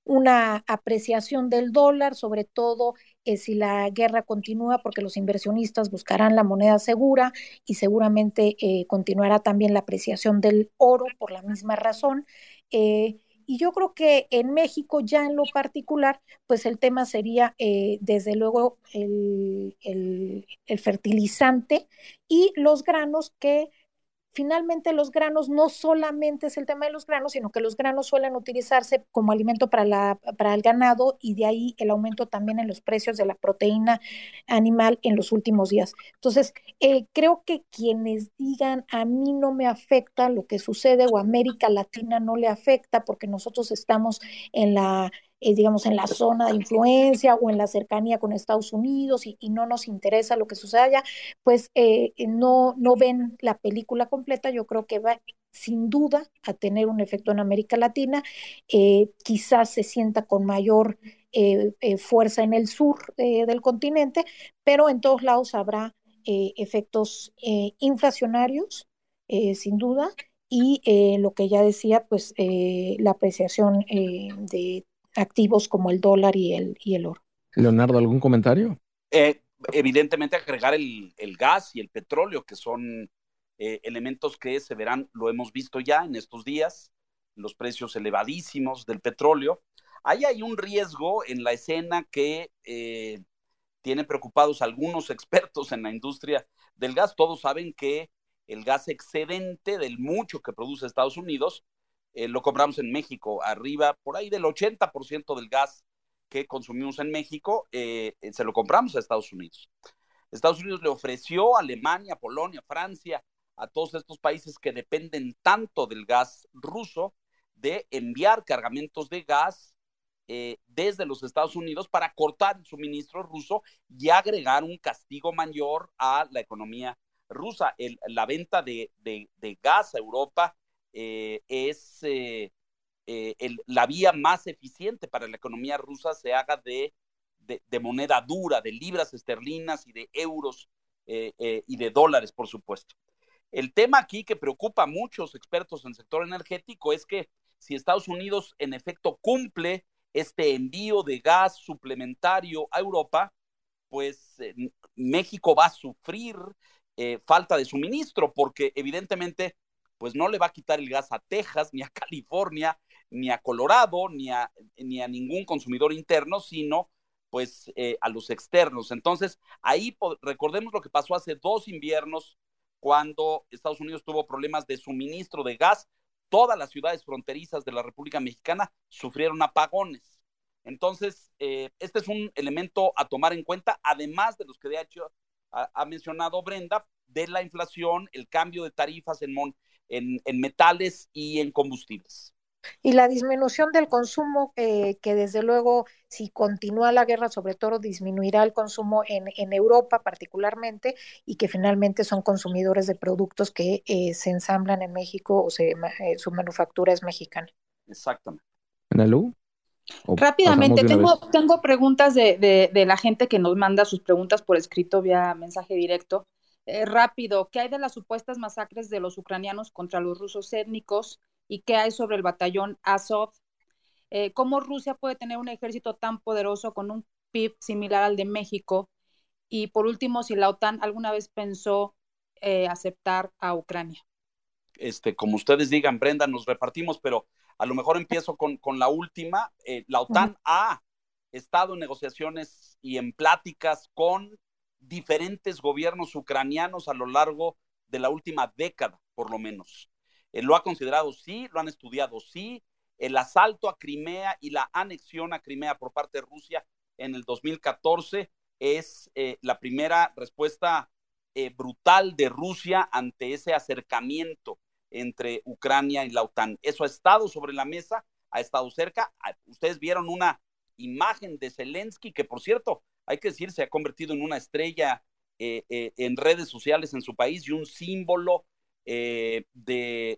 una apreciación del dólar, sobre todo eh, si la guerra continúa, porque los inversionistas buscarán la moneda segura, y seguramente eh, continuará también la apreciación del oro por la misma razón. Eh, y yo creo que en México, ya en lo particular, pues el tema sería eh, desde luego el, el, el fertilizante y los granos, que finalmente los granos no solamente es el tema de los granos, sino que los granos suelen utilizarse como alimento para, la, para el ganado, y de ahí el aumento también en los precios de la proteína animal en los últimos días. Entonces, eh, creo que quienes digan a mí no me afecta lo que sucede, o a América Latina no le afecta porque nosotros estamos en la eh, digamos, en la zona de influencia o en la cercanía con Estados Unidos, y, y no nos interesa lo que suceda allá, pues eh, no, no ven la película completa. Yo creo que va sin duda a tener un efecto en América Latina. Eh, quizás se sienta con mayor eh, eh, fuerza en el sur eh, del continente, pero en todos lados habrá eh, efectos eh, inflacionarios, eh, sin duda, y eh, lo que ya decía, pues eh, la apreciación eh, de activos como el dólar y el, y el oro. Leonardo, ¿algún comentario? Eh, evidentemente agregar el, el gas y el petróleo, que son eh, elementos que se verán, lo hemos visto ya en estos días, los precios elevadísimos del petróleo. Ahí hay un riesgo en la escena que eh, tienen preocupados algunos expertos en la industria del gas. Todos saben que el gas excedente del mucho que produce Estados Unidos eh, lo compramos en México, arriba por ahí del ochenta por ciento del gas que consumimos en México, eh, se lo compramos a Estados Unidos. Estados Unidos le ofreció a Alemania, Polonia, Francia, a todos estos países que dependen tanto del gas ruso, de enviar cargamentos de gas eh, desde los Estados Unidos para cortar el suministro ruso y agregar un castigo mayor a la economía rusa. El, la venta de, de, de gas a Europa eh, es eh, eh, el, la vía más eficiente para la economía rusa se haga de, de, de moneda dura, de libras esterlinas y de euros eh, eh, y de dólares, por supuesto. El tema aquí que preocupa a muchos expertos en el sector energético es que si Estados Unidos en efecto cumple este envío de gas suplementario a Europa, pues eh, México va a sufrir eh, falta de suministro, porque evidentemente pues no le va a quitar el gas a Texas, ni a California, ni a Colorado, ni a, ni a ningún consumidor interno, sino pues eh, a los externos. Entonces, ahí recordemos lo que pasó hace dos inviernos, cuando Estados Unidos tuvo problemas de suministro de gas. Todas las ciudades fronterizas de la República Mexicana sufrieron apagones. Entonces, eh, este es un elemento a tomar en cuenta, además de los que de hecho ha, ha mencionado Brenda, de la inflación, el cambio de tarifas en, mon, en, en metales y en combustibles. Y la disminución del consumo, eh, que desde luego, si continúa la guerra, sobre todo disminuirá el consumo en, en Europa particularmente, y que finalmente son consumidores de productos que eh, se ensamblan en México o se, eh, su manufactura es mexicana. Exactamente. ¿Analu? Rápidamente, tengo, tengo preguntas de, de, de la gente que nos manda sus preguntas por escrito vía mensaje directo. Eh, rápido, ¿qué hay de las supuestas masacres de los ucranianos contra los rusos étnicos? ¿Y qué hay sobre el batallón Azov? Eh, ¿Cómo Rusia puede tener un ejército tan poderoso con un P I B similar al de México? Y por último, si la OTAN alguna vez pensó eh, aceptar a Ucrania. Este, como ustedes digan, Brenda, nos repartimos, pero a lo mejor empiezo con, con la última. Eh, la OTAN uh-huh. ha estado en negociaciones y en pláticas con diferentes gobiernos ucranianos a lo largo de la última década, por lo menos. Eh, lo ha considerado sí, lo han estudiado sí. El asalto a Crimea y la anexión a Crimea por parte de Rusia en el dos mil catorce es eh, la primera respuesta eh, brutal de Rusia ante ese acercamiento entre Ucrania y la OTAN. Eso ha estado sobre la mesa, ha estado cerca. Ustedes vieron una imagen de Zelensky, que por cierto, hay que decir, se ha convertido en una estrella eh, eh, en redes sociales en su país y un símbolo eh, de,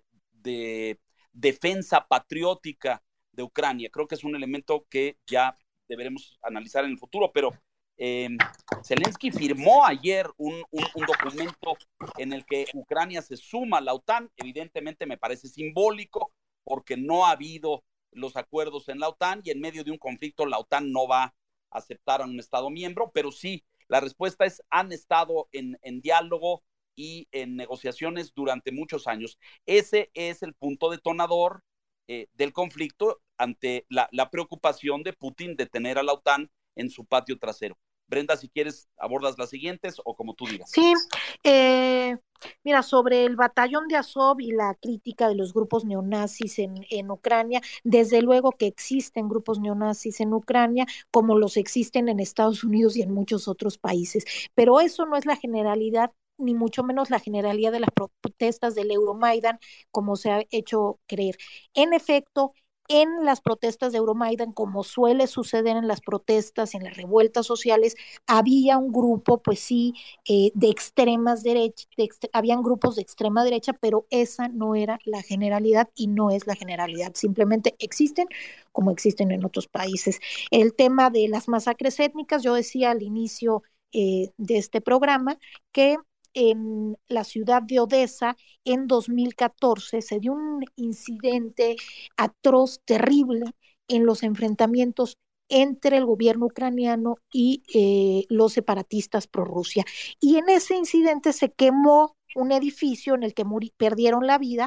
de defensa patriótica de Ucrania. Creo que es un elemento que ya deberemos analizar en el futuro, pero eh, Zelensky firmó ayer un, un, un documento en el que Ucrania se suma a la OTAN. Evidentemente me parece simbólico porque no ha habido los acuerdos en la OTAN y en medio de un conflicto la OTAN no va a aceptar a un Estado miembro, pero sí, la respuesta es han estado en, en diálogo y en negociaciones durante muchos años. Ese es el punto detonador eh, del conflicto ante la, la preocupación de Putin de tener a la OTAN en su patio trasero. Brenda, si quieres, abordas las siguientes o como tú digas. Sí, eh, mira, sobre el batallón de Azov y la crítica de los grupos neonazis en, en Ucrania, desde luego que existen grupos neonazis en Ucrania, como los existen en Estados Unidos y en muchos otros países, pero eso no es la generalidad, ni mucho menos la generalidad de las protestas del Euromaidan, como se ha hecho creer. En efecto, en las protestas de Euromaidan, como suele suceder en las protestas, en las revueltas sociales, había un grupo, pues sí, eh, de extremas derechas, de ext- habían grupos de extrema derecha, pero esa no era la generalidad y no es la generalidad, simplemente existen como existen en otros países. El tema de las masacres étnicas, yo decía al inicio eh, de este programa que en la ciudad de Odessa en dos mil catorce se dio un incidente atroz, terrible, en los enfrentamientos entre el gobierno ucraniano y eh, los separatistas prorrusia. Y en ese incidente se quemó un edificio en el que muri- perdieron la vida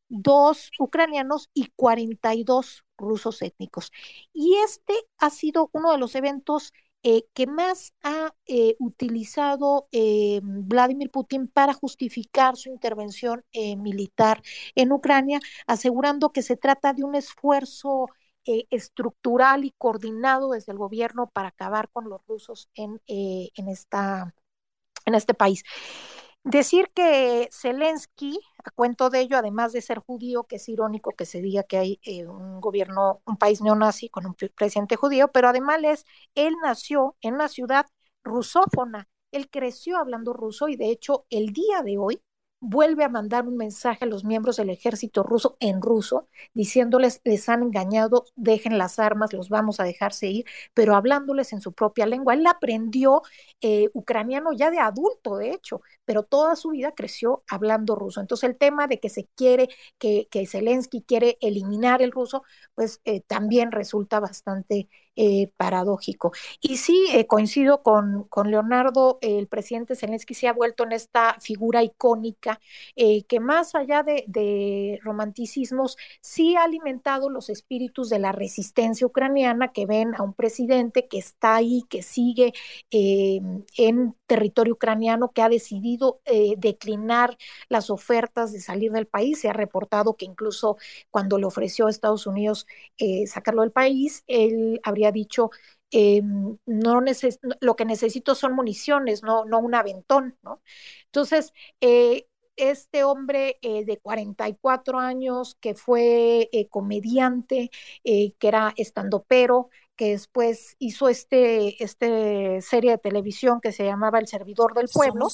dos ucranianos y cuarenta y dos rusos étnicos. Y este ha sido uno de los eventos Eh, que más ha eh, utilizado eh, Vladimir Putin para justificar su intervención eh, militar en Ucrania, asegurando que se trata de un esfuerzo eh, estructural y coordinado desde el gobierno para acabar con los rusos en, eh, en, esta, en este país. Decir que Zelensky, a cuento de ello, además de ser judío, que es irónico que se diga que hay eh, un gobierno, un país neonazi con un presidente judío, pero además es, él nació en una ciudad rusófona, él creció hablando ruso y de hecho el día de hoy vuelve a mandar un mensaje a los miembros del ejército ruso en ruso, diciéndoles, les han engañado, dejen las armas, los vamos a dejarse ir, pero hablándoles en su propia lengua. Él aprendió eh, ucraniano ya de adulto, de hecho, pero toda su vida creció hablando ruso. Entonces el tema de que se quiere, que, que Zelensky quiere eliminar el ruso, pues eh, también resulta bastante eh, paradójico. Y sí, eh, coincido con, con Leonardo, eh, el presidente Zelensky se ha vuelto en esta figura icónica eh, que más allá de, de romanticismos, sí ha alimentado los espíritus de la resistencia ucraniana, que ven a un presidente que está ahí, que sigue eh, en territorio ucraniano, que ha decidido eh, declinar las ofertas de salir del país. Se ha reportado que incluso cuando le ofreció a Estados Unidos eh, sacarlo del país, él habría dicho, eh, no neces lo que necesito son municiones, no, no un aventón, ¿no? Entonces, eh, este hombre eh, de cuarenta y cuatro años, que fue eh, comediante, eh, que era estandopero, que después hizo este, este serie de televisión que se llamaba El Servidor del Pueblo,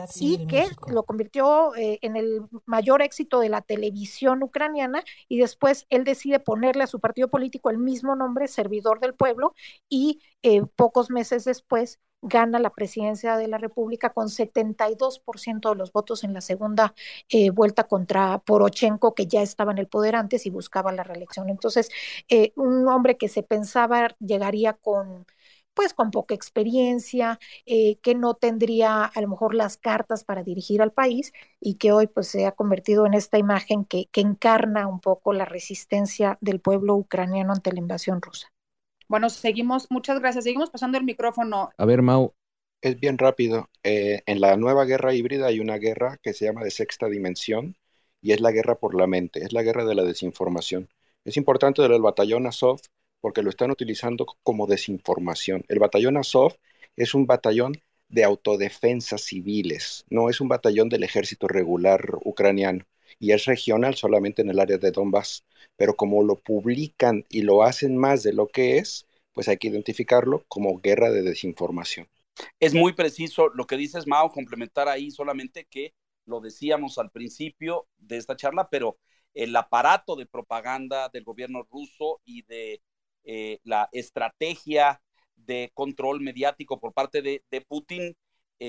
y que México. Lo convirtió eh, en el mayor éxito de la televisión ucraniana, y después él decide ponerle a su partido político el mismo nombre, Servidor del Pueblo, y eh, pocos meses después gana la presidencia de la República con setenta y dos por ciento de los votos en la segunda eh, vuelta contra Poroshenko, que ya estaba en el poder antes y buscaba la reelección. Entonces, eh, un hombre que se pensaba llegaría con pues con poca experiencia, eh, que no tendría a lo mejor las cartas para dirigir al país, y que hoy pues se ha convertido en esta imagen que, que encarna un poco la resistencia del pueblo ucraniano ante la invasión rusa. Bueno, seguimos, muchas gracias. Seguimos pasando el micrófono. A ver, Mau. Es bien rápido. Eh, en la nueva guerra híbrida hay una guerra que se llama de sexta dimensión, y es la guerra por la mente, es la guerra de la desinformación. Es importante del batallón Azov porque lo están utilizando como desinformación. El batallón Azov es un batallón de autodefensas civiles, no es un batallón del ejército regular ucraniano, y es regional solamente en el área de Donbass. Pero como lo publican y lo hacen más de lo que es, pues hay que identificarlo como guerra de desinformación. Es muy preciso lo que dices, Mao, complementar ahí solamente que lo decíamos al principio de esta charla, pero el aparato de propaganda del gobierno ruso y de eh, la estrategia de control mediático por parte de, de Putin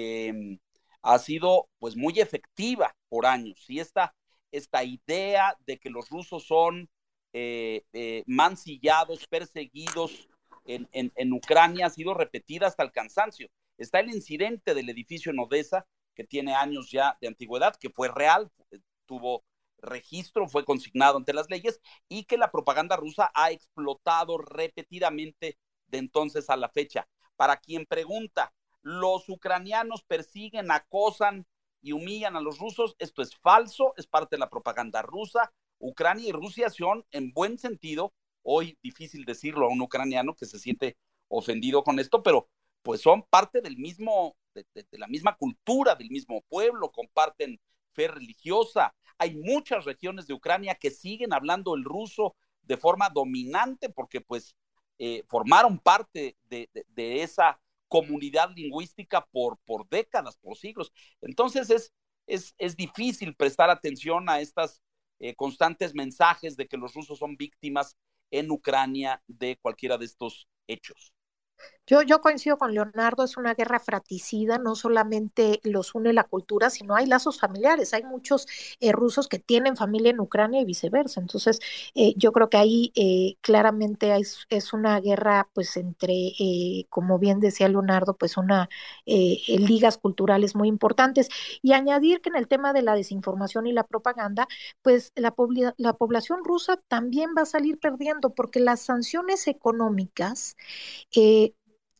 eh, ha sido pues muy efectiva por años. Y esta, esta idea de que los rusos son eh, eh, mancillados, perseguidos en, en, en Ucrania ha sido repetida hasta el cansancio. Está el incidente del edificio en Odessa, que tiene años ya de antigüedad, que fue real, tuvo registro, fue consignado ante las leyes, y que la propaganda rusa ha explotado repetidamente de entonces a la fecha. Para quien pregunta, ¿los ucranianos persiguen, acosan y humillan a los rusos? Esto es falso, es parte de la propaganda rusa. Ucrania y Rusia son, en buen sentido, hoy difícil decirlo a un ucraniano que se siente ofendido con esto, pero pues son parte del mismo, de, de, de la misma cultura, del mismo pueblo, comparten fe religiosa. Hay muchas regiones de Ucrania que siguen hablando el ruso de forma dominante porque pues eh, formaron parte de, de, de esa comunidad lingüística por, por décadas, por siglos. Entonces es, es, es difícil prestar atención a estas eh, constantes mensajes de que los rusos son víctimas en Ucrania de cualquiera de estos hechos. Yo, yo coincido con Leonardo, es una guerra fratricida, no solamente los une la cultura, sino hay lazos familiares. Hay muchos eh, rusos que tienen familia en Ucrania y viceversa. Entonces, eh, yo creo que ahí eh, claramente es, es una guerra, pues, entre, eh, como bien decía Leonardo, pues, una eh, ligas culturales muy importantes. Y añadir que en el tema de la desinformación y la propaganda, pues, la, pobl la población rusa también va a salir perdiendo, porque las sanciones económicas eh,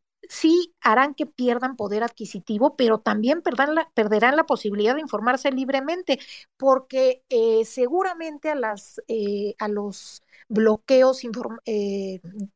sí harán que pierdan poder adquisitivo, pero también perderán la, perderán la posibilidad de informarse libremente, porque eh, seguramente a, las, eh, a los bloqueos eh,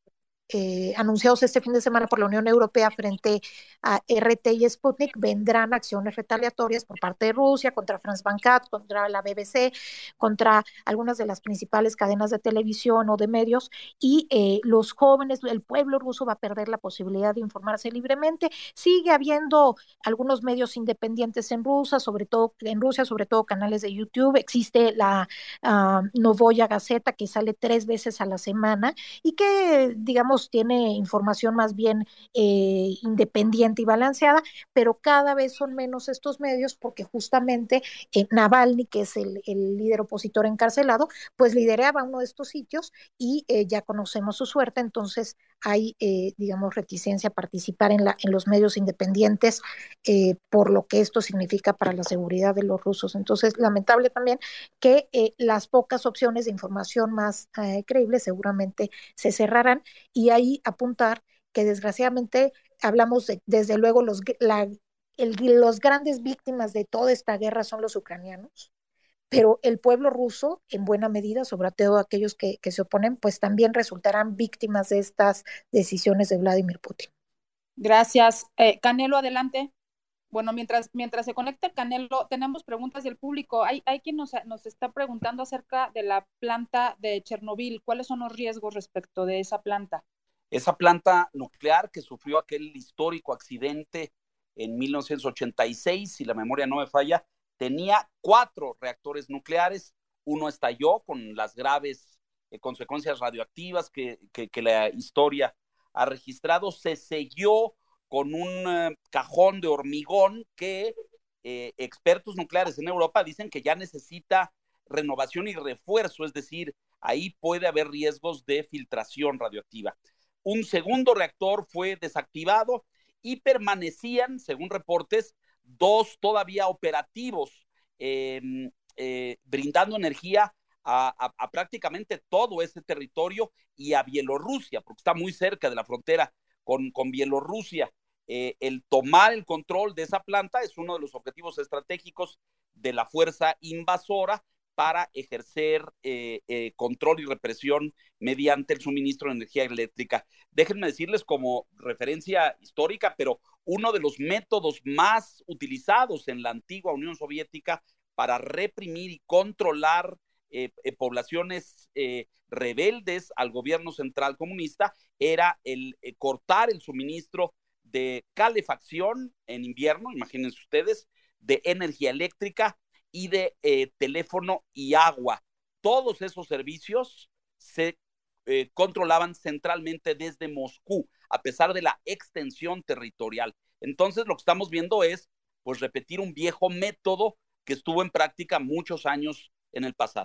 eh, anunciados este fin de semana por la Unión Europea frente a R T y Sputnik, vendrán acciones retaliatorias por parte de Rusia contra France veinticuatro, contra la B B C, contra algunas de las principales cadenas de televisión o de medios, y eh, los jóvenes, el pueblo ruso va a perder la posibilidad de informarse libremente. Sigue habiendo algunos medios independientes en Rusia, sobre todo en Rusia, sobre todo canales de YouTube. Existe la uh, Novoya Gazeta, que sale tres veces a la semana y que, digamos, tiene información más bien eh, independiente y balanceada, pero cada vez son menos estos medios porque justamente eh, Navalny, que es el, el líder opositor encarcelado, pues lideraba uno de estos sitios y eh, ya conocemos su suerte. Entonces hay, eh, digamos, reticencia a participar en, la, en los medios independientes eh, por lo que esto significa para la seguridad de los rusos. Entonces, lamentable también que eh, las pocas opciones de información más eh, creíbles seguramente se cerrarán, y ahí apuntar que desgraciadamente hablamos de, desde luego, los, la, el, los grandes víctimas de toda esta guerra son los ucranianos, pero el pueblo ruso, en buena medida, sobre todo aquellos que, que se oponen, pues también resultarán víctimas de estas decisiones de Vladimir Putin. Gracias. Eh, Canelo, adelante. Bueno, mientras, mientras se conecta el Canelo, tenemos preguntas del público. Hay, hay quien nos, nos está preguntando acerca de la planta de Chernobyl. ¿Cuáles son los riesgos respecto de esa planta? Esa planta nuclear que sufrió aquel histórico accidente en mil novecientos ochenta y seis, si la memoria no me falla, tenía cuatro reactores nucleares. Uno estalló con las graves eh, consecuencias radioactivas que, que, que la historia ha registrado. Se selló con un uh, cajón de hormigón que eh, expertos nucleares en Europa dicen que ya necesita renovación y refuerzo, es decir, ahí puede haber riesgos de filtración radioactiva. Un segundo reactor fue desactivado y permanecían, según reportes, dos todavía operativos, eh, eh, brindando energía a, a, a prácticamente todo ese territorio y a Bielorrusia, porque está muy cerca de la frontera con, con Bielorrusia. Eh, el tomar el control de esa planta es uno de los objetivos estratégicos de la fuerza invasora para ejercer eh, eh, control y represión mediante el suministro de energía eléctrica. Déjenme decirles como referencia histórica, pero uno de los métodos más utilizados en la antigua Unión Soviética para reprimir y controlar eh, eh, poblaciones eh, rebeldes al gobierno central comunista era el eh, cortar el suministro de calefacción en invierno, imagínense ustedes, de energía eléctrica y de eh, teléfono y agua. Todos esos servicios se eh, controlaban centralmente desde Moscú, a pesar de la extensión territorial. Entonces, lo que estamos viendo es, pues, repetir un viejo método que estuvo en práctica muchos años en el pasado.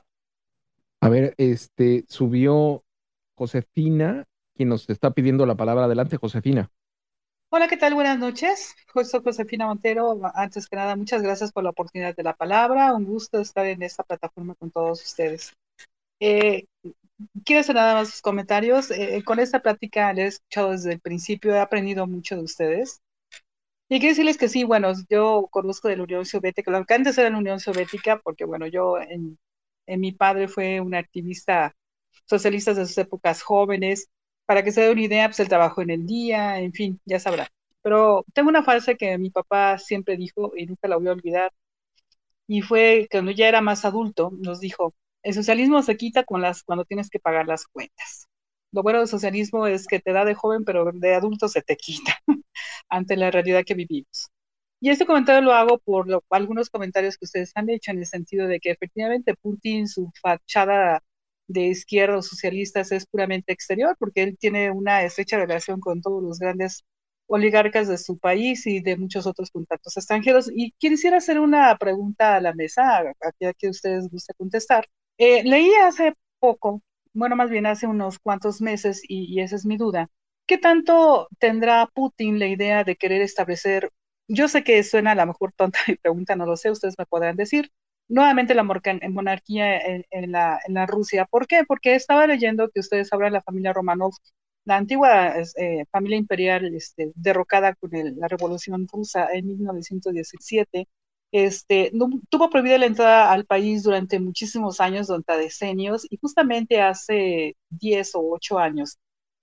A ver, este, subió Josefina, quien nos está pidiendo la palabra. Adelante, Josefina. Hola, ¿qué tal? Buenas noches. Soy Josefina Montero. Antes que nada, muchas gracias por la oportunidad de la palabra. Un gusto estar en esta plataforma con todos ustedes. Eh, quiero hacer nada más sus comentarios. Eh, con esta plática la he escuchado desde el principio, he aprendido mucho de ustedes. Y quiero decirles que sí, bueno, yo conozco de la Unión Soviética, lo que antes era la Unión Soviética, porque bueno, yo, en, en mi padre fue un activista socialista de sus épocas jóvenes. Para que se dé una idea, pues el trabajo en el día, en fin, ya sabrá. Pero tengo una frase que mi papá siempre dijo y nunca la voy a olvidar, y fue cuando ya era más adulto, nos dijo: el socialismo se quita con las, cuando tienes que pagar las cuentas. Lo bueno del socialismo es que te da de joven, pero de adulto se te quita ante la realidad que vivimos. Y este comentario lo hago por lo, algunos comentarios que ustedes han hecho, en el sentido de que efectivamente Putin, su fachada de izquierdos socialistas es puramente exterior, porque él tiene una estrecha relación con todos los grandes oligarcas de su país y de muchos otros contactos extranjeros. Y quisiera hacer una pregunta a la mesa, a que ustedes gusten contestar. Eh, leí hace poco, bueno, más bien hace unos cuantos meses, y, y esa es mi duda, ¿qué tanto tendrá Putin la idea de querer establecer? Yo sé que suena a lo mejor tonta mi pregunta, no lo sé, ustedes me podrán decir, nuevamente la monarquía en, en, la, en la Rusia. ¿Por qué? Porque estaba leyendo que ustedes sabrán, la familia Romanov, la antigua eh, familia imperial este, derrocada con el, la Revolución Rusa en mil novecientos diecisiete, este, no, tuvo prohibida la entrada al país durante muchísimos años, durante decenios, y justamente hace diez o ocho años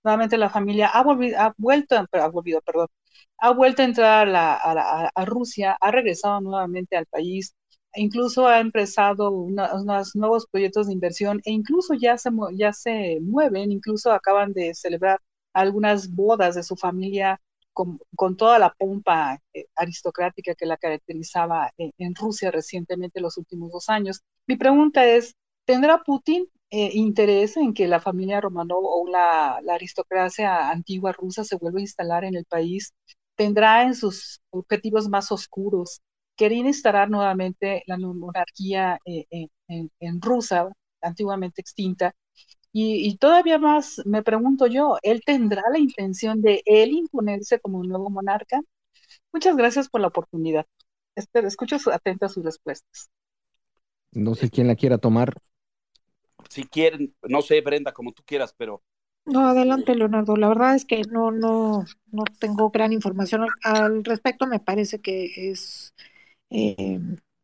nuevamente la familia ha, volvido, ha vuelto, ha volvido, perdón, ha vuelto a entrar a, la, a, la, a Rusia, ha regresado nuevamente al país, e incluso ha empezado una, unos nuevos proyectos de inversión e incluso ya se, ya se mueven, incluso acaban de celebrar algunas bodas de su familia con, con toda la pompa eh, aristocrática que la caracterizaba en, en Rusia recientemente los últimos dos años. Mi pregunta es, ¿tendrá Putin eh, interés en que la familia Romanov o la, la aristocracia antigua rusa se vuelva a instalar en el país? ¿Tendrá en sus objetivos más oscuros querer instalar nuevamente la monarquía eh, en, en, en Rusia, antiguamente extinta? Y, y todavía más me pregunto yo, ¿él tendrá la intención de él imponerse como un nuevo monarca? Muchas gracias por la oportunidad. Espero, escucho su, atenta a sus respuestas. No sé quién la quiera tomar. Si quieren, no sé, Brenda, como tú quieras, pero... No, adelante, Leonardo. La verdad es que no, no, no tengo gran información al, al respecto. Me parece que es eh,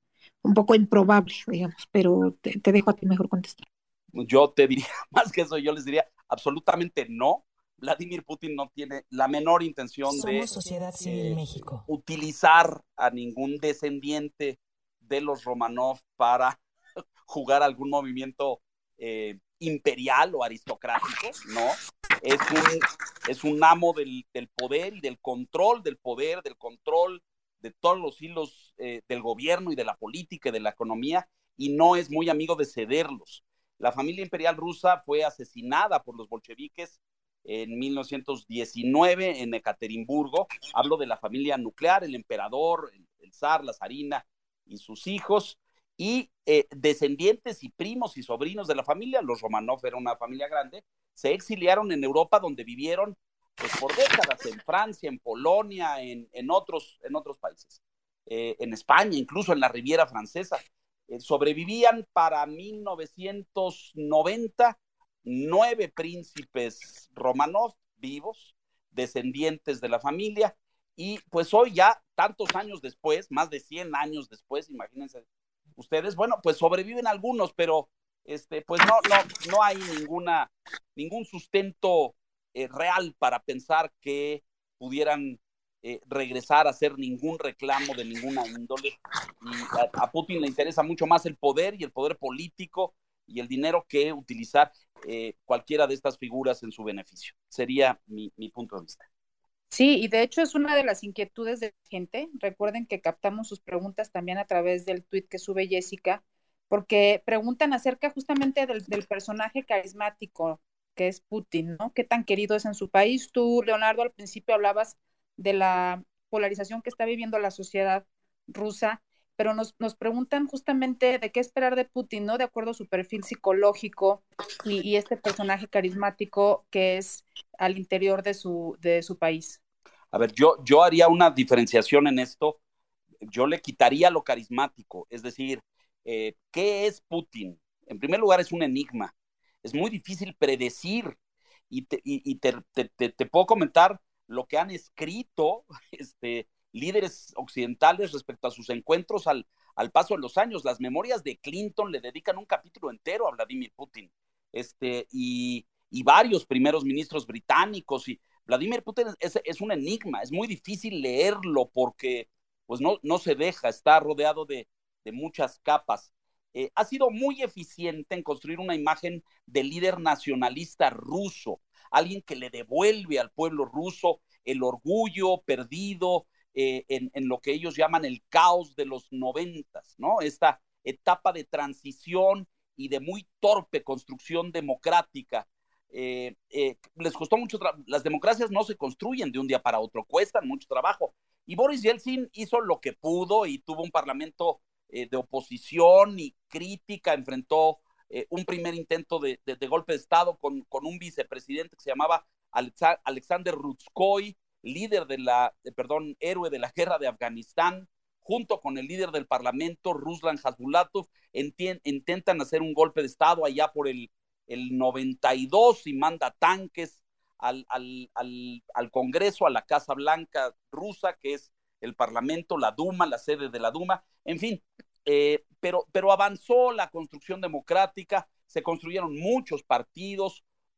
un poco improbable, digamos, pero te, te dejo a ti mejor contestar. Yo te diría, más que eso, yo les diría absolutamente no. Vladimir Putin no tiene la menor intención Somos de Sociedad Civil eh, México. utilizar a ningún descendiente de los Romanov para jugar algún movimiento eh, imperial o aristocrático, ¿no? Es un, es un amo del, del poder y del control del poder, del control de todos los hilos eh, del gobierno y de la política y de la economía, y no es muy amigo de cederlos. La familia imperial rusa fue asesinada por los bolcheviques en mil novecientos diecinueve en Ekaterimburgo. Hablo de la familia nuclear, el emperador, el, el zar, la zarina y sus hijos, y eh, descendientes y primos y sobrinos de la familia, los Romanov era una familia grande, se exiliaron en Europa, donde vivieron pues, por décadas, en Francia, en Polonia, en, en, otros, en otros países, eh, en España, incluso en la Riviera Francesa. Eh, sobrevivían para mil novecientos noventa nueve príncipes Romanov vivos, descendientes de la familia, y pues hoy ya, tantos años después, más de cien años después, imagínense ustedes, bueno, pues sobreviven algunos, pero este, pues no, no, no hay ninguna, ningún sustento eh, real para pensar que pudieran eh, regresar a hacer ningún reclamo de ninguna índole. Y a, a Putin le interesa mucho más el poder y el poder político y el dinero que utilizar eh, cualquiera de estas figuras en su beneficio. Sería mi, mi punto de vista. Sí, y de hecho es una de las inquietudes de la gente. Recuerden que captamos sus preguntas también a través del tweet que sube Jessica, porque preguntan acerca justamente del, del personaje carismático que es Putin, ¿no? ¿Qué tan querido es en su país? Tú, Leonardo, al principio hablabas de la polarización que está viviendo la sociedad rusa, pero nos, nos preguntan justamente de qué esperar de Putin, ¿no? De acuerdo a su perfil psicológico y, y este personaje carismático que es al interior de su, de su país. A ver, yo, yo haría una diferenciación en esto. Yo le quitaría lo carismático, es decir, eh, ¿qué es Putin? En primer lugar, es un enigma. Es muy difícil predecir y te, y, y te, te, te, te puedo comentar lo que han escrito este, líderes occidentales respecto a sus encuentros al, al paso de los años. Las memorias de Clinton le dedican un capítulo entero a Vladimir Putin, este, y, y varios primeros ministros británicos. Y Vladimir Putin es, es un enigma, es muy difícil leerlo porque pues no, no se deja, está rodeado de, de muchas capas. Eh, ha sido muy eficiente en construir una imagen de líder nacionalista ruso, alguien que le devuelve al pueblo ruso el orgullo perdido eh, en, en lo que ellos llaman el caos de los noventas, ¿no? Esta etapa de transición y de muy torpe construcción democrática. Eh, eh, les costó mucho, las democracias no se construyen de un día para otro, cuestan mucho trabajo. Y Boris Yeltsin hizo lo que pudo y tuvo un parlamento eh, de oposición y crítica, enfrentó eh, un primer intento de, de, de golpe de Estado con, con un vicepresidente que se llamaba Alexander Rutskoy, líder de la, de, perdón, héroe de la guerra de Afganistán, junto con el líder del parlamento, Ruslan Hasbulatov, intentan hacer un golpe de Estado allá por el, el noventa y dos y manda tanques al, al, al, al Congreso, a la Casa Blanca rusa, que es el Parlamento, la Duma, la sede de la Duma, en fin, eh, pero, pero avanzó la construcción democrática, se construyeron muchos partidos,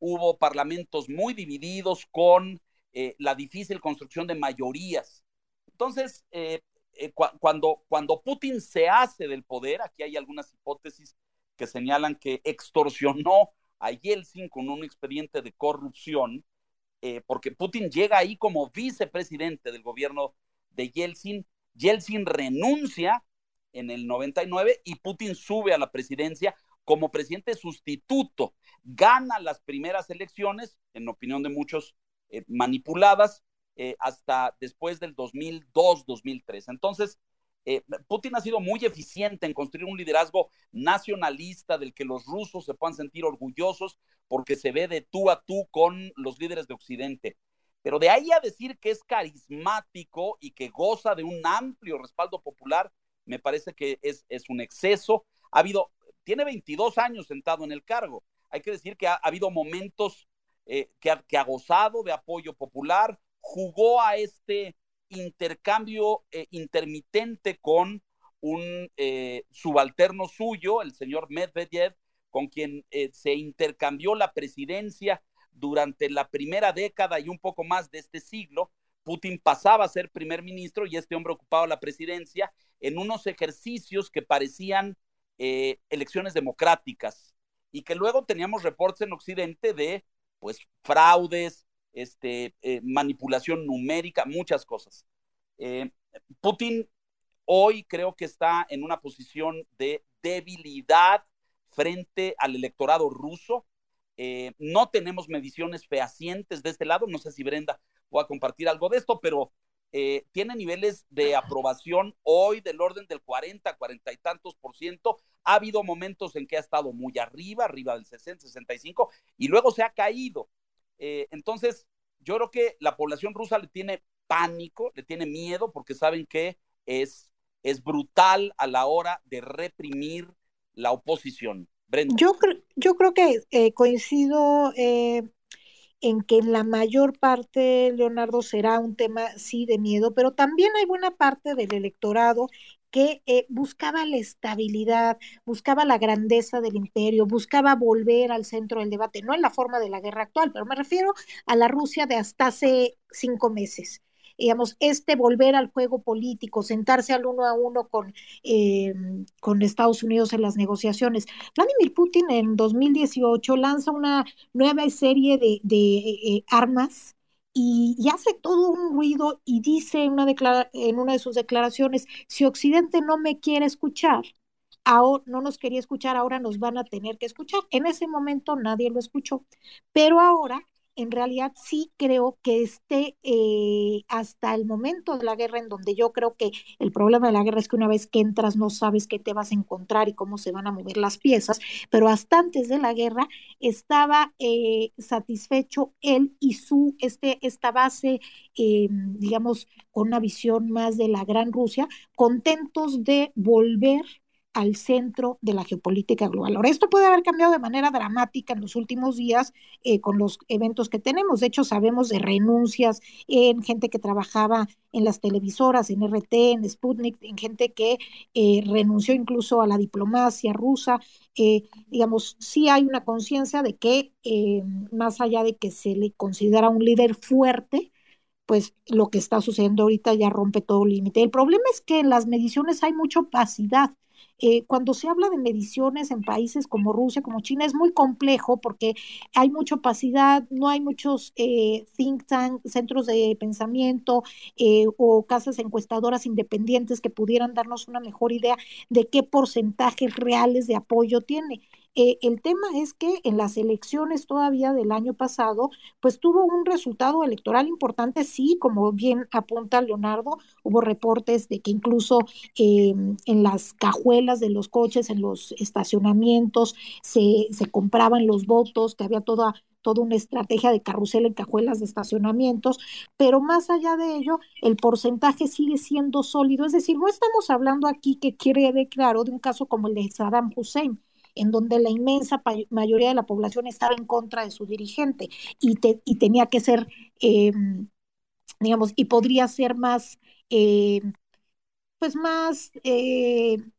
hubo parlamentos muy divididos con eh, la difícil construcción de mayorías. Entonces, eh, eh, cu cuando, cuando Putin se hace del poder, aquí hay algunas hipótesis que señalan que extorsionó a Yeltsin con un expediente de corrupción, eh, porque Putin llega ahí como vicepresidente del gobierno de Yeltsin. Yeltsin renuncia en el noventa y nueve y Putin sube a la presidencia como presidente sustituto. Gana las primeras elecciones, en opinión de muchos, eh, manipuladas, eh, hasta después del dos mil dos, dos mil tres. Entonces, eh, Putin ha sido muy eficiente en construir un liderazgo nacionalista del que los rusos se puedan sentir orgullosos porque se ve de tú a tú con los líderes de Occidente. Pero de ahí a decir que es carismático y que goza de un amplio respaldo popular, me parece que es, es un exceso. Ha habido, tiene veintidós años sentado en el cargo. Hay que decir que ha, ha habido momentos eh, que, ha, que ha gozado de apoyo popular, jugó a este intercambio eh, intermitente con un eh, subalterno suyo, el señor Medvedev, con quien eh, se intercambió la presidencia durante la primera década y un poco más de este siglo. Putin pasaba a ser primer ministro y este hombre ocupaba la presidencia en unos ejercicios que parecían eh, elecciones democráticas y que luego teníamos reportes en Occidente de pues fraudes, este, eh, manipulación numérica, muchas cosas. Eh, Putin hoy creo que está en una posición de debilidad frente al electorado ruso. Eh, no tenemos mediciones fehacientes de este lado, no sé si Brenda pueda compartir algo de esto, pero eh, tiene niveles de aprobación hoy del orden del cuarenta, cuarenta y tantos por ciento. Ha habido momentos en que ha estado muy arriba, arriba del sesenta, sesenta y cinco, y luego se ha caído. Eh, entonces, yo creo que la población rusa le tiene pánico, le tiene miedo, porque saben que es, es brutal a la hora de reprimir la oposición. Brenda. Yo, cre yo creo que eh, coincido eh, en que en la mayor parte, Leonardo, será un tema, sí, de miedo, pero también hay buena parte del electorado que eh, buscaba la estabilidad, buscaba la grandeza del imperio, buscaba volver al centro del debate, no en la forma de la guerra actual, pero me refiero a la Rusia de hasta hace cinco meses. Digamos, este volver al juego político, sentarse al uno a uno con, eh, con Estados Unidos en las negociaciones. Vladimir Putin en dos mil dieciocho lanza una nueva serie de, de eh, armas y, y hace todo un ruido y dice en una, declara en una de sus declaraciones, si Occidente no me quiere escuchar, ahora, no nos quería escuchar, ahora nos van a tener que escuchar. En ese momento nadie lo escuchó, pero ahora en realidad sí creo que esté eh, hasta el momento de la guerra, en donde yo creo que el problema de la guerra es que una vez que entras no sabes qué te vas a encontrar y cómo se van a mover las piezas, pero hasta antes de la guerra estaba eh, satisfecho él y su, este, esta base, eh, digamos, con una visión más de la gran Rusia, contentos de volver al centro de la geopolítica global. Ahora, esto puede haber cambiado de manera dramática en los últimos días eh, con los eventos que tenemos. De hecho, sabemos de renuncias en gente que trabajaba en las televisoras, en R T, en Sputnik, en gente que eh, renunció incluso a la diplomacia rusa. Eh, digamos, sí hay una conciencia de que eh, más allá de que se le considera un líder fuerte, pues lo que está sucediendo ahorita ya rompe todo límite. El problema es que en las mediciones hay mucha opacidad. Eh, cuando se habla de mediciones en países como Rusia, como China, es muy complejo porque hay mucha opacidad, no hay muchos eh, think tanks, centros de pensamiento eh, o casas encuestadoras independientes que pudieran darnos una mejor idea de qué porcentajes reales de apoyo tiene. Eh, el tema es que en las elecciones todavía del año pasado, pues tuvo un resultado electoral importante, sí, como bien apunta Leonardo, hubo reportes de que incluso eh, en las cajuelas de los coches, en los estacionamientos, se, se compraban los votos, que había toda toda una estrategia de carrusel en cajuelas de estacionamientos, pero más allá de ello, el porcentaje sigue siendo sólido, es decir, no estamos hablando aquí, que quede claro, de un caso como el de Saddam Hussein, en donde la inmensa mayoría de la población estaba en contra de su dirigente y, te, y tenía que ser, eh, digamos, y podría ser más, eh, pues más, eh,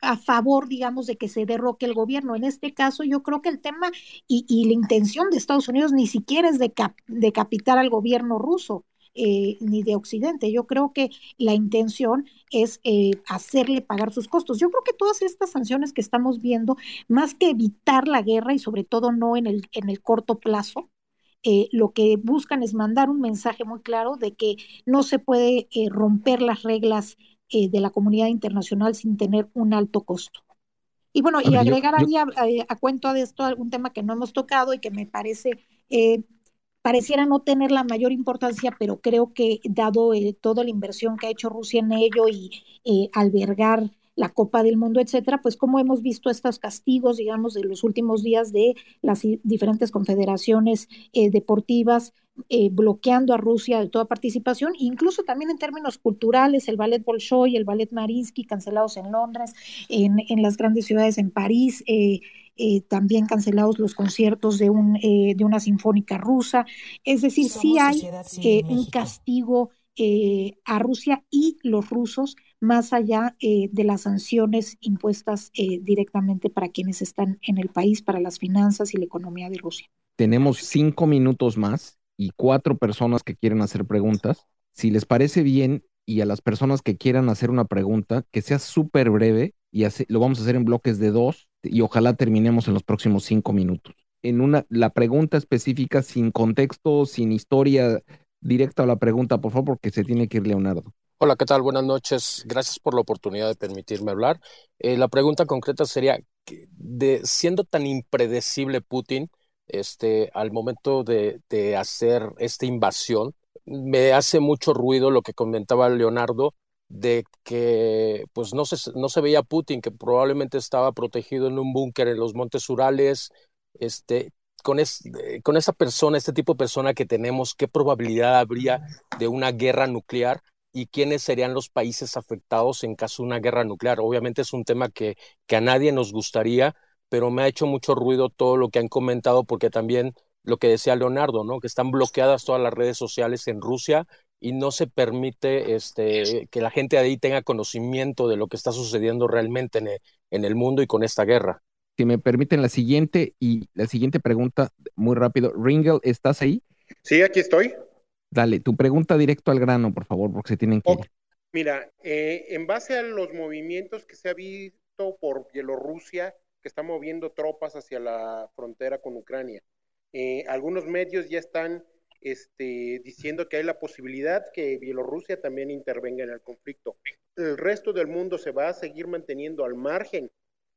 a favor, digamos, de que se derroque el gobierno. En este caso, yo creo que el tema y, y la intención de Estados Unidos ni siquiera es decap decapitar al gobierno ruso, eh, ni de Occidente. Yo creo que la intención es eh, hacerle pagar sus costos. Yo creo que todas estas sanciones que estamos viendo, más que evitar la guerra y sobre todo no en el, en el corto plazo, eh, lo que buscan es mandar un mensaje muy claro de que no se puede eh, romper las reglas eh, de la comunidad internacional sin tener un alto costo. Y bueno, y Ahora, yo, agregar yo, ahí a, a, a cuento de esto algún tema que no hemos tocado y que me parece, eh, pareciera no tener la mayor importancia, pero creo que dado eh, toda la inversión que ha hecho Rusia en ello y eh, albergar la Copa del Mundo, etcétera, pues como hemos visto estos castigos, digamos, de los últimos días de las diferentes confederaciones eh, deportivas, eh, bloqueando a Rusia de toda participación, incluso también en términos culturales, el Ballet Bolshoi, el Ballet Mariinsky, cancelados en Londres, en, en las grandes ciudades, en París, eh, eh, también cancelados los conciertos de, un, eh, de una sinfónica rusa. Es decir, Somos sí hay Sociedad Civil eh, un México. castigo eh, a Rusia y los rusos, más allá eh, de las sanciones impuestas eh, directamente para quienes están en el país, para las finanzas y la economía de Rusia. tenemos cinco minutos más y cuatro personas que quieren hacer preguntas. Si les parece bien y a las personas que quieran hacer una pregunta, que sea súper breve y hace- lo vamos a hacer en bloques de dos y ojalá terminemos en los próximos cinco minutos. En una, la pregunta específica, sin contexto, sin historia, directa a la pregunta, por favor, porque se tiene que ir Leonardo. Hola, ¿qué tal? Buenas noches. Gracias por la oportunidad de permitirme hablar. Eh, la pregunta concreta sería, que de, siendo tan impredecible Putin, este, al momento de, de hacer esta invasión, me hace mucho ruido lo que comentaba Leonardo de que pues no se, no se veía Putin, que probablemente estaba protegido en un búnker en los Montes Urales. Este, con, es, eh, con esa persona, este tipo de persona que tenemos, ¿qué probabilidad habría de una guerra nuclear? ¿Y quiénes serían los países afectados en caso de una guerra nuclear? Obviamente es un tema que, que a nadie nos gustaría, pero me ha hecho mucho ruido todo lo que han comentado, porque también lo que decía Leonardo, ¿no? Que están bloqueadas todas las redes sociales en Rusia y no se permite este, que la gente de ahí tenga conocimiento de lo que está sucediendo realmente en el, en el mundo y con esta guerra. Si me permiten la siguiente y la siguiente pregunta, muy rápido. Ringel, ¿estás ahí? Sí, aquí estoy. Dale, tu pregunta directo al grano, por favor, porque se tienen que ir. Ok, mira, eh, en base a los movimientos que se ha visto por Bielorrusia, que está moviendo tropas hacia la frontera con Ucrania, eh, algunos medios ya están este, diciendo que hay la posibilidad que Bielorrusia también intervenga en el conflicto. ¿El resto del mundo se va a seguir manteniendo al margen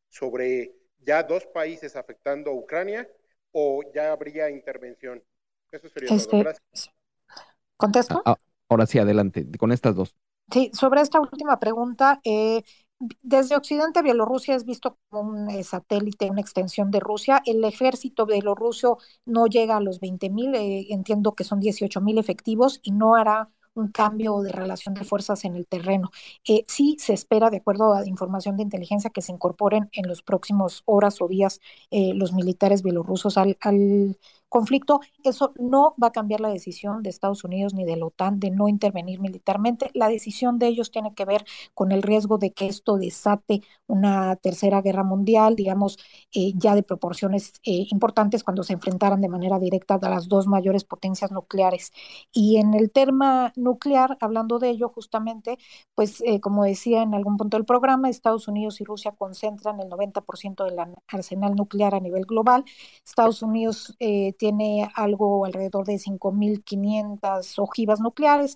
sobre ya dos países afectando a Ucrania o ya habría intervención? Eso sería Este, todo. Gracias. ¿Contesto? Ah, ahora sí, adelante, con estas dos. Sí, sobre esta última pregunta, eh, desde Occidente, Bielorrusia es visto como un eh, satélite, una extensión de Rusia. El ejército bielorruso no llega a los veinte mil, eh, entiendo que son dieciocho mil efectivos y no hará un cambio de relación de fuerzas en el terreno. Eh, sí se espera, de acuerdo a información de inteligencia, que se incorporen en los próximos horas o días eh, los militares bielorrusos al, al conflicto. Eso no va a cambiar la decisión de Estados Unidos ni de la OTAN de no intervenir militarmente. La decisión de ellos tiene que ver con el riesgo de que esto desate una tercera guerra mundial, digamos, eh, ya de proporciones eh, importantes cuando se enfrentaran de manera directa a las dos mayores potencias nucleares. Y en el tema nuclear, hablando de ello justamente, pues eh, como decía en algún punto del programa, Estados Unidos y Rusia concentran el noventa por ciento del arsenal nuclear a nivel global. Estados Unidos eh, tiene algo alrededor de cinco mil quinientas ojivas nucleares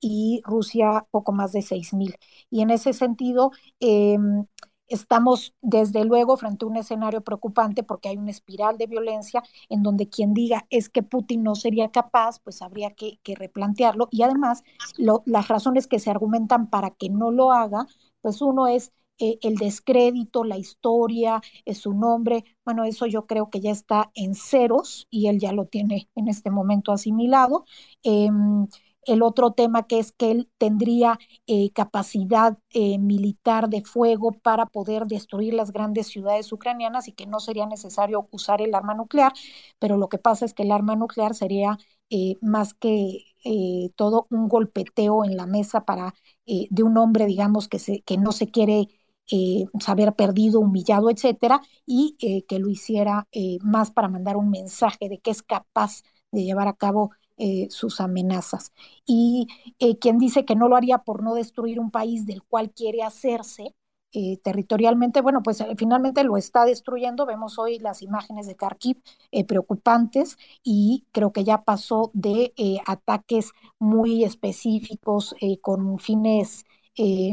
y Rusia poco más de seis mil. Y en ese sentido, eh, estamos desde luego frente a un escenario preocupante porque hay una espiral de violencia en donde quien diga es que Putin no sería capaz, pues habría que, que replantearlo. Y además, lo, las razones que se argumentan para que no lo haga, pues uno es eh, el descrédito, la historia, es su nombre. Bueno, eso yo creo que ya está en ceros y él ya lo tiene en este momento asimilado. Eh, El otro tema que es que él tendría eh, capacidad eh, militar de fuego para poder destruir las grandes ciudades ucranianas y que no sería necesario usar el arma nuclear, pero lo que pasa es que el arma nuclear sería eh, más que eh, todo un golpeteo en la mesa para, eh, de un hombre, digamos, que, se, que no se quiere eh, haber perdido, humillado, etcétera, y eh, que lo hiciera eh, más para mandar un mensaje de que es capaz de llevar a cabo eh, sus amenazas. Y eh, quien dice que no lo haría por no destruir un país del cual quiere hacerse eh, territorialmente, bueno, pues eh, finalmente lo está destruyendo. Vemos hoy las imágenes de Kharkiv eh, preocupantes, y creo que ya pasó de eh, ataques muy específicos eh, con fines eh,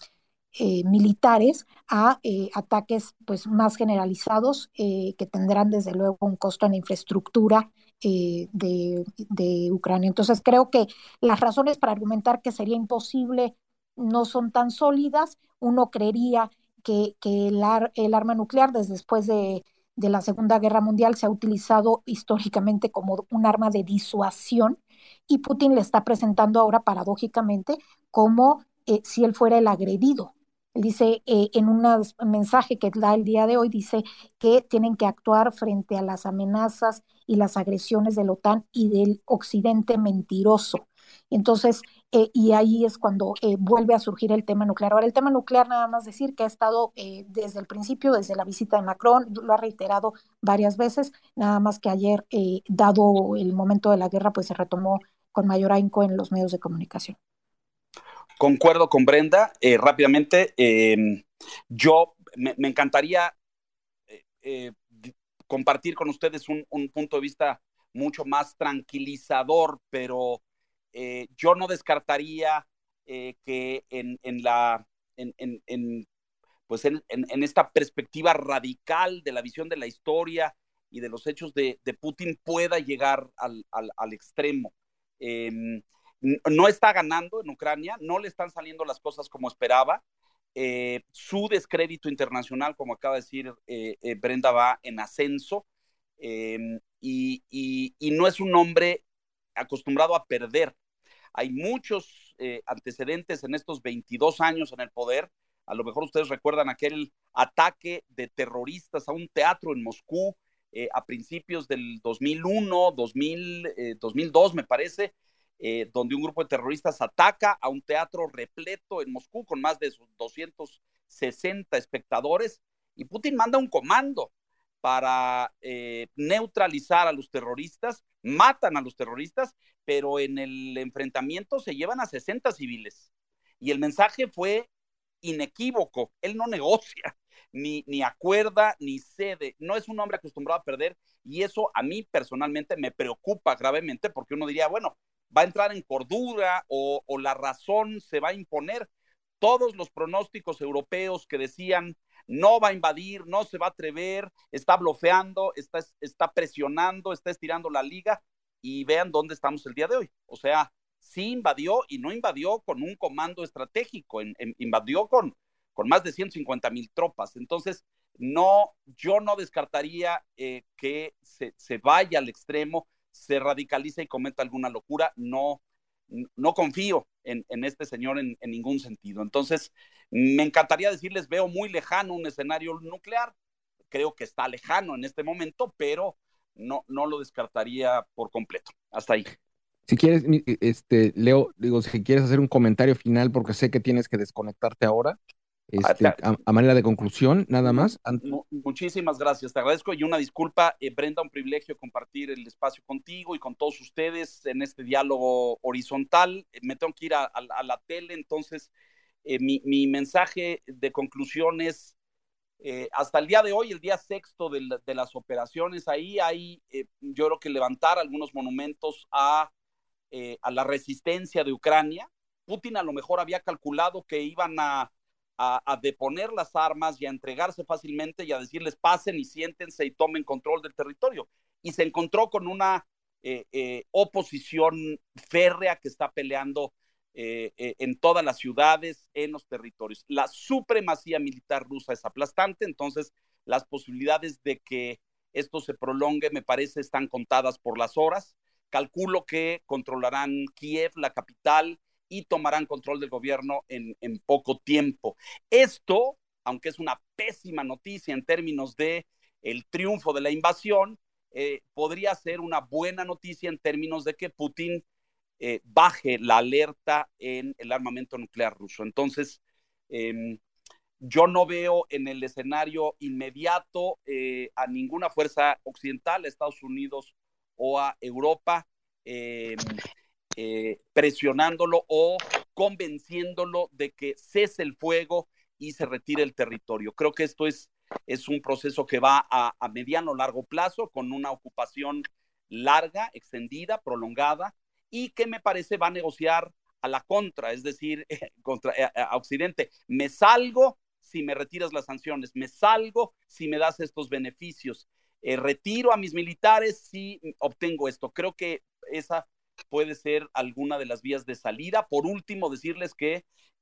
eh, militares a eh, ataques pues más generalizados eh, que tendrán desde luego un costo en la infraestructura eh, de, de Ucrania. Entonces creo que las razones para argumentar que sería imposible no son tan sólidas. Uno creería que, que el, ar, el arma nuclear desde después de, de la Segunda Guerra Mundial se ha utilizado históricamente como un arma de disuasión, y Putin le está presentando ahora paradójicamente como eh, si él fuera el agredido. Él dice eh, en un mensaje que da el día de hoy, dice que tienen que actuar frente a las amenazas y las agresiones de la OTAN y del occidente mentiroso. Entonces, eh, y ahí es cuando eh, vuelve a surgir el tema nuclear. Ahora, el tema nuclear, nada más decir que ha estado eh, desde el principio, desde la visita de Macron, lo ha reiterado varias veces, nada más que ayer, eh, dado el momento de la guerra, pues se retomó con mayor ahínco en los medios de comunicación. Concuerdo con Brenda. Eh, rápidamente, eh, yo me, me encantaría eh, eh, compartir con ustedes un, un punto de vista mucho más tranquilizador, pero eh, yo no descartaría eh, que en, en la en, en, en pues en, en, en esta perspectiva radical de la visión de la historia y de los hechos de, de Putin pueda llegar al, al, al extremo. Eh, no está ganando en Ucrania, no le están saliendo las cosas como esperaba. Eh, su descrédito internacional, como acaba de decir eh, eh, Brenda, va en ascenso, eh, y, y, y no es un hombre acostumbrado a perder. Hay muchos eh, antecedentes en estos veintidós años en el poder. A lo mejor ustedes recuerdan aquel ataque de terroristas a un teatro en Moscú eh, a principios del dos mil uno, dos mil, eh, dos mil dos, me parece, eh, donde un grupo de terroristas ataca a un teatro repleto en Moscú con más de doscientos sesenta espectadores, y Putin manda un comando para eh, neutralizar a los terroristas, matan a los terroristas, pero en el enfrentamiento se llevan a sesenta civiles. Y el mensaje fue inequívoco: él no negocia, ni, ni acuerda, ni cede. No es un hombre acostumbrado a perder, y eso a mí personalmente me preocupa gravemente, porque uno diría, bueno, va a entrar en cordura o, o la razón se va a imponer. Todos los pronósticos europeos que decían no va a invadir, no se va a atrever, está blofeando, está, está presionando, está estirando la liga, y vean dónde estamos el día de hoy. O sea, sí invadió, y no invadió con un comando estratégico, en, en, invadió con, con más de ciento cincuenta mil tropas. Entonces, no, yo no descartaría eh, que se, se vaya al extremo, se radicalice y cometa alguna locura. No, no confío en, en este señor en, en ningún sentido. Entonces, me encantaría decirles, veo muy lejano un escenario nuclear, creo que está lejano en este momento, pero no, no lo descartaría por completo. Hasta ahí. Si quieres, este, Leo, digo, si quieres hacer un comentario final, porque sé que tienes que desconectarte ahora, este, a, a manera de conclusión, nada más. Muchísimas gracias, te agradezco, y una disculpa, eh, Brenda, un privilegio compartir el espacio contigo y con todos ustedes en este diálogo horizontal. Me tengo que ir a, a, a la tele, entonces eh, mi, mi mensaje de conclusión es, eh, hasta el día de hoy, el día sexto de, la, de las operaciones, ahí hay, eh, yo creo que levantar algunos monumentos a, eh, a la resistencia de Ucrania. Putin a lo mejor había calculado que iban a A, a deponer las armas y a entregarse fácilmente y a decirles pasen y siéntense y tomen control del territorio. Y se encontró con una eh, eh, oposición férrea que está peleando eh, eh, en todas las ciudades, en los territorios. La supremacía militar rusa es aplastante, entonces las posibilidades de que esto se prolongue, me parece, están contadas por las horas. Calculo que controlarán Kiev, la capital, y tomarán control del gobierno en, en poco tiempo. Esto, aunque es una pésima noticia en términos de el triunfo de la invasión, eh, podría ser una buena noticia en términos de que Putin eh, baje la alerta en el armamento nuclear ruso. Entonces, eh, yo no veo en el escenario inmediato eh, a ninguna fuerza occidental, a Estados Unidos o a Europa, eh, eh, presionándolo o convenciéndolo de que cese el fuego y se retire el territorio. Creo que esto es, es un proceso que va a, a mediano o largo plazo, con una ocupación larga, extendida, prolongada, y que me parece va a negociar a la contra, es decir, contra a, a Occidente. Me salgo si me retiras las sanciones, me salgo si me das estos beneficios, eh, retiro a mis militares si obtengo esto. Creo que esa puede ser alguna de las vías de salida. Por último, decirles que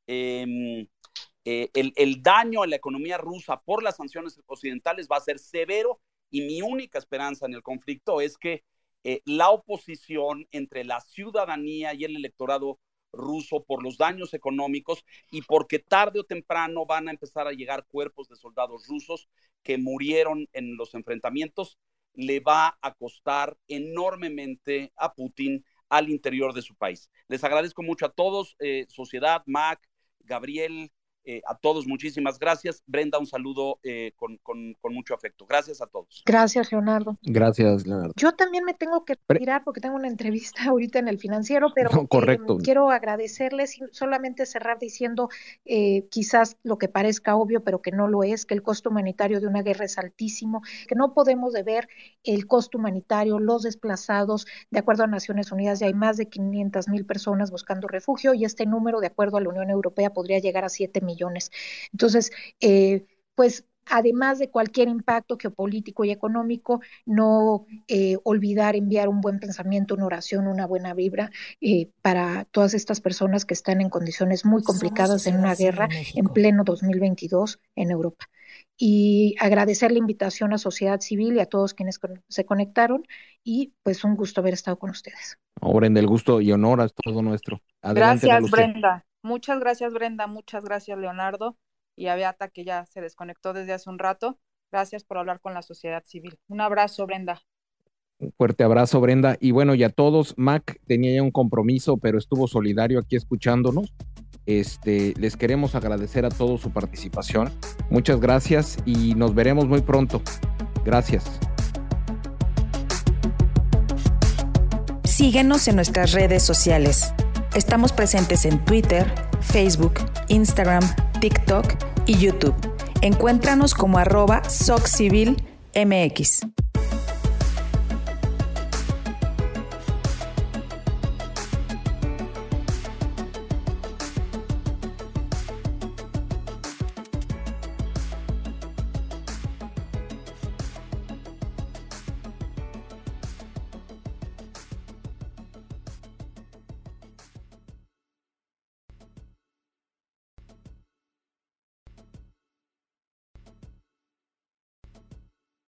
eh, eh, el, el daño a la economía rusa por las sanciones occidentales va a ser severo, y mi única esperanza en el conflicto es que eh, la oposición entre la ciudadanía y el electorado ruso, por los daños económicos y porque tarde o temprano van a empezar a llegar cuerpos de soldados rusos que murieron en los enfrentamientos, le va a costar enormemente a Putin al interior de su país. Les agradezco mucho a todos, eh, Sociedad, Mac, Gabriel, eh, a todos muchísimas gracias. Brenda, un saludo eh, con, con, con mucho afecto. Gracias a todos. Gracias, Leonardo. Gracias, Leonardo. Yo también me tengo que retirar porque tengo una entrevista ahorita en el Financiero, pero no, correcto. Eh, quiero agradecerles y solamente cerrar diciendo eh, quizás lo que parezca obvio, pero que no lo es, que el costo humanitario de una guerra es altísimo, que no podemos deber el costo humanitario, los desplazados. De acuerdo a Naciones Unidas, ya hay más de quinientas mil personas buscando refugio, y este número, de acuerdo a la Unión Europea, podría llegar a siete millones. Entonces, eh, pues además de cualquier impacto geopolítico y económico, no eh, olvidar enviar un buen pensamiento, una oración, una buena vibra eh, para todas estas personas que están en condiciones muy complicadas en una guerra en pleno dos mil veintidós en Europa. Y agradecer la invitación a Sociedad Civil y a todos quienes se conectaron, y pues un gusto haber estado con ustedes. Oh, Brenda, el gusto y honor es todo nuestro. Adelante, gracias, Brenda. Muchas gracias, Brenda. Muchas gracias, Leonardo. Y a Beata, que ya se desconectó desde hace un rato. Gracias por hablar con la sociedad civil. Un abrazo, Brenda. Un fuerte abrazo, Brenda. Y bueno, y a todos, Mac tenía ya un compromiso, pero estuvo solidario aquí escuchándonos. Este, les queremos agradecer a todos su participación. Muchas gracias y nos veremos muy pronto. Gracias. Síguenos en nuestras redes sociales. Estamos presentes en Twitter, Facebook, Instagram, TikTok y YouTube. Encuéntranos como arroba SocCivilMX.